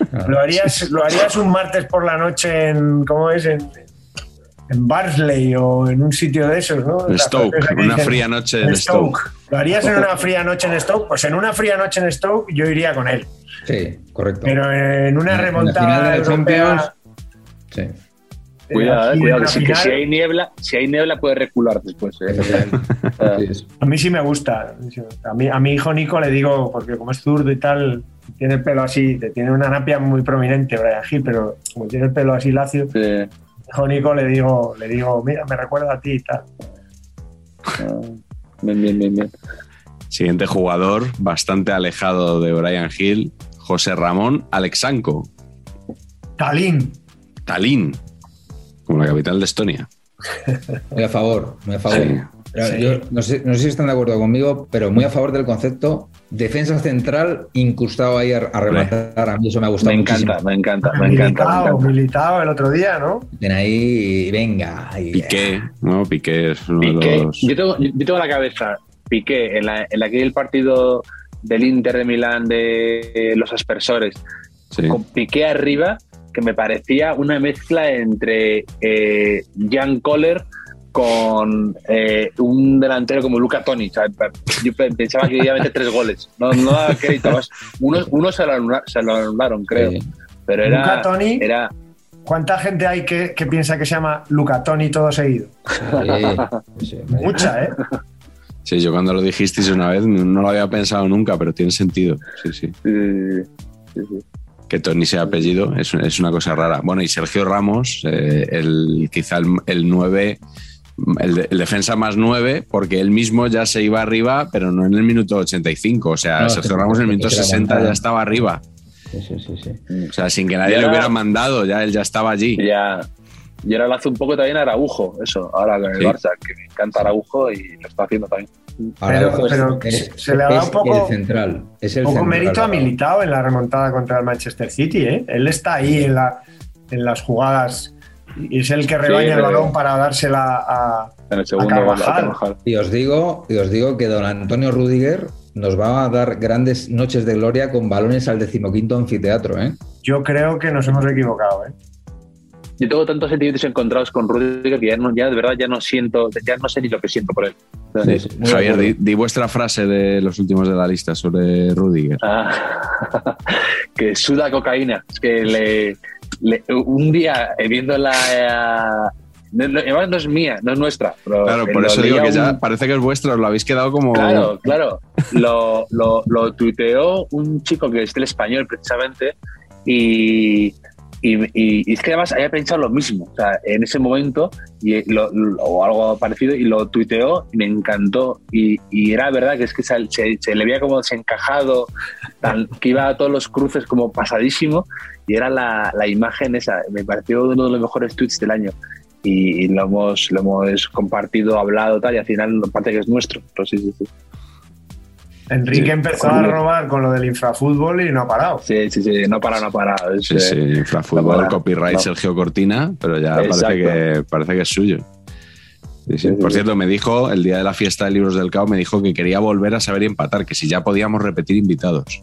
Lo harías, lo harías un martes por la noche en, ¿cómo es? En, en Barnsley o en un sitio de esos, ¿no? En Stoke, una dicen, fría noche en, en Stoke. Stoke. ¿Lo harías en una fría noche en Stoke? Pues en una fría noche en Stoke yo iría con él. Sí, correcto. Pero en una en remontada de Champions, sí. Cuidado, eh, cuidado, que, si, que si hay niebla, si hay niebla puede recular después. ¿eh? A mí sí me gusta. A mi, a mi hijo Nico le digo, porque como es zurdo y tal, tiene el pelo así, tiene una napia muy prominente, Bryan Gil, pero como tiene el pelo así lacio, sí. Hijo Nico le digo, le digo, mira, me recuerda a ti y tal. Bien, bien, bien, bien. Siguiente jugador, bastante alejado de Bryan Gil, José Ramón Aleksanko. Tallinn. Tallinn, como la capital de Estonia. Muy a favor, muy a favor. Sí. Sí. Yo no sé, no sé si están de acuerdo conmigo, pero muy a favor del concepto defensa central incrustado ahí a, a rematar. A mí eso me ha gustado me muchísimo. Encanta, me encanta, me encanta, me encanta. Militado el otro día, ¿no? Ven ahí y venga. Y, Piqué, ¿no? Piqué es uno Piqué, de los... Yo tengo, yo tengo la cabeza, Piqué, en, la, en aquel partido del Inter de Milán de los aspersores, sí. Con Piqué arriba, que me parecía una mezcla entre eh, Jan Koller con eh, un delantero como Luca Toni. O sea, yo pensaba que iba a meter tres goles. No, no daba crédito. Uno, uno se, lo anularon, se lo anularon, creo. Sí. Pero era, Luca Toni, era... ¿cuánta gente hay que, que piensa que se llama Luca Toni todo seguido? Sí, sí, mucha, ¿eh? Sí, yo cuando lo dijisteis una vez no lo había pensado nunca, pero tiene sentido. Sí, sí. sí, sí, sí. Que Toni sea apellido es, es una cosa rara. Bueno, y Sergio Ramos, eh, el, quizá el, el nueve... El, de, el defensa más nueve, porque él mismo ya se iba arriba, pero no en el minuto ochenta y cinco. O sea, no, Sergio Ramos en el minuto sesenta ya estaba arriba. Sí, sí, sí, sí. O sea, sin que nadie ahora, le hubiera mandado, ya él ya estaba allí. Ya. Y ahora lo hace un poco también Araujo, eso. Ahora con el sí. Barça, que me encanta Araujo y lo está haciendo también. Pero, pero es, se le ha dado un poco, el central, es el poco central, mérito a Militao en la remontada contra el Manchester City. ¿eh? Él está ahí en, la, en las jugadas. Y es el que rebaña sí, el balón para dársela a, en el segundo a Carvajal. Y os digo, y os digo que don Antonio Rüdiger nos va a dar grandes noches de gloria con balones al decimoquinto anfiteatro, ¿eh? Yo creo que nos hemos equivocado, ¿eh? Yo tengo tantos sentimientos encontrados con Rüdiger que ya, no, ya de verdad ya no siento, ya no sé ni lo que siento por él. Sí, sí. Javier, di, di vuestra frase de los últimos de la lista sobre Rüdiger. Ah, que suda cocaína. Es que le, le, un día viendo la... Eh, no, no, no es mía, no es nuestra. Pero claro, por eso digo que un... ya parece que es vuestro, os lo habéis quedado como... Claro, claro. Lo, lo, lo tuiteó un chico que es del Español precisamente y... Y, y, y es que además había pensado lo mismo, o sea, en ese momento y lo, lo, o algo parecido, y lo tuiteó y me encantó. Y, y era verdad que es que se, se, se le veía como desencajado, tan, que iba a todos los cruces como pasadísimo, y era la, la imagen esa. Me pareció uno de los mejores tweets del año. Y, y lo, hemos, lo hemos compartido, hablado, tal, y al final parece que es nuestro. Pero sí, sí, sí. Enrique sí, empezó a robar con lo del infrafútbol y no ha parado. Sí, sí, sí, no ha parado, no ha parado. Es, sí, sí, infrafútbol, no copyright no. Sergio Cortina, pero ya parece que, parece que es suyo. Sí, sí. Por cierto, me dijo, el día de la fiesta de libros del Cao, me dijo que quería volver a saber y empatar, que si ya podíamos repetir invitados.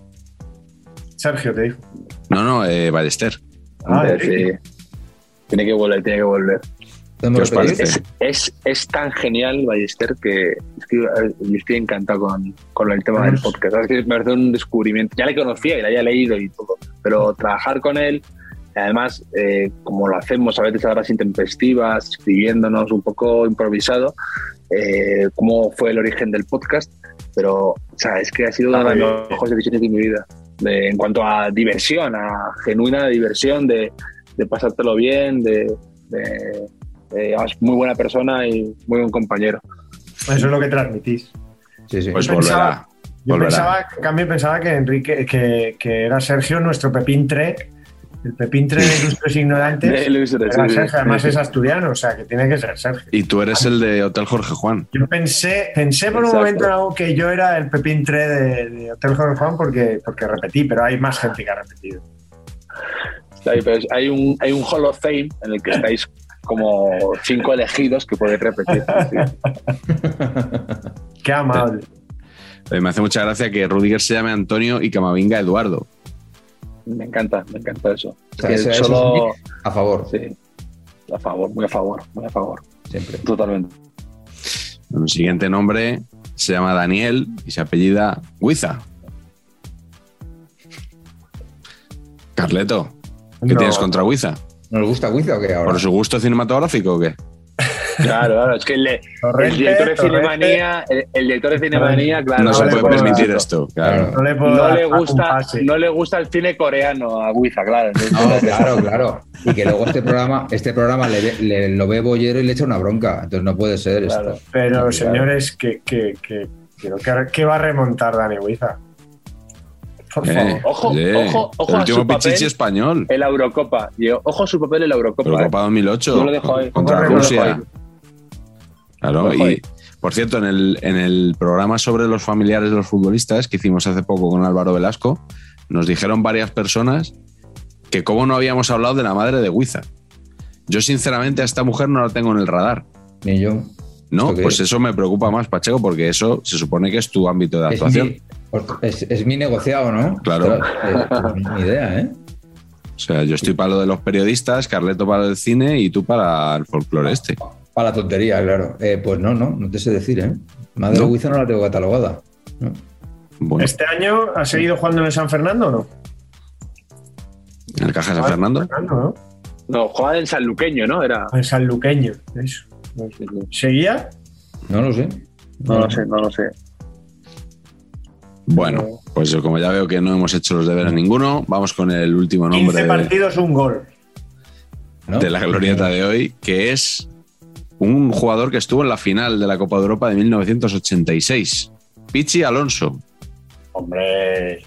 Sergio te dijo. No, no, eh, Ballester. Ah, sí. Tiene que volver, tiene que volver. ¿Qué os parece? Es, es, es tan genial Ballester que, es que yo estoy encantado con, con el tema del podcast. Es que me parece un descubrimiento. Ya le conocía y le había leído y todo, pero trabajar con él, además, eh, como lo hacemos a veces a horas intempestivas, escribiéndonos un poco improvisado, eh, cómo fue el origen del podcast, pero o sea, es que ha sido una de las mejores decisiones de mi vida. De, en cuanto a diversión, a genuina diversión, de, de pasártelo bien, de... de Eh, es muy buena persona y muy buen compañero. Eso es lo que transmitís. Sí, sí. Pues yo volverá. Pensaba, yo volverá. pensaba, cambio, pensaba que Enrique, que, que era Sergio nuestro Pepintre, el Pepintre de Ilustres Ignorantes. De Ilustres, era sí, Sergio, sí. Además es asturiano, o sea que tiene que ser Sergio. Y tú eres el de Hotel Jorge Juan. Yo pensé, pensé por Exacto. un momento en algo que yo era el Pepintre de, de Hotel Jorge Juan porque, porque repetí, pero hay más gente que ha repetido. Hay, pues, hay, un, hay un Hall of Fame en el que estáis como cinco elegidos que podéis repetir. Sí. Qué amable. Me hace mucha gracia que Rüdiger se llame Antonio y Camavinga Eduardo. Me encanta, me encanta eso. O sea, Que eso- eso solo... es a favor. Sí, a favor, muy a favor, muy a favor. Siempre. Totalmente. Bueno, el siguiente nombre se llama Daniel y se apellida Guiza. Carleto, ¿qué No. tienes contra Guiza? ¿No le gusta Guiza o qué ahora? ¿Por su gusto cinematográfico o qué? Claro, claro, es que el, el Torrente, director de Torrente. Cinemanía, el, el director de Cinemanía, claro, no se le puede puedo permitir dar. esto, claro. No le puedo No dar le un gusta, pase. no le gusta el cine coreano a Guiza, claro. Entonces, No, claro, claro. Y que luego este programa, este programa le, ve- le- lo ve Bollero y le echa una bronca. Entonces no puede ser Claro. esto. Pero, Claro. señores, que, que, que, que, que- ¿qué va a remontar Dani Guiza? Por Eh, favor. Ojo, oye, ojo, ojo el a último su papel. pichichi español. En la Eurocopa. Y ojo a su papel en la Eurocopa. Eurocopa eh. dos mil ocho Yo lo dejo ahí. contra Yo lo dejo Rusia. ahí. Claro, Lo dejo y ahí. por cierto, en el, en el programa sobre los familiares de los futbolistas que hicimos hace poco con Álvaro Velasco, nos dijeron varias personas que cómo no habíamos hablado de la madre de Guiza. Yo, sinceramente, a esta mujer no la tengo en el radar. Ni yo. No, ¿Esto qué pues es? eso me preocupa más, Pacheco, porque eso se supone que es tu ámbito de Es actuación. mi, es, es mi negociado, ¿no? Claro. Ostras, eh, pues ni idea, ¿eh? O sea, yo estoy para lo de los periodistas, Carleto para el cine y tú para el folclore este. Para la tontería, claro. Eh, pues no, no, no te sé decir, ¿eh? Madre No. Guiza no la tengo catalogada. ¿no? Bueno, ¿Este año ha seguido jugando en el San Fernando o no? en el Caja San Fernando. Fernando, ¿no? No, jugaba en Sanluqueño, ¿no? Era. En San Luqueño, eso. ¿Seguía? No lo sé. No lo sé, no lo sé. Bueno, pues yo como ya veo que no hemos hecho los deberes ninguno, vamos con el último nombre quince de, partidos, un gol. ¿No? de la glorieta de hoy, que es un jugador que estuvo en la final de la Copa de Europa de mil novecientos ochenta y seis. Pichi Alonso. Hombre,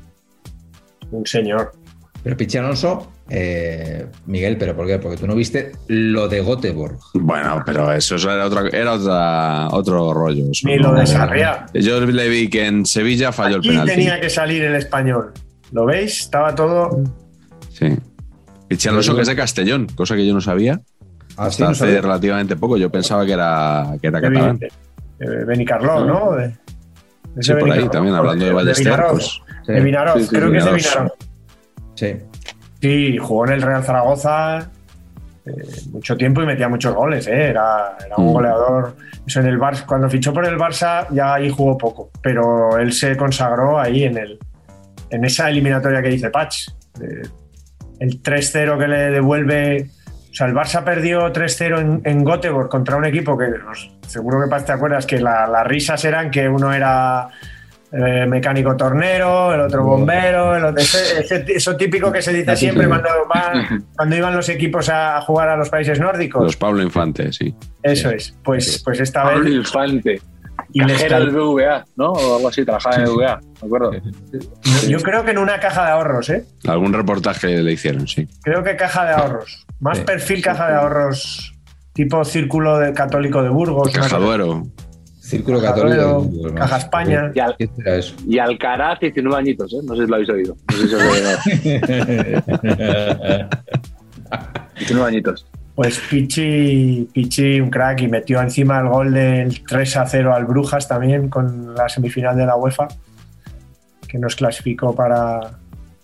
un señor. Pero Pichi Alonso, eh, Miguel, ¿pero por qué? Porque tú no viste lo de Göteborg. Bueno, pero eso era, otra, era otra, otro rollo. Eso, Ni ¿no? lo de Sarriá. Yo le vi que en Sevilla falló Aquí el penalti. tenía que salir el español. ¿Lo veis? Estaba todo... Sí. Pichi Alonso, que es de Castellón, cosa que yo no sabía. Ah, sí, Hasta no hace sabía. relativamente poco. Yo pensaba que era, que era de catalán. Beni- de Benicarló, ¿no? De, de Sí, por ahí Benicarló, también, hablando de Ballester. Vinaroz. Pues, Sí, De Vinaroz, Sí, sí, creo que es de Vinaroz. Vinaroz. sí. Sí, jugó en el Real Zaragoza eh, mucho tiempo y metía muchos goles, ¿eh? Era, era un Mm. goleador. Eso en el Barça, cuando fichó por el Barça ya ahí jugó poco, pero él se consagró ahí en, el, en esa eliminatoria que dice Patch. Eh, el tres cero que le devuelve... O sea, el Barça perdió tres cero en, en Göteborg contra un equipo que pues, seguro que Patch te acuerdas que la- las risas eran que uno era... eh, mecánico tornero, el otro bombero, el otro, ese- ese- eso típico que se dice Ah, sí, siempre sí. cuando, van, cuando iban los equipos a jugar a los países nórdicos. los Pablo Infante, sí. Eso es. Pues, pues esta Pablo vez. Infante. Y les Cajero del cal- B V A, ¿no? O algo así, trabajaba en el B V A, ¿me acuerdo? Yo creo que en una caja de ahorros, ¿eh? Algún reportaje le hicieron, sí. Creo que caja de ahorros. Más Sí. perfil caja de ahorros, tipo Círculo del Católico de Burgos. Caja una- Duero. Círculo Caja Católico. Duero, de Fútbol, Caja ¿no? España. Y, al, ¿Qué será eso? y Alcaraz, diecinueve añitos, ¿eh? No sé si lo habéis oído. No sé si os lo habéis oído. diecinueve añitos. Pues Pichi, Pichi, un crack, y metió encima el gol del tres a cero al Brujas también con la semifinal de la UEFA, que nos clasificó para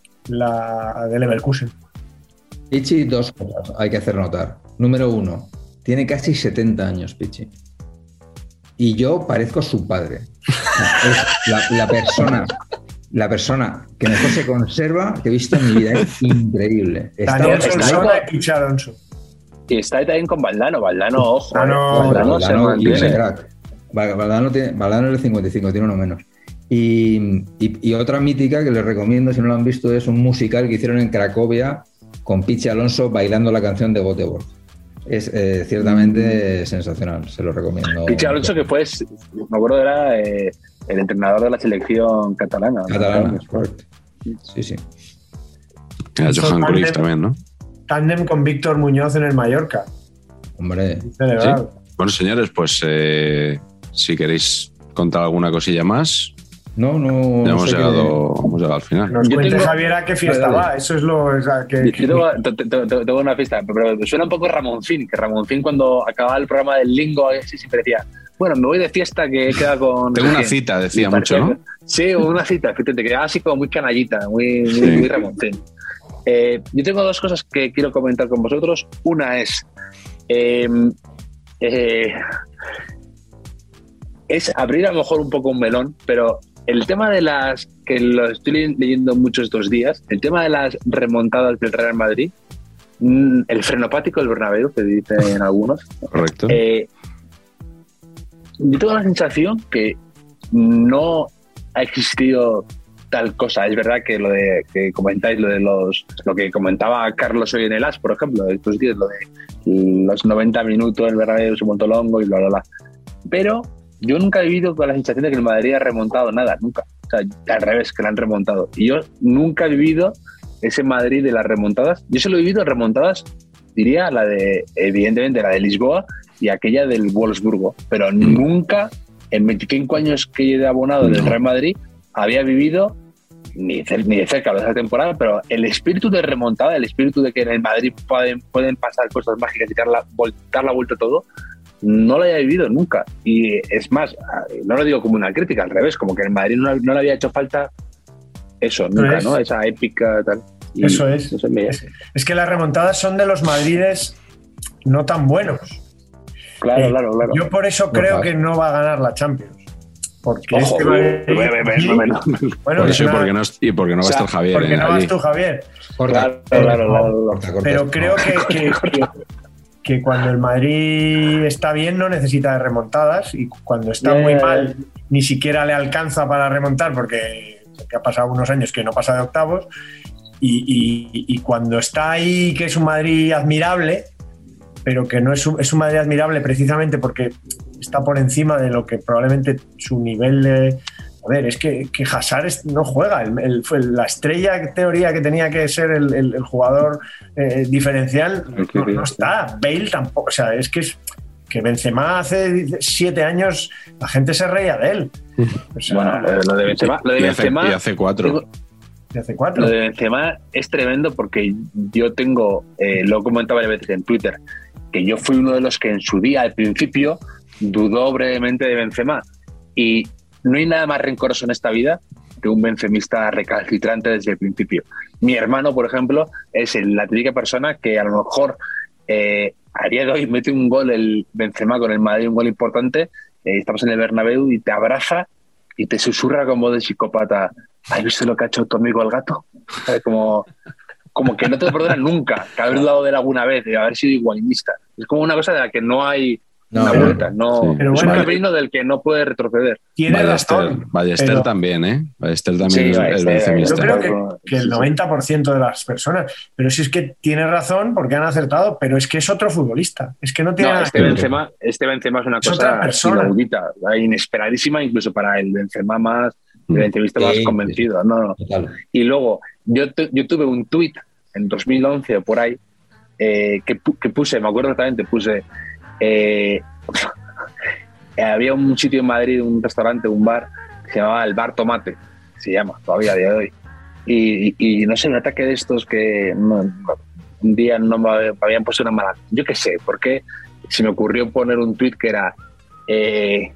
la de Leverkusen. Pichi, dos cosas hay que hacer notar. Número uno, tiene casi setenta años, Pichi. Y yo parezco su padre. Es la, la persona, la persona que mejor se conserva que he visto en mi vida. Es increíble. Está- Daniel está- Solsona está- y Pichi Alonso. Y está ahí también con Valdano. Valdano, ojo. Ah, eh. no, Valdano se Valdano y ese mantiene. crack. Val- Valdano, tiene, Valdano es el cincuenta y cinco, tiene uno menos. Y, y- y otra mítica que les recomiendo, si no lo han visto, es un musical que hicieron en Cracovia con Pichi Alonso bailando la canción de Göteborg. Es eh, ciertamente sensacional, se lo recomiendo. Pichi Alonso, que fue, me acuerdo, era eh, el entrenador de la selección catalana. Catalana, correcto. Sí, sí. Era Hizo Johan Cruyff tándem- también, ¿no? Tándem con Víctor Muñoz en el Mallorca. Hombre, Celebrado. Bueno, señores, pues eh, si queréis contar alguna cosilla más, no, no. ya no hemos, sé qué- llegado, hemos llegado al final. Nos Yo cuente tengo- Javier a qué fiesta Dale, dale. va. Eso es lo o sea, que, Yo que- tengo, te- te- te- tengo una fiesta, pero me suena un poco Ramoncín, que Ramoncín cuando acababa el programa del Lingo, así siempre decía, bueno, me voy de fiesta que he quedado con... Tengo una cita, decía mucho, ¿no? Sí, una cita, fíjate, que quedaba así como muy canallita, muy, muy, sí. muy remontín. Eh, yo tengo dos cosas que quiero comentar con vosotros. Una es... Eh, eh, es abrir a lo mejor un poco un melón, pero el tema de las... que lo estoy leyendo mucho estos días, el tema de las remontadas del Real Madrid, el frenopático del Bernabéu, que dicen algunos. Correcto. Eh, yo tengo la sensación que no ha existido tal cosa. Es verdad que lo de que comentáis, lo de los, lo que comentaba Carlos hoy en el As, por ejemplo, estos días, lo de los noventa minutos el Bernabéu se montó longo y bla, bla, bla. Pero yo nunca he vivido con la sensación de que el Madrid ha remontado nada, nunca. O sea, al revés, que lo han remontado. Y yo nunca he vivido ese Madrid de las remontadas. Yo solo he vivido remontadas, diría, la de, evidentemente, la de Lisboa y aquella del Wolfsburgo, pero nunca, en veinticinco años que he abonado del Real Madrid, había vivido, ni de, ni de cerca de esa temporada, pero el espíritu de remontada, el espíritu de que en el Madrid pueden, pueden pasar cosas mágicas y dar la, dar la vuelta a todo, no lo había vivido nunca. Y es más, no lo digo como una crítica, al revés, como que en el Madrid no, no le había hecho falta eso, nunca, es, ¿no? Esa épica tal. Y eso es. Eso es. Es que las remontadas son de los Madrides no tan buenos. Claro, eh, claro, claro. Yo por eso no, creo claro. que no va a ganar la Champions. Porque Ojo, este Madrid, bueno, bueno, bueno. Bueno, por eso una, y porque no, y porque no o sea, va a estar Javier. Porque eh, no vas tú, Javier. Claro, claro, claro, corta, corta, Pero corta. creo que, que, que, que cuando el Madrid está bien no necesita de remontadas y cuando está yeah. muy mal ni siquiera le alcanza para remontar porque, porque ha pasado unos años que no pasa de octavos. Y, y, y cuando está ahí, que es un Madrid admirable, pero que no es un, es un Madrid admirable precisamente porque está por encima de lo que probablemente su nivel de... A ver, es que, que Hazard no juega. El, el, la estrella teoría que tenía que ser el, el, el jugador eh, diferencial no, no está. Bale tampoco. O sea, es que, es que Benzema hace siete años la gente se reía de él. O sea, bueno, lo de Benzema... Lo de Benzema y, hace, y hace cuatro. Tengo, de hace cuatro. Lo de Benzema es tremendo porque yo tengo, eh, lo he comentado varias veces en Twitter, que yo fui uno de los que en su día, al principio, dudó brevemente de Benzema. Y no hay nada más rencoroso en esta vida que un benzemista recalcitrante desde el principio. Mi hermano, por ejemplo, es la típica persona que a lo mejor eh, a día de hoy mete un gol el Benzema con el Madrid, un gol importante, eh, estamos en el Bernabéu y te abraza y te susurra con voz de psicópata: ¿has visto lo que ha hecho tu amigo el gato? Como, como que no te lo perdonan nunca, que haber dudado de él alguna vez, de haber sido igualinista. Es como una cosa de la que no hay no, una vuelta. No, sí. Pero es bueno, un camino del que no puede retroceder. Tiene razón. Ballester pero... también, ¿eh? Ballester también sí, es benzemista. Yo creo que, que el noventa por ciento de las personas, pero si es que tiene razón porque han acertado, pero es que es otro futbolista. Es que no tiene no, nada este que Benzema, este Benzema es una es cosa inaudita, inesperadísima, incluso para el Benzema más, el benzemista sí, más convencido. No, no. Y luego, yo, yo tuve un tuit en dos mil once o por ahí, eh, que, que puse, me acuerdo exactamente, puse... Eh, había un sitio en Madrid, un restaurante, un bar que se llamaba el Bar Tomate, se llama todavía a día de hoy, y, y, y no sé, un ataque de estos que no, un día no me habían puesto una mala, yo qué sé, porque se me ocurrió poner un tuit que era eh,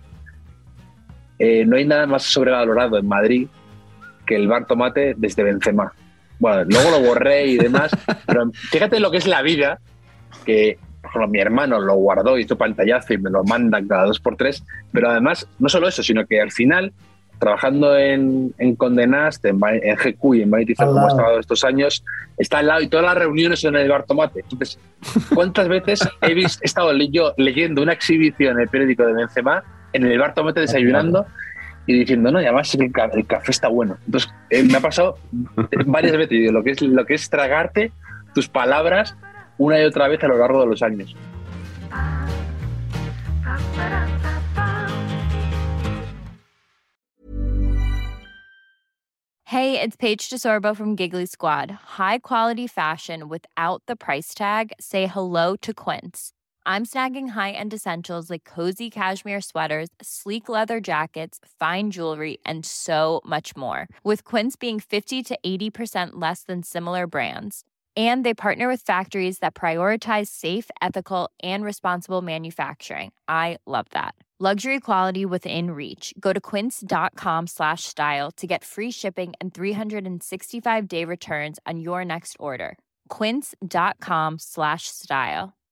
eh, no hay nada más sobrevalorado en Madrid que el Bar Tomate desde Benzema. Bueno, luego lo borré y demás, pero fíjate lo que es la vida, que por ejemplo, mi hermano lo guardó y hizo pantallazo y me lo manda cada dos por tres, pero además, no solo eso, sino que al final, trabajando en, en Condé Nast, en, en G Q y en Vanity Fair, como he estado estos años, está al lado y todas las reuniones son en el Bar Tomate. Entonces, ¿cuántas veces he, visto, he estado yo leyendo una exhibición en el periódico de Benzema en el Bar Tomate desayunando y diciendo, no, y además el, el café está bueno? Entonces, eh, me ha pasado varias veces, digo, lo que es, lo que es tragarte tus palabras una y otra vez a lo largo de los años. Hey, it's Paige DeSorbo from Giggly Squad. High quality fashion without the price tag. Say hello to Quince. I'm snagging high-end essentials like cozy cashmere sweaters, sleek leather jackets, fine jewelry, and so much more. With Quince being fifty to eighty percent less than similar brands. And they partner with factories that prioritize safe, ethical, and responsible manufacturing. I love that. Luxury quality within reach. Go to quince.com slash style to get free shipping and three sixty-five day returns on your next order. Quince.com slash style.